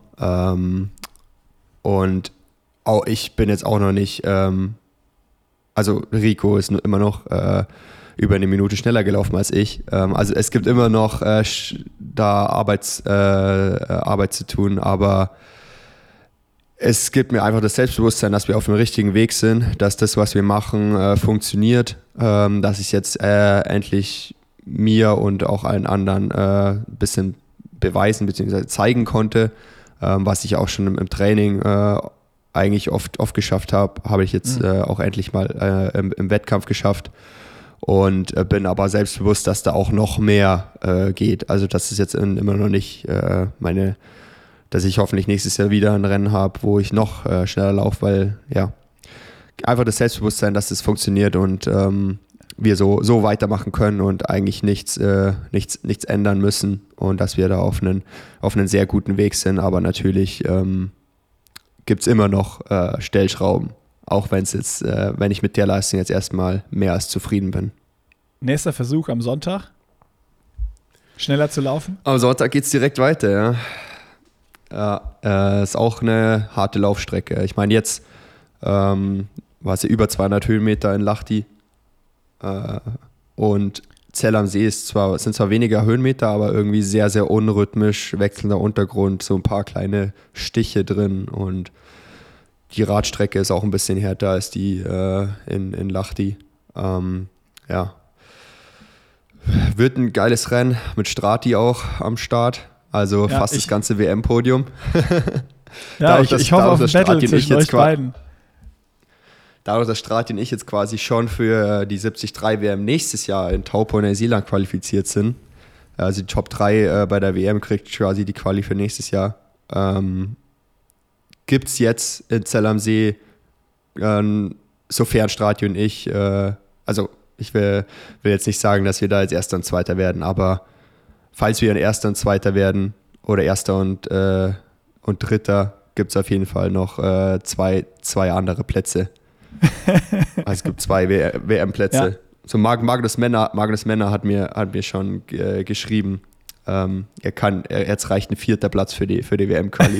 Und auch ich bin jetzt auch noch nicht, also Rico ist immer noch über eine Minute schneller gelaufen als ich. Also es gibt immer noch da Arbeit zu tun, aber es gibt mir einfach das Selbstbewusstsein, dass wir auf dem richtigen Weg sind, dass das, was wir machen, funktioniert, dass ich jetzt endlich mir und auch allen anderen ein bisschen beweisen bzw. zeigen konnte, was ich auch schon im Training eigentlich oft geschafft habe ich jetzt auch endlich mal im Wettkampf geschafft und bin aber selbstbewusst, dass da auch noch mehr geht. Also das ist jetzt immer noch nicht dass ich hoffentlich nächstes Jahr wieder ein Rennen habe, wo ich noch schneller laufe, weil ja, einfach das Selbstbewusstsein, dass es funktioniert und wir so weitermachen können und eigentlich nichts ändern müssen und dass wir da auf einen sehr guten Weg sind, aber natürlich gibt es immer noch Stellschrauben, auch wenn ich mit der Leistung jetzt erstmal mehr als zufrieden bin. Nächster Versuch am Sonntag, schneller zu laufen? Am Sonntag geht es direkt weiter, ja. Ja, ist auch eine harte Laufstrecke. Ich meine, jetzt war es ja über 200 Höhenmeter in Lahti und Zell am See sind zwar weniger Höhenmeter, aber irgendwie sehr, sehr unrhythmisch, wechselnder Untergrund, so ein paar kleine Stiche drin und die Radstrecke ist auch ein bisschen härter als die in Lahti. Ja. Wird ein geiles Rennen mit Strati auch am Start. Also ja, fast das ganze WM-Podium. Ja, ich hoffe auf ein Battle zwischen euch beiden. Dadurch, dass Strati und ich jetzt quasi schon für die 73 WM nächstes Jahr in Taupo, Neuseeland qualifiziert sind, also die Top 3 bei der WM kriegt quasi die Quali für nächstes Jahr, gibt es jetzt in Zell am See, sofern Strati und ich, also ich will jetzt nicht sagen, dass wir da jetzt Erster und Zweiter werden, aber falls wir ein Erster und Zweiter werden oder Erster und Dritter, gibt es auf jeden Fall noch zwei andere Plätze. Also es gibt 2 WM-Plätze. Ja. So Magnus Männer hat mir schon geschrieben, jetzt reicht ein 4. Platz für die WM-Quali.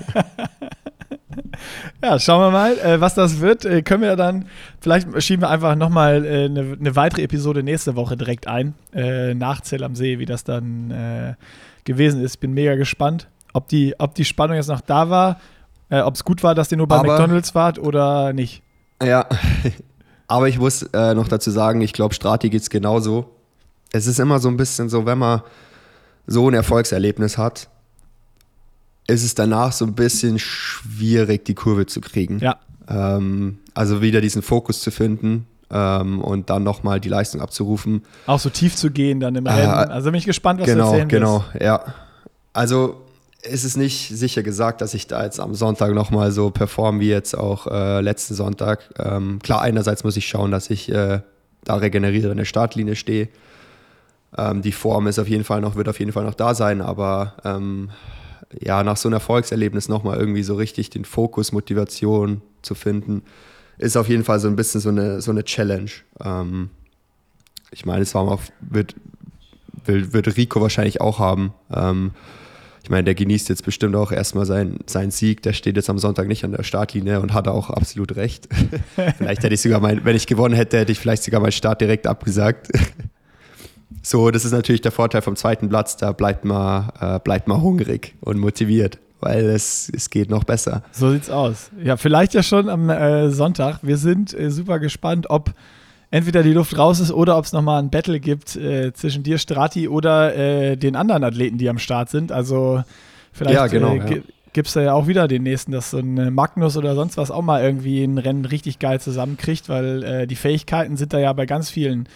Ja, schauen wir mal, was das wird. Können wir dann, vielleicht schieben wir einfach nochmal eine weitere Episode nächste Woche direkt ein, nach Zell am See, wie das dann gewesen ist. Bin mega gespannt, ob die Spannung jetzt noch da war, ob es gut war, dass ihr nur bei McDonald's wart oder nicht. Ja, aber ich muss noch dazu sagen, ich glaube, Strati geht es genauso. Es ist immer so ein bisschen so, wenn man so ein Erfolgserlebnis hat, ist es danach so ein bisschen schwierig, die Kurve zu kriegen. Ja. Also wieder diesen Fokus zu finden und dann nochmal die Leistung abzurufen. Auch so tief zu gehen dann im Rennen. Also bin ich gespannt, was du erzählen wirst. Genau, ja. Also es ist nicht sicher gesagt, dass ich da jetzt am Sonntag nochmal so performe wie jetzt auch letzten Sonntag. Klar, einerseits muss ich schauen, dass ich da regeneriere in der Startlinie stehe. Die Form wird auf jeden Fall noch da sein, aber ja, nach so einem Erfolgserlebnis nochmal irgendwie so richtig den Fokus, Motivation zu finden, ist auf jeden Fall so ein bisschen so eine Challenge. Ich meine, wird Rico wahrscheinlich auch haben. Ich meine, der genießt jetzt bestimmt auch erstmal seinen Sieg. Der steht jetzt am Sonntag nicht an der Startlinie und hat auch absolut recht. Vielleicht hätte ich sogar wenn ich gewonnen hätte, hätte ich vielleicht sogar meinen Start direkt abgesagt. So, das ist natürlich der Vorteil vom 2. Platz, da bleibt man hungrig und motiviert, weil es geht noch besser. So sieht's aus. Ja, vielleicht ja schon am Sonntag. Wir sind super gespannt, ob entweder die Luft raus ist oder ob es nochmal ein Battle gibt zwischen dir, Strati, oder den anderen Athleten, die am Start sind. Also vielleicht gibt es da ja auch wieder den nächsten, dass so ein Magnus oder sonst was auch mal irgendwie ein Rennen richtig geil zusammenkriegt, weil die Fähigkeiten sind da ja bei ganz vielen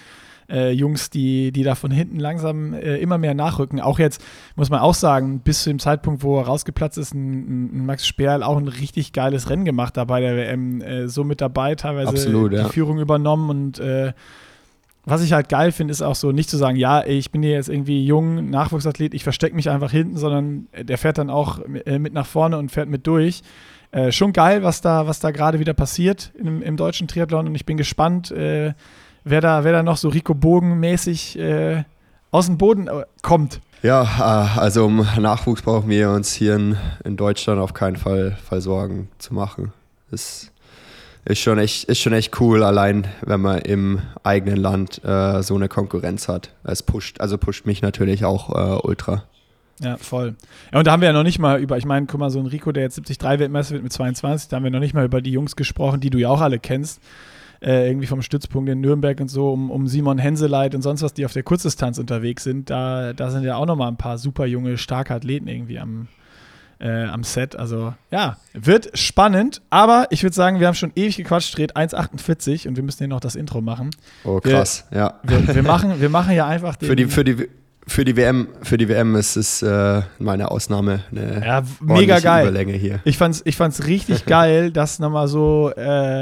Jungs, die da von hinten langsam immer mehr nachrücken. Auch jetzt, muss man auch sagen, bis zu dem Zeitpunkt, wo er rausgeplatzt ist, ein Max Sperl auch ein richtig geiles Rennen gemacht da bei der WM. So mit dabei, teilweise Absolut, die Führung übernommen. Und was ich halt geil finde, ist auch so nicht zu sagen, ja, ich bin hier jetzt irgendwie jung, Nachwuchsathlet, ich verstecke mich einfach hinten, sondern der fährt dann auch mit nach vorne und fährt mit durch. Schon geil, was da gerade wieder passiert im deutschen Triathlon, und ich bin gespannt, wer da noch so Rico Bogen-mäßig aus dem Boden kommt. Ja, also um Nachwuchs brauchen wir uns hier in Deutschland auf keinen Fall Sorgen zu machen. Das ist schon echt cool, allein wenn man im eigenen Land so eine Konkurrenz hat. Es pusht mich natürlich auch ultra. Ja, voll. Ja, und da haben wir ja noch nicht mal ich meine, guck mal, so ein Rico, der jetzt 73-Weltmeister wird mit 22, da haben wir noch nicht mal über die Jungs gesprochen, die du ja auch alle kennst, irgendwie vom Stützpunkt in Nürnberg und so, um Simon Henseleit und sonst was, die auf der Kurzdistanz unterwegs sind. Da sind ja auch noch mal ein paar super junge, starke Athleten irgendwie am Set. Also ja, wird spannend, aber ich würde sagen, wir haben schon ewig gequatscht, dreht 1,48 und wir müssen hier noch das Intro machen. Oh, krass, ja. Wir machen ja einfach den... Für die WM ist es meine Ausnahme eine mega geil. Überlänge hier. Ich fand's richtig geil, das nochmal so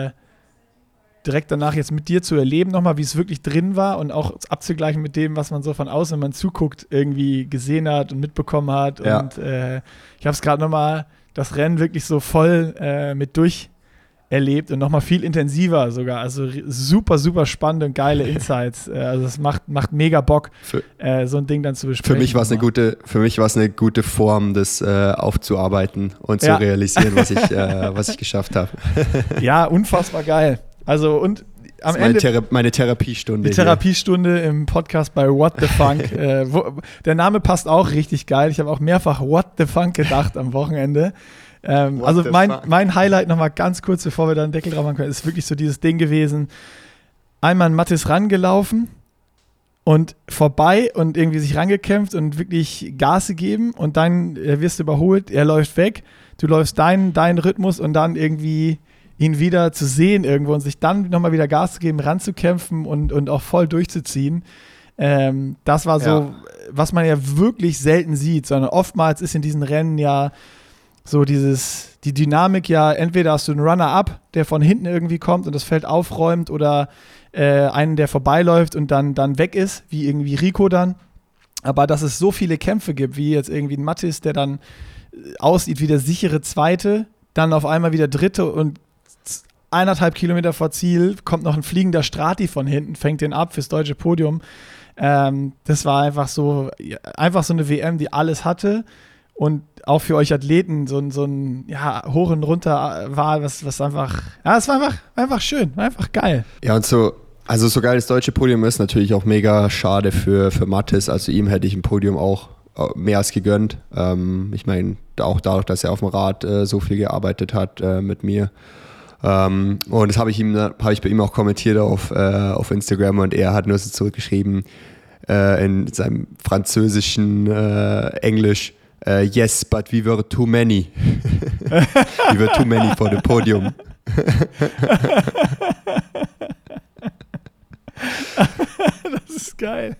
direkt danach jetzt mit dir zu erleben, nochmal, wie es wirklich drin war und auch abzugleichen mit dem, was man so von außen, wenn man zuguckt, irgendwie gesehen hat und mitbekommen hat. Ja. Und ich habe es gerade nochmal, das Rennen wirklich so voll mit durcherlebt und nochmal viel intensiver sogar. Also super, super spannende und geile Insights. Also es macht mega Bock, so ein Ding dann zu besprechen. Für mich war es eine gute Form, das aufzuarbeiten und zu realisieren, was ich geschafft habe. Ja, unfassbar geil. Also und am Ende meine Therapiestunde. Die Therapiestunde im Podcast bei What the Funk. Der Name passt auch richtig geil. Ich habe auch mehrfach What the Funk gedacht am Wochenende. Also mein Highlight nochmal ganz kurz, bevor wir da einen Deckel drauf machen können, ist wirklich so dieses Ding gewesen. Einmal an Mathis rangelaufen und vorbei und irgendwie sich rangekämpft und wirklich Gas gegeben und dann wirst du überholt, er läuft weg, du läufst deinen Rhythmus und dann irgendwie ihn wieder zu sehen irgendwo und sich dann nochmal wieder Gas zu geben, ranzukämpfen und auch voll durchzuziehen. Das war so, was man ja wirklich selten sieht, sondern oftmals ist in diesen Rennen ja so die Dynamik ja, entweder hast du einen Runner-up, der von hinten irgendwie kommt und das Feld aufräumt oder einen, der vorbeiläuft und dann weg ist, wie irgendwie Rico dann. Aber dass es so viele Kämpfe gibt, wie jetzt irgendwie ein Mathis, der dann aussieht wie der sichere Zweite, dann auf einmal wieder Dritte und 1,5 Kilometer vor Ziel kommt noch ein fliegender Strati von hinten, fängt den ab fürs deutsche Podium. Das war einfach so eine WM, die alles hatte und auch für euch Athleten so ein hoch und runter war, was einfach, es war einfach schön, war einfach geil. Ja, und so geil das deutsche Podium ist, natürlich auch mega schade für Mathis, also ihm hätte ich ein Podium auch mehr als gegönnt. Ich meine, auch dadurch, dass er auf dem Rad so viel gearbeitet hat mit mir. Und das habe ich bei ihm auch kommentiert auf Instagram und er hat nur so zurückgeschrieben in seinem französischen Englisch, yes, but we were too many. We were too many for the podium. Das ist geil.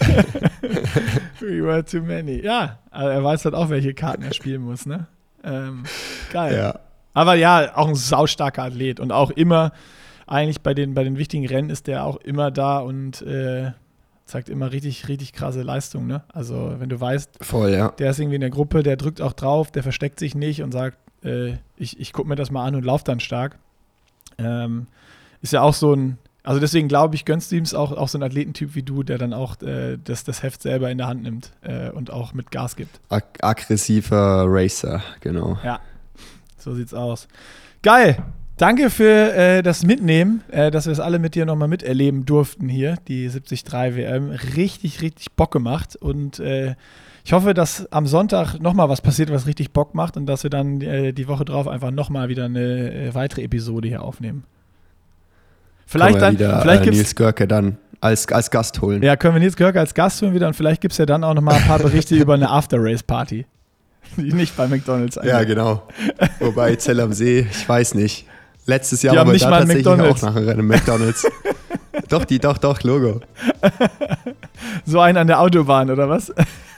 We were too many. Ja, also er weiß halt auch, welche Karten er spielen muss, ne? Geil. Ja. Aber ja, auch ein saustarker Athlet und auch immer, eigentlich bei den wichtigen Rennen ist der auch immer da und zeigt immer richtig, richtig krasse Leistung, ne? Also wenn du weißt, voll, ja. Der ist irgendwie in der Gruppe, der drückt auch drauf, der versteckt sich nicht und sagt, ich gucke mir das mal an und lauf dann stark. Ist ja auch so ein, also deswegen glaube ich, gönnst du ihm auch so ein Athletentyp wie du, der dann auch das Heft selber in der Hand nimmt und auch mit Gas gibt. Aggressiver Racer, genau. Ja. So sieht's aus. Geil. Danke für das Mitnehmen, dass wir es alle mit dir nochmal miterleben durften hier, die 73 WM. Richtig, richtig Bock gemacht. Und ich hoffe, dass am Sonntag nochmal was passiert, was richtig Bock macht und dass wir dann die Woche drauf einfach nochmal wieder eine weitere Episode hier aufnehmen. Vielleicht gibt's Nils Görke dann als Gast holen. Ja, können wir Nils Görke als Gast holen wieder und vielleicht gibt es ja dann auch nochmal ein paar Berichte über eine After-Race-Party. Die nicht bei McDonald's eigentlich. Ja, genau. Wobei Zell am See, ich weiß nicht. Letztes Jahr waren wir da tatsächlich auch nach einem Rennen McDonald's. Doch, Logo. So einen an der Autobahn, oder was?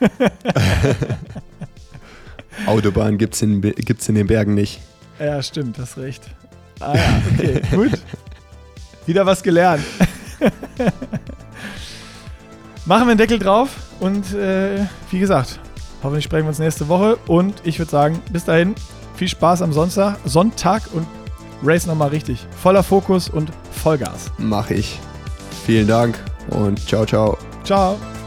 Autobahn gibt's in den Bergen nicht. Ja, stimmt, hast recht. Ah ja, okay, gut. Wieder was gelernt. Machen wir einen Deckel drauf und wie gesagt, hoffentlich sprechen wir uns nächste Woche und ich würde sagen, bis dahin, viel Spaß am Sonntag und race nochmal richtig. Voller Fokus und Vollgas. Mach ich. Vielen Dank und ciao, ciao. Ciao.